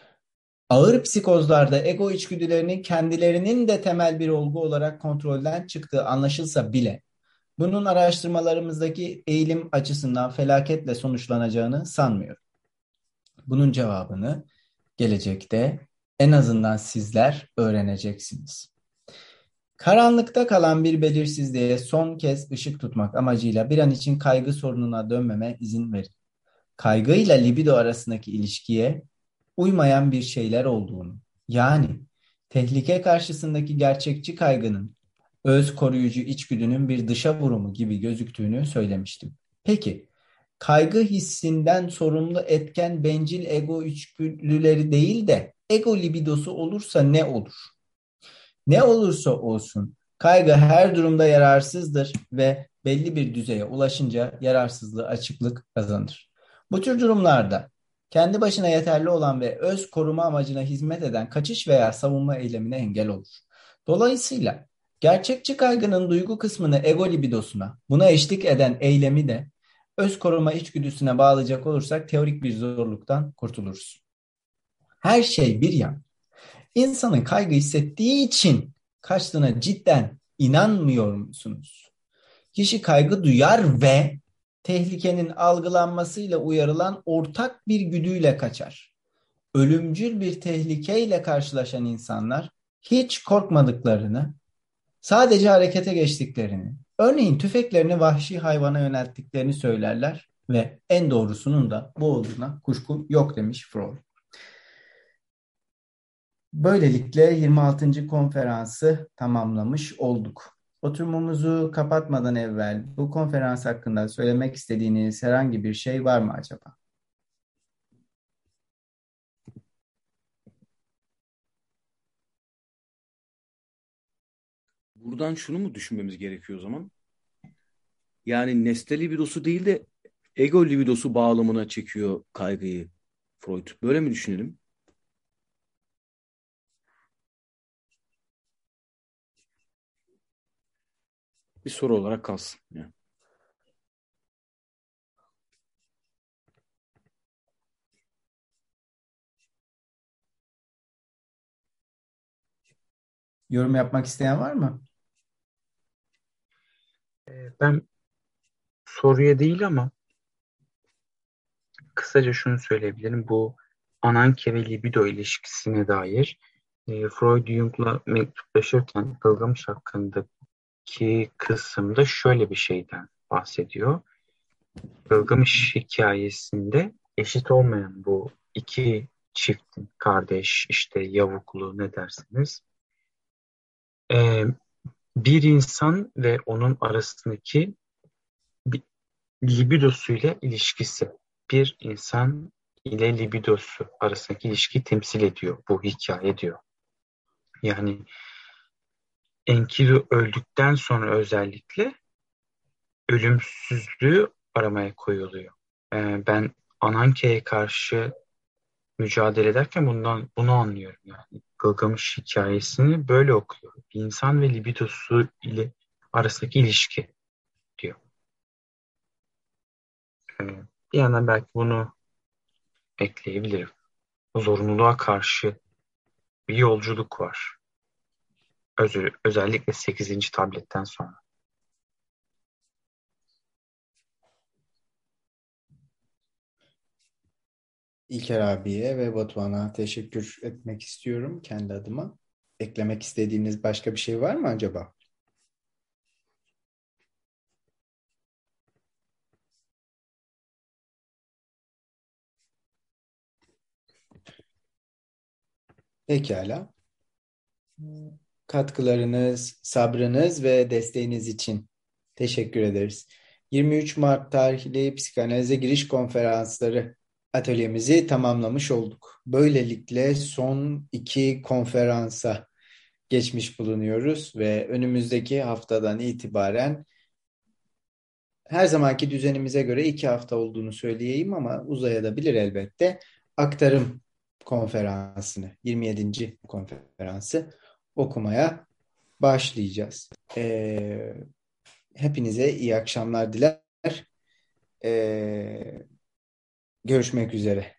Ağır psikozlarda ego içgüdülerinin kendilerinin de temel bir olgu olarak kontrolden çıktığı anlaşılsa bile bunun araştırmalarımızdaki eğilim açısından felaketle sonuçlanacağını sanmıyorum. Bunun cevabını gelecekte en azından sizler öğreneceksiniz. Karanlıkta kalan bir belirsizliğe son kez ışık tutmak amacıyla bir an için kaygı sorununa dönmeme izin verin. Kaygıyla libido arasındaki ilişkiye uymayan bir şeyler olduğunu, yani tehlike karşısındaki gerçekçi kaygının öz koruyucu içgüdünün bir dışa vurumu gibi gözüktüğünü söylemiştim. Peki, kaygı hissinden sorumlu etken bencil ego içgüdüleri değil de ego libidosu olursa ne olur? Ne olursa olsun kaygı her durumda yararsızdır ve belli bir düzeye ulaşınca yararsızlığı açıklık kazanır. Bu tür durumlarda kendi başına yeterli olan ve öz koruma amacına hizmet eden kaçış veya savunma eylemine engel olur. Dolayısıyla gerçekçi kaygının duygu kısmını ego libidosuna, buna eşlik eden eylemi de öz koruma içgüdüsüne bağlayacak olursak teorik bir zorluktan kurtuluruz. Her şey bir yan. İnsanın kaygı hissettiği için kaçtığına cidden inanmıyor musunuz? Kişi kaygı duyar ve tehlikenin algılanmasıyla uyarılan ortak bir güdüyle kaçar. Ölümcül bir tehlikeyle karşılaşan insanlar hiç korkmadıklarını, sadece harekete geçtiklerini, örneğin tüfeklerini vahşi hayvana yönelttiklerini söylerler ve en doğrusunun da bu olduğuna kuşku yok demiş Freud. Böylelikle yirmi altıncı konferansı tamamlamış olduk. Oturumumuzu kapatmadan evvel bu konferans hakkında söylemek istediğiniz herhangi bir şey var mı acaba? Buradan şunu mu düşünmemiz gerekiyor o zaman? Yani nesne libidosu değil de ego libidosu bağlamına çekiyor kaygıyı Freud. Böyle mi düşünelim? Bir soru olarak kalsın. Yani. Yorum yapmak isteyen var mı? Ben soruya değil ama kısaca şunu söyleyebilirim. Bu ananke ve libido ilişkisine dair e, Freud Jung'la mektuplaşırken Gılgamış hakkındaki kısımda şöyle bir şeyden bahsediyor. Gılgamış hikayesinde eşit olmayan bu iki çiftin kardeş işte yavuklu ne dersiniz e, bir insan ve onun arasındaki bir libidosuyla ilişkisi. Bir insan ile libidosu arasındaki ilişkiyi temsil ediyor bu hikaye diyor. Yani Enkidu öldükten sonra özellikle ölümsüzlüğü aramaya koyuluyor. Ee, ben Ananke'ye karşı mücadele ederken bundan bunu anlıyorum yani. Gılgamış hikayesini böyle okuyor. Bir insan ve libidosu ile arasındaki ilişki diyor. Ee, bir yandan belki bunu ekleyebilirim. Zorunluluğa karşı bir yolculuk var. Özür, özellikle sekizinci tabletten sonra. İlker abiye ve Batuhan'a teşekkür etmek istiyorum kendi adıma. Eklemek istediğiniz başka bir şey var mı acaba? Pekala. Katkılarınız, sabrınız ve desteğiniz için teşekkür ederiz. yirmi üç Mart tarihli psikanalize giriş konferansları atölyemizi tamamlamış olduk. Böylelikle son iki konferansa geçmiş bulunuyoruz ve önümüzdeki haftadan itibaren her zamanki düzenimize göre iki hafta olduğunu söyleyeyim ama uzayabilir elbette. Aktarım konferansını, yirmi yedinci konferansı okumaya başlayacağız. Ee, hepinize iyi akşamlar diler. Ee, görüşmek üzere.